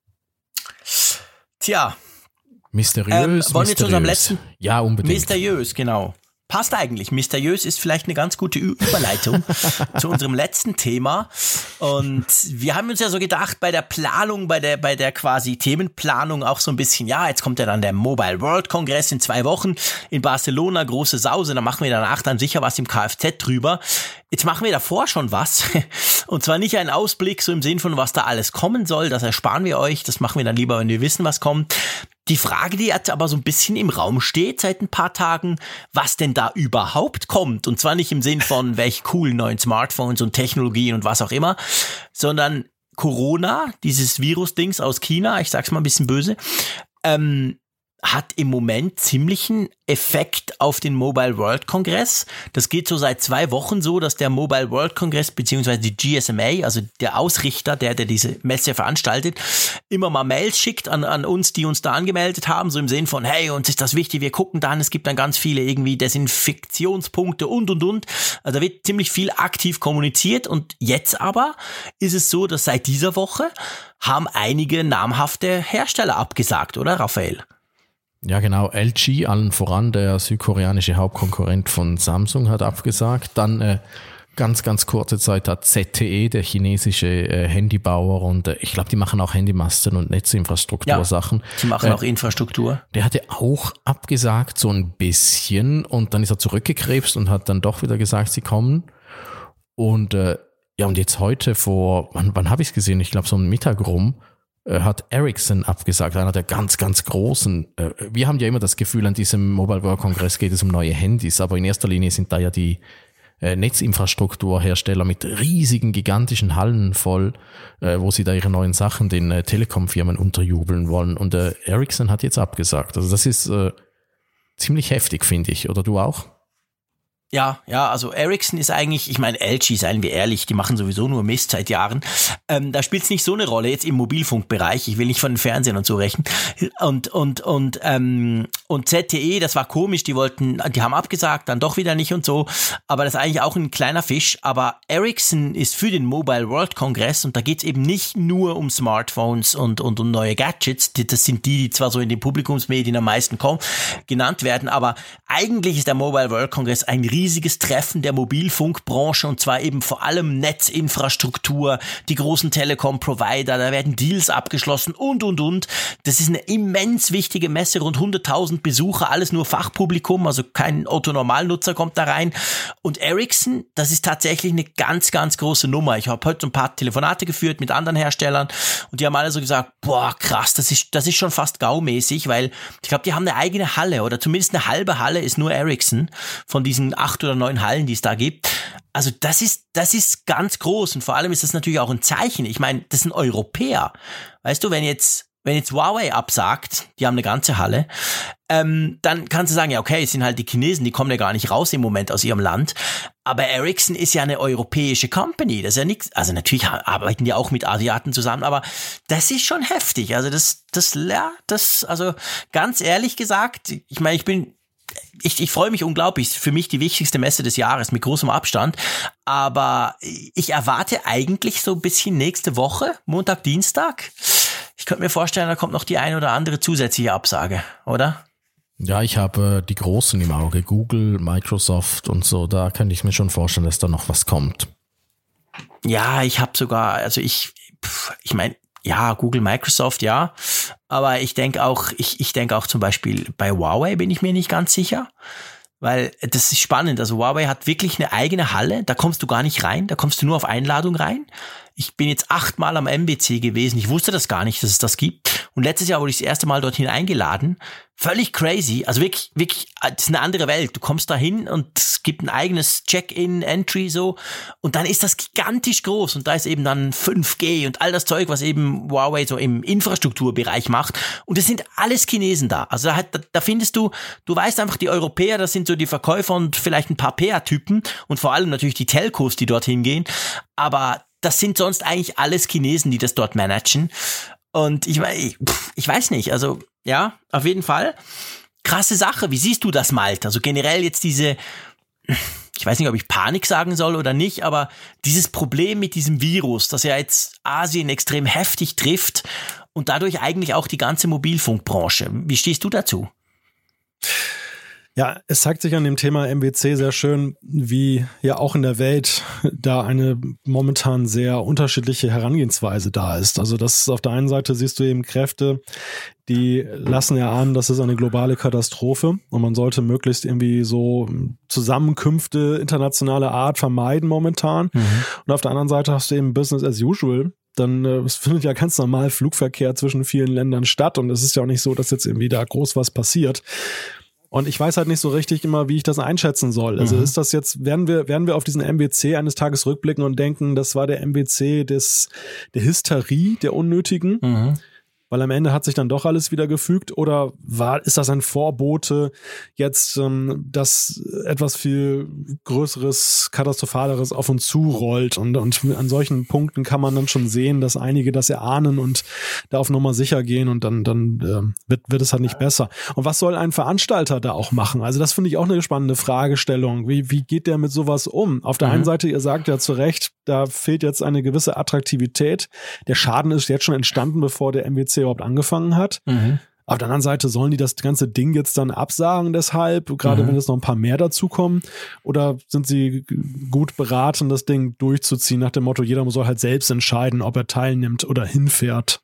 Tja. Mysteriös, ähm, wollen wir zu unserem letzten? Ja, unbedingt. Mysteriös, genau. Passt eigentlich. Mysteriös ist vielleicht eine ganz gute Überleitung zu unserem letzten Thema. Und wir haben uns ja so gedacht, bei der Planung, bei der, bei der quasi Themenplanung auch so ein bisschen, ja, jetzt kommt ja dann der Mobile World Kongress in zwei Wochen in Barcelona, große Sause, da machen wir danach dann sicher was im K F Z drüber. Jetzt machen wir davor schon was. Und zwar nicht einen Ausblick so im Sinn von, was da alles kommen soll, das ersparen wir euch, das machen wir dann lieber, wenn wir wissen, was kommt. Die Frage, die jetzt aber so ein bisschen im Raum steht seit ein paar Tagen, was denn da überhaupt kommt. Und zwar nicht im Sinn von welche coolen neuen Smartphones und Technologien und was auch immer, sondern Corona, dieses Virus-Dings aus China, ich sag's mal ein bisschen böse, ähm, hat im Moment ziemlichen Effekt auf den Mobile World Kongress. Das geht so seit zwei Wochen so, dass der Mobile World Kongress beziehungsweise die G S M A, also der Ausrichter, der, der diese Messe veranstaltet, immer mal Mails schickt an, an uns, die uns da angemeldet haben, so im Sinn von, hey, uns ist das wichtig, wir gucken dann, es gibt dann ganz viele irgendwie Desinfektionspunkte und, und, und. Also da wird ziemlich viel aktiv kommuniziert und jetzt aber ist es so, dass seit dieser Woche haben einige namhafte Hersteller abgesagt, oder Raphael? Ja, genau. L G, allen voran, der südkoreanische Hauptkonkurrent von Samsung, hat abgesagt. Dann äh, ganz, ganz kurze Zeit hat Z T E, der chinesische äh, Handybauer, und äh, ich glaube, die machen auch Handymasten und Netzinfrastruktursachen. Ja, die machen äh, auch Infrastruktur. Der hatte auch abgesagt, so ein bisschen, und dann ist er zurückgekrebst und hat dann doch wieder gesagt, sie kommen. Und äh, ja, und jetzt heute vor, wann, wann habe ich es gesehen? Ich glaube, so einen Mittag rum, hat Ericsson abgesagt, einer der ganz, ganz großen. Wir haben ja immer das Gefühl, an diesem Mobile World Kongress geht es um neue Handys, aber in erster Linie sind da ja die Netzinfrastrukturhersteller mit riesigen, gigantischen Hallen voll, wo sie da ihre neuen Sachen den Telekom-Firmen unterjubeln wollen. Und Ericsson hat jetzt abgesagt. Also das ist äh, ziemlich heftig, finde ich. Oder du auch? Ja, ja, also Ericsson ist eigentlich, ich meine, L G, seien wir ehrlich, die machen sowieso nur Mist seit Jahren. Ähm, da spielt es nicht so eine Rolle jetzt im Mobilfunkbereich. Ich will nicht von den Fernsehern und so rechnen. Und und und ähm, und Z T E, das war komisch. Die wollten, die haben abgesagt, dann doch wieder nicht und so. Aber das ist eigentlich auch ein kleiner Fisch. Aber Ericsson ist für den Mobile World Congress und da geht's eben nicht nur um Smartphones und und um neue Gadgets. Das sind die, die zwar so in den Publikumsmedien am meisten kommen, genannt werden, aber eigentlich ist der Mobile World Congress ein riesiges Treffen der Mobilfunkbranche und zwar eben vor allem Netzinfrastruktur, die großen Telekom-Provider, da werden Deals abgeschlossen und, und, und. Das ist eine immens wichtige Messe, rund hunderttausend Besucher, alles nur Fachpublikum, also kein Otto-Normalnutzer kommt da rein. Und Ericsson, das ist tatsächlich eine ganz, ganz große Nummer. Ich habe heute so ein paar Telefonate geführt mit anderen Herstellern und die haben alle so gesagt, boah, krass, das ist, das ist schon fast GAU-mäßig, weil ich glaube, die haben eine eigene Halle oder zumindest eine halbe Halle ist nur Ericsson von diesen acht oder neun Hallen, die es da gibt. Also das ist, das ist ganz groß und vor allem ist das natürlich auch ein Zeichen. Ich meine, das sind Europäer. Weißt du, wenn jetzt, wenn jetzt Huawei absagt, die haben eine ganze Halle, ähm, dann kannst du sagen, ja okay, es sind halt die Chinesen, die kommen ja gar nicht raus im Moment aus ihrem Land. Aber Ericsson ist ja eine europäische Company. Das ist ja nichts, also natürlich arbeiten die auch mit Asiaten zusammen, aber das ist schon heftig. Also das, das, ja, das, also ganz ehrlich gesagt, ich meine, ich bin Ich, ich freue mich unglaublich. Für mich die wichtigste Messe des Jahres mit großem Abstand. Aber ich erwarte eigentlich so ein bisschen nächste Woche, Montag, Dienstag. Ich könnte mir vorstellen, da kommt noch die eine oder andere zusätzliche Absage, oder? Ja, ich habe äh, die Großen im Auge, Google, Microsoft und so, da könnte ich mir schon vorstellen, dass da noch was kommt. Ja, ich habe sogar, also ich, ich meine, ja, Google, Microsoft, ja, aber ich denke auch, ich, ich denke auch zum Beispiel bei Huawei bin ich mir nicht ganz sicher, weil das ist spannend, also Huawei hat wirklich eine eigene Halle, da kommst du gar nicht rein, da kommst du nur auf Einladung rein. Ich bin jetzt achtmal am M W C gewesen. Ich wusste das gar nicht, dass es das gibt. Und letztes Jahr wurde ich das erste Mal dorthin eingeladen. Völlig crazy. Also wirklich, wirklich, das ist eine andere Welt. Du kommst da hin und es gibt ein eigenes Check-in-Entry so. Und dann ist das gigantisch groß. Und da ist eben dann fünf G und all das Zeug, was eben Huawei so im Infrastrukturbereich macht. Und es sind alles Chinesen da. Also da, da, da findest du, du weißt einfach, die Europäer, das sind so die Verkäufer und vielleicht ein paar P A-Typen. Und vor allem natürlich die Telcos, die dorthin gehen. Aber das sind sonst eigentlich alles Chinesen, die das dort managen. Und ich, ich, ich weiß nicht, also ja, auf jeden Fall. Krasse Sache. Wie siehst du das, Malte? Also generell jetzt diese, ich weiß nicht, ob ich Panik sagen soll oder nicht, aber dieses Problem mit diesem Virus, das ja jetzt Asien extrem heftig trifft und dadurch eigentlich auch die ganze Mobilfunkbranche. Wie stehst du dazu? Ja, es zeigt sich an dem Thema M W C sehr schön, wie ja auch in der Welt da eine momentan sehr unterschiedliche Herangehensweise da ist. Also das auf der einen Seite siehst du eben Kräfte, die lassen ja ahnen, das ist eine globale Katastrophe und man sollte möglichst irgendwie so Zusammenkünfte internationaler Art vermeiden momentan. Mhm. Und auf der anderen Seite hast du eben Business as usual. Dann äh, es findet ja ganz normal Flugverkehr zwischen vielen Ländern statt und es ist ja auch nicht so, dass jetzt irgendwie da groß was passiert. Und ich weiß halt nicht so richtig immer, wie ich das einschätzen soll. Also mhm. ist das jetzt, werden wir, werden wir auf diesen M W C eines Tages rückblicken und denken, das war der M W C des, der Hysterie, der Unnötigen? Mhm. Weil am Ende hat sich dann doch alles wieder gefügt, oder war, ist das ein Vorbote jetzt, ähm, dass etwas viel Größeres, Katastrophaleres auf uns zurollt, und, und an solchen Punkten kann man dann schon sehen, dass einige das erahnen und da auf Nummer sicher gehen, und dann, dann äh, wird, wird es halt nicht besser. Und was soll ein Veranstalter da auch machen? Also das finde ich auch eine spannende Fragestellung. Wie, wie geht der mit sowas um? Auf der mhm. einen Seite, ihr sagt ja zu Recht, da fehlt jetzt eine gewisse Attraktivität. Der Schaden ist jetzt schon entstanden, bevor der M W C überhaupt angefangen hat. Mhm. Auf der anderen Seite, sollen die das ganze Ding jetzt dann absagen deshalb, gerade mhm. wenn jetzt noch ein paar mehr dazukommen? Oder sind sie gut beraten, das Ding durchzuziehen nach dem Motto, jeder soll halt selbst entscheiden, ob er teilnimmt oder hinfährt?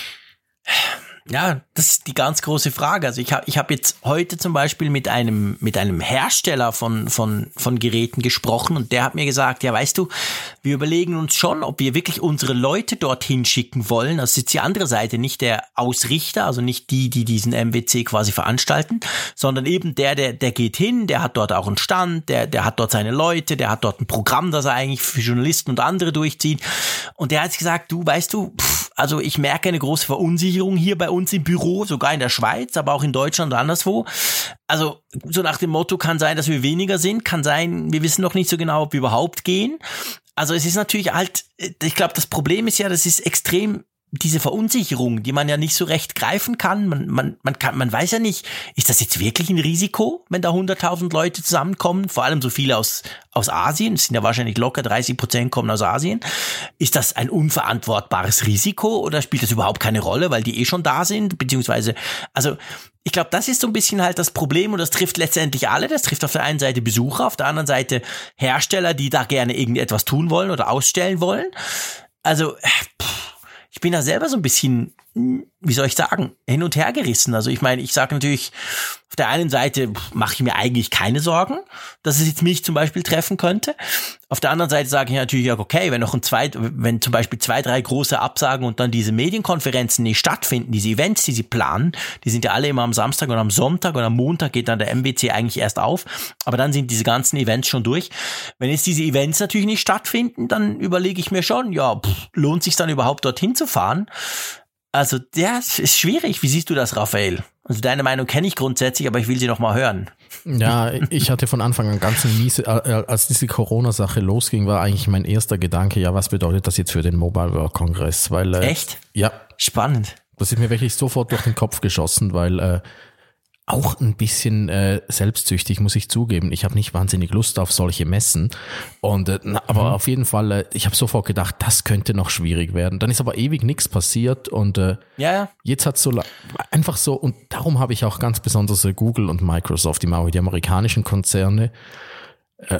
Ja, das ist die ganz große Frage. Also ich habe ich hab jetzt heute zum Beispiel mit einem mit einem Hersteller von von von Geräten gesprochen, und der hat mir gesagt, ja, weißt du, wir überlegen uns schon, ob wir wirklich unsere Leute dorthin schicken wollen. Das ist jetzt die andere Seite, nicht der Ausrichter, also nicht die, die diesen M W C quasi veranstalten, sondern eben der, der der geht hin, der hat dort auch einen Stand, der der hat dort seine Leute, der hat dort ein Programm, das er eigentlich für Journalisten und andere durchzieht. Und der hat gesagt, du, weißt du, pff, also ich merke eine große Verunsicherung hier bei uns im Büro, sogar in der Schweiz, aber auch in Deutschland und anderswo. Also so nach dem Motto, kann sein, dass wir weniger sind, kann sein, wir wissen noch nicht so genau, ob wir überhaupt gehen. Also es ist natürlich halt, ich glaube, das Problem ist ja, das ist extrem diese Verunsicherung, die man ja nicht so recht greifen kann. Man, man, man kann, man weiß ja nicht, ist das jetzt wirklich ein Risiko, wenn da hunderttausend Leute zusammenkommen, vor allem so viele aus, aus Asien, es sind ja wahrscheinlich locker dreißig Prozent kommen aus Asien. Ist das ein unverantwortbares Risiko oder spielt das überhaupt keine Rolle, weil die eh schon da sind, beziehungsweise, also, ich glaube, das ist so ein bisschen halt das Problem, und das trifft letztendlich alle. Das trifft auf der einen Seite Besucher, auf der anderen Seite Hersteller, die da gerne irgendetwas tun wollen oder ausstellen wollen. Also, pff, ich bin da selber so ein bisschen, wie soll ich sagen, hin und her gerissen. Also ich meine, ich sage natürlich, auf der einen Seite mache ich mir eigentlich keine Sorgen, dass es jetzt mich zum Beispiel treffen könnte. Auf der anderen Seite sage ich natürlich auch, okay, wenn noch ein zweit, wenn zum Beispiel zwei, drei große Absagen und dann diese Medienkonferenzen nicht stattfinden, diese Events, die sie planen, die sind ja alle immer am Samstag und am Sonntag, und am Montag geht dann der M W C eigentlich erst auf, aber dann sind diese ganzen Events schon durch. Wenn jetzt diese Events natürlich nicht stattfinden, dann überlege ich mir schon, ja, pff, lohnt sich dann überhaupt dorthin zu fahren? Also, ja, es ist schwierig. Wie siehst du das, Raphael? Also deine Meinung kenne ich grundsätzlich, aber ich will sie noch mal hören. Ja, ich hatte von Anfang an ganz miese, als diese Corona-Sache losging, war eigentlich mein erster Gedanke, ja, was bedeutet das jetzt für den Mobile World Congress? Weil, äh, Echt? Ja. Spannend. Das ist mir wirklich sofort durch den Kopf geschossen, weil äh, auch ein bisschen äh, selbstsüchtig, muss ich zugeben. Ich habe nicht wahnsinnig Lust auf solche Messen. Und äh, na, aber mhm. auf jeden Fall, äh, ich habe sofort gedacht, das könnte noch schwierig werden. Dann ist aber ewig nichts passiert und äh, ja, ja. jetzt hat so einfach so, und darum habe ich auch ganz besonders äh, Google und Microsoft, die, die amerikanischen Konzerne, äh,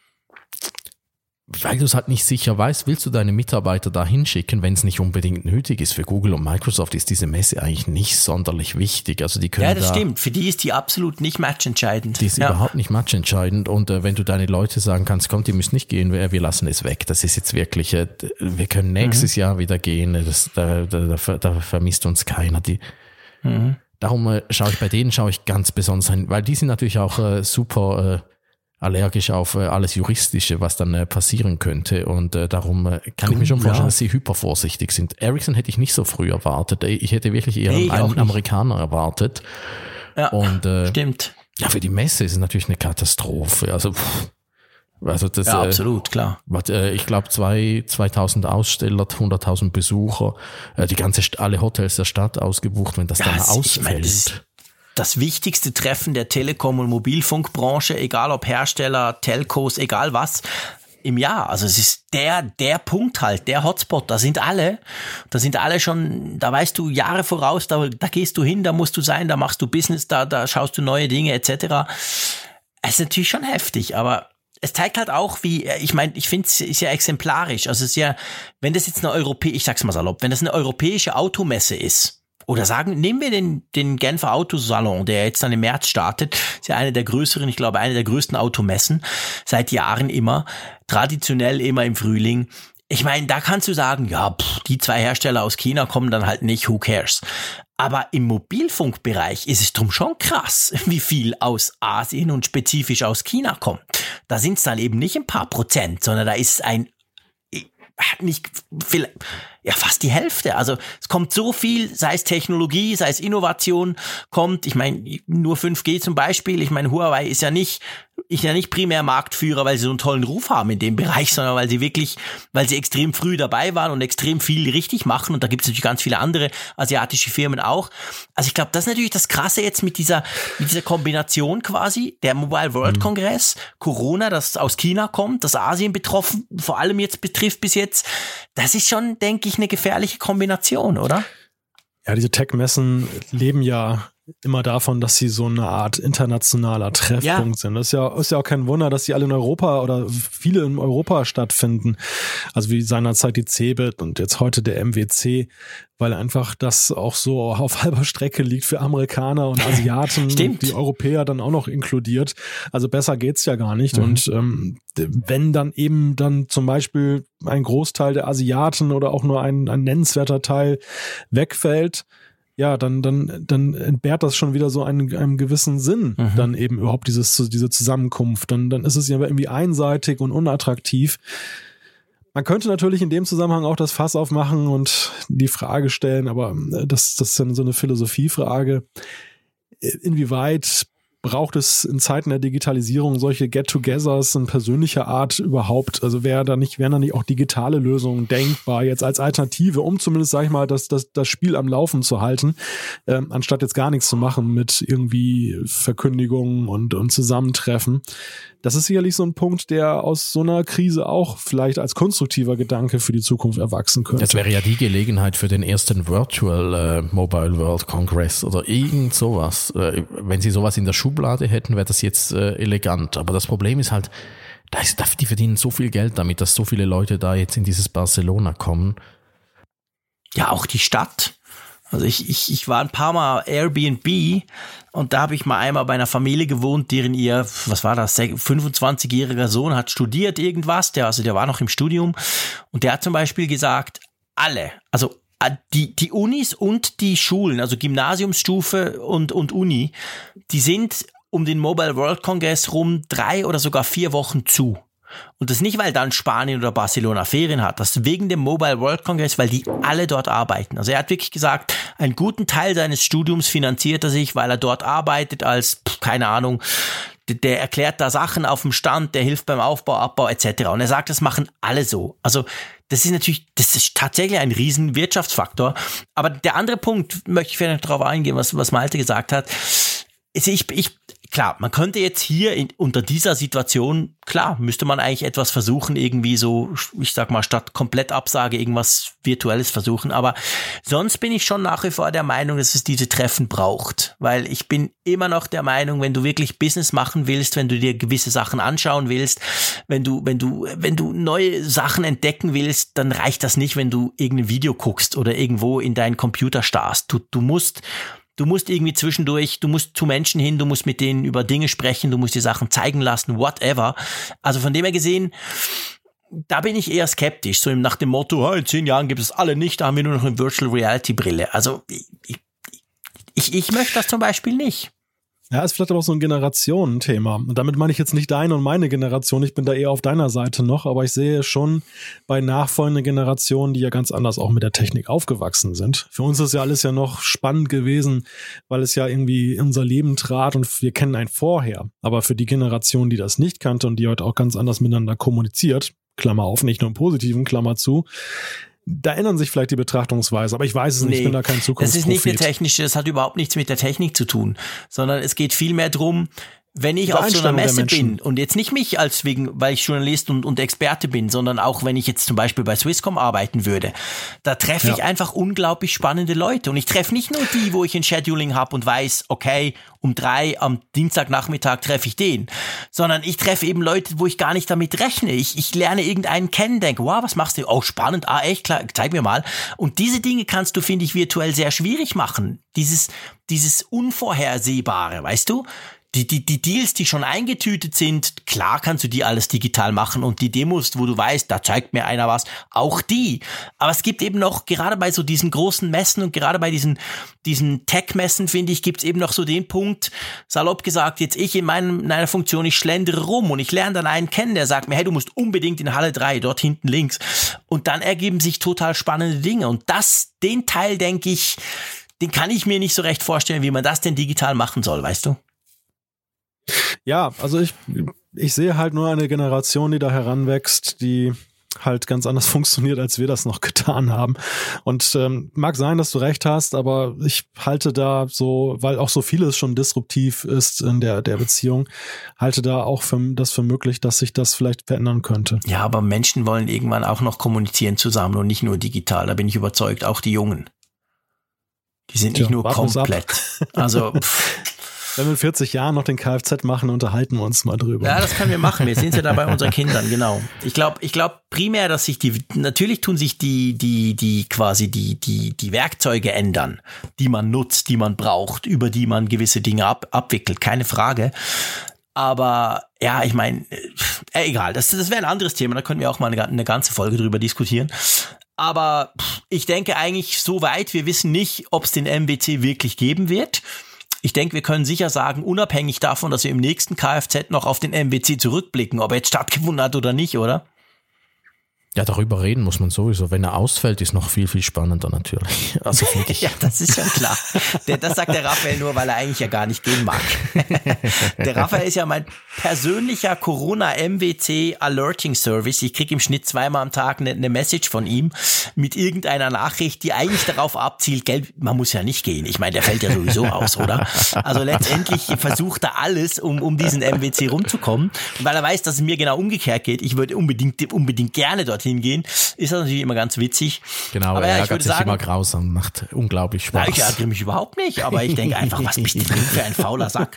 weil du es halt nicht sicher weißt, willst du deine Mitarbeiter da hinschicken, wenn es nicht unbedingt nötig ist. Für Google und Microsoft ist diese Messe eigentlich nicht sonderlich wichtig. Also die können ja, das da, stimmt. Für die ist die absolut nicht matchentscheidend. Die ist ja. überhaupt nicht matchentscheidend. Und äh, wenn du deine Leute sagen kannst, kommt, ihr müsst nicht gehen, wir, wir lassen es weg. Das ist jetzt wirklich, äh, wir können nächstes mhm. Jahr wieder gehen. Das, da, da, da, da vermisst uns keiner. Die, mhm. Darum äh, schaue ich bei denen schaue ich ganz besonders hin, weil die sind natürlich auch äh, super äh, allergisch auf äh, alles Juristische, was dann äh, passieren könnte, und äh, darum äh, kann ich mir schon vorstellen, ja. dass sie hypervorsichtig sind. Ericsson hätte ich nicht so früh erwartet. Ich hätte wirklich eher nee, einen Amerikaner erwartet. Ja, und, äh, stimmt. Ja, für die Messe ist es natürlich eine Katastrophe. Also, pff, also das, ja, äh, absolut, klar. Was, äh, ich glaube, zwei, zweitausend Aussteller, hunderttausend Besucher, äh, die ganze, alle Hotels der Stadt ausgebucht, wenn das ja, dann ausfällt. Ich mein, das Das wichtigste Treffen der Telekom- und Mobilfunkbranche, egal ob Hersteller, Telcos, egal was, im Jahr. Also es ist der, der Punkt halt, der Hotspot. Da sind alle, da sind alle schon, da weißt du Jahre voraus, da, da gehst du hin, da musst du sein, da machst du Business, da, da schaust du neue Dinge et cetera. Es ist natürlich schon heftig, aber es zeigt halt auch, wie, ich meine, ich finde es ist ja exemplarisch. Also es ist ja, wenn das jetzt eine europäische, ich sag's mal salopp, wenn das eine europäische Automesse ist, oder sagen, nehmen wir den, den Genfer Autosalon, der jetzt dann im März startet, ist ja eine der größeren, ich glaube, eine der größten Automessen, seit Jahren immer, traditionell immer im Frühling. Ich meine, da kannst du sagen, ja, pff, die zwei Hersteller aus China kommen dann halt nicht, who cares? Aber im Mobilfunkbereich ist es drum schon krass, wie viel aus Asien und spezifisch aus China kommt. Da sind es dann eben nicht ein paar Prozent, sondern da ist ein nicht viel, ja fast die Hälfte. Also es kommt so viel, sei es Technologie, sei es Innovation, kommt, ich meine, nur fünf G zum Beispiel, ich meine, Huawei ist ja nicht, ist ja nicht primär Marktführer, weil sie so einen tollen Ruf haben in dem Bereich, sondern weil sie wirklich, weil sie extrem früh dabei waren und extrem viel richtig machen, und da gibt es natürlich ganz viele andere asiatische Firmen auch. Also ich glaube, das ist natürlich das Krasse jetzt mit dieser, mit dieser Kombination quasi, der Mobile World mhm. Congress, Corona, das aus China kommt, das Asien betroffen, vor allem jetzt betrifft bis jetzt. Das ist schon, denke ich, eine gefährliche Kombination, oder? Ja, diese Tech-Messen leben ja immer davon, dass sie so eine Art internationaler Treffpunkt ja. sind. Das ist ja, ist ja auch kein Wunder, dass die alle in Europa oder viele in Europa stattfinden. Also wie seinerzeit die CeBIT und jetzt heute der M W C, weil einfach das auch so auf halber Strecke liegt für Amerikaner und Asiaten, die Europäer dann auch noch inkludiert. Also besser geht's ja gar nicht. Mhm. Und ähm, wenn dann eben dann zum Beispiel ein Großteil der Asiaten oder auch nur ein, ein nennenswerter Teil wegfällt, ja, dann, dann, dann entbehrt das schon wieder so einen, einen gewissen Sinn, mhm. dann eben überhaupt dieses, diese Zusammenkunft. Dann, dann ist es ja irgendwie einseitig und unattraktiv. Man könnte natürlich in dem Zusammenhang auch das Fass aufmachen und die Frage stellen, aber das, das ist dann so eine Philosophiefrage. Inwieweit braucht es in Zeiten der Digitalisierung solche Get-togethers in persönlicher Art überhaupt? Also wäre da nicht, wären da nicht auch digitale Lösungen denkbar jetzt als Alternative, um zumindest, sag ich mal, das, das, das Spiel am Laufen zu halten, ähm, anstatt jetzt gar nichts zu machen mit irgendwie Verkündigungen und, und Zusammentreffen. Das ist sicherlich so ein Punkt, der aus so einer Krise auch vielleicht als konstruktiver Gedanke für die Zukunft erwachsen könnte. Das wäre ja die Gelegenheit für den ersten Virtual äh, Mobile World Congress oder irgend sowas. Äh, wenn sie sowas in der Schublade hätten, wäre das jetzt äh, elegant. Aber das Problem ist halt, da ist, die verdienen so viel Geld damit, dass so viele Leute da jetzt in dieses Barcelona kommen. Ja, auch die Stadt. Also ich, ich, ich war ein paar Mal Airbnb und da habe ich mal einmal bei einer Familie gewohnt, deren ihr, was war das, fünfundzwanzigjähriger Sohn hat studiert irgendwas, der, also der war noch im Studium, und der hat zum Beispiel gesagt, alle, also die, die Unis und die Schulen, also Gymnasiumsstufe und, und Uni, die sind um den Mobile World Congress rum drei oder sogar vier Wochen zu. Und das nicht, weil dann Spanien oder Barcelona Ferien hat, das wegen dem Mobile World Congress, weil die alle dort arbeiten. Also er hat wirklich gesagt, einen guten Teil seines Studiums finanziert er sich, weil er dort arbeitet als, keine Ahnung, der erklärt da Sachen auf dem Stand, der hilft beim Aufbau, Abbau et cetera. Und er sagt, das machen alle so. Also das ist natürlich, das ist tatsächlich ein riesen Wirtschaftsfaktor. Aber der andere Punkt, möchte ich vielleicht noch darauf eingehen, was, was Malte gesagt hat. also ich, ich, klar, man könnte jetzt hier in, unter dieser Situation, klar, müsste man eigentlich etwas versuchen, irgendwie so, ich sag mal, statt komplett Absage irgendwas Virtuelles versuchen, aber sonst bin ich schon nach wie vor der Meinung, dass es diese Treffen braucht, weil ich bin immer noch der Meinung, wenn du wirklich Business machen willst, wenn du dir gewisse Sachen anschauen willst, wenn du, wenn du, wenn du neue Sachen entdecken willst, dann reicht das nicht, wenn du irgendein Video guckst oder irgendwo in deinen Computer starrst. Du, du musst Du musst irgendwie zwischendurch, du musst zu Menschen hin, du musst mit denen über Dinge sprechen, du musst dir Sachen zeigen lassen, whatever. Also von dem her gesehen, da bin ich eher skeptisch, so nach dem Motto, in zehn Jahren gibt es alle nicht, da haben wir nur noch eine Virtual Reality Brille. Also ich, ich, ich möchte das zum Beispiel nicht. Ja, ist vielleicht aber auch so ein Generationenthema. Und damit meine ich jetzt nicht deine und meine Generation. Ich bin da eher auf deiner Seite noch, aber ich sehe schon bei nachfolgenden Generationen, die ja ganz anders auch mit der Technik aufgewachsen sind. Für uns ist ja alles ja noch spannend gewesen, weil es ja irgendwie in unser Leben trat und wir kennen ein Vorher. Aber für die Generation, die das nicht kannte und die heute auch ganz anders miteinander kommuniziert, Klammer auf, nicht nur im Positiven, Klammer zu, da ändern sich vielleicht die Betrachtungsweise, aber ich weiß es nicht, nee, ich bin da kein Zukunftsprophet. Das ist nicht eine technische, das hat überhaupt nichts mit der Technik zu tun, sondern es geht vielmehr drum, wenn ich auf so einer Messe bin und jetzt nicht mich als wegen, weil ich Journalist und, und Experte bin, sondern auch wenn ich jetzt zum Beispiel bei Swisscom arbeiten würde, da treffe ich ja. einfach unglaublich spannende Leute und ich treffe nicht nur die, wo ich ein Scheduling habe und weiß, okay, um drei am Dienstagnachmittag treffe ich den, sondern ich treffe eben Leute, wo ich gar nicht damit rechne. Ich, ich lerne irgendeinen kennen, denke, wow, was machst du? Oh, spannend, ah, echt, klar, zeig mir mal. Und diese Dinge kannst du, finde ich, virtuell sehr schwierig machen. Dieses, dieses Unvorhersehbare, weißt du? Die, die, die Deals, die schon eingetütet sind, klar kannst du die alles digital machen und die Demos, wo du weißt, da zeigt mir einer was, auch die. Aber es gibt eben noch, gerade bei so diesen großen Messen und gerade bei diesen, diesen Tech-Messen, finde ich, gibt es eben noch so den Punkt, salopp gesagt, jetzt ich in, meinem, in einer Funktion, ich schlendere rum und ich lerne dann einen kennen, der sagt mir, hey, du musst unbedingt in Halle drei, dort hinten links. Und dann ergeben sich total spannende Dinge. Und das, den Teil, denke ich, den kann ich mir nicht so recht vorstellen, wie man das denn digital machen soll, weißt du? Ja, also ich, ich sehe halt nur eine Generation, die da heranwächst, die halt ganz anders funktioniert, als wir das noch getan haben. Und ähm, mag sein, dass du recht hast, aber ich halte da so, weil auch so vieles schon disruptiv ist in der, der Beziehung, halte da auch für, das für möglich, dass sich das vielleicht verändern könnte. Ja, aber Menschen wollen irgendwann auch noch kommunizieren zusammen und nicht nur digital. Da bin ich überzeugt, auch die Jungen. Die sind nicht Tja, nur komplett. Also pff. Wenn wir in vierzig Jahren noch den Kfz machen, unterhalten wir uns mal drüber. Ja, das können wir machen. Wir sind ja da bei unseren Kindern, genau. Ich glaube, ich glaube primär, dass sich die, natürlich tun sich die, die, die quasi die, die, die Werkzeuge ändern, die man nutzt, die man braucht, über die man gewisse Dinge ab, abwickelt. Keine Frage. Aber ja, ich meine, äh, egal. Das, das wäre ein anderes Thema. Da können wir auch mal eine, eine ganze Folge drüber diskutieren. Aber ich denke eigentlich so weit, wir wissen nicht, ob es den M W C wirklich geben wird. Ich denke, wir können sicher sagen, unabhängig davon, dass wir im nächsten Kfz noch auf den M W C zurückblicken, ob er jetzt stattgefunden hat oder nicht, oder? Ja, darüber reden muss man sowieso. Wenn er ausfällt, ist noch viel, viel spannender natürlich. Also finde ich. Ja, das ist schon klar. Der, das sagt der Raphael nur, weil er eigentlich ja gar nicht gehen mag. Der Raphael ist ja mein persönlicher Corona-M W C-Alerting-Service. Ich kriege im Schnitt zweimal am Tag eine, eine Message von ihm mit irgendeiner Nachricht, die eigentlich darauf abzielt, gell, man muss ja nicht gehen. Ich meine, der fällt ja sowieso aus, oder? Also letztendlich versucht er alles, um, um diesen M W C rumzukommen. Und weil er weiß, dass es mir genau umgekehrt geht, ich würde unbedingt, unbedingt gerne dorthin hingehen, ist das natürlich immer ganz witzig. Genau, aber er ja, ärgert sich sagen, immer grausam, macht unglaublich Spaß. Na, ich ärgere mich überhaupt nicht, aber ich denke einfach, was bist du denn für ein fauler Sack?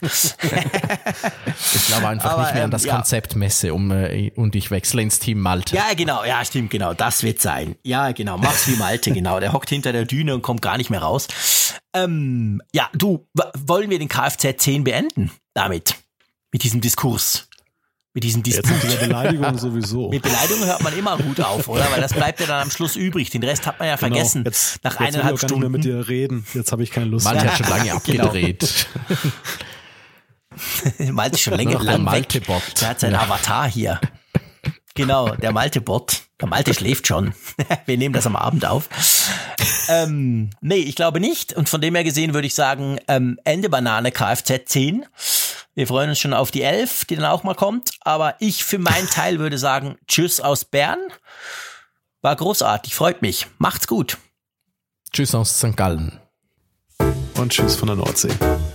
Ich glaube einfach aber, nicht mehr an das ähm, Konzept Messe um, äh, und ich wechsle ins Team Malte. Ja, genau, ja, stimmt, genau, das wird sein. Ja, genau, mach's wie Malte, genau, der hockt hinter der Düne und kommt gar nicht mehr raus. Ähm, ja, du, w- wollen wir den Kfz zehn beenden damit? Mit diesem Diskurs? Mit diesen Disput. Jetzt mit der Beleidigung sowieso. Mit Beleidigung hört man immer gut auf, oder? Weil das bleibt ja dann am Schluss übrig. Den Rest hat man ja genau. vergessen. Jetzt, nach jetzt eineinhalb will ich auch Stunden. gar nicht mehr mit dir reden. Jetzt habe ich keine Lust. Malte hat schon lange abgedreht. Malte ist schon länger lang weg. Der hat seinen ja. Avatar hier. Genau, der Malte-Bot. Der Malte schläft schon. Wir nehmen das am Abend auf. ähm, nee, ich glaube nicht. Und von dem her gesehen würde ich sagen, ähm, Ende Banane Kfz zehn. Wir freuen uns schon auf die elf, die dann auch mal kommt. Aber ich für meinen Teil würde sagen, tschüss aus Bern. War großartig, freut mich. Macht's gut. Tschüss aus Sankt Gallen. Und tschüss von der Nordsee.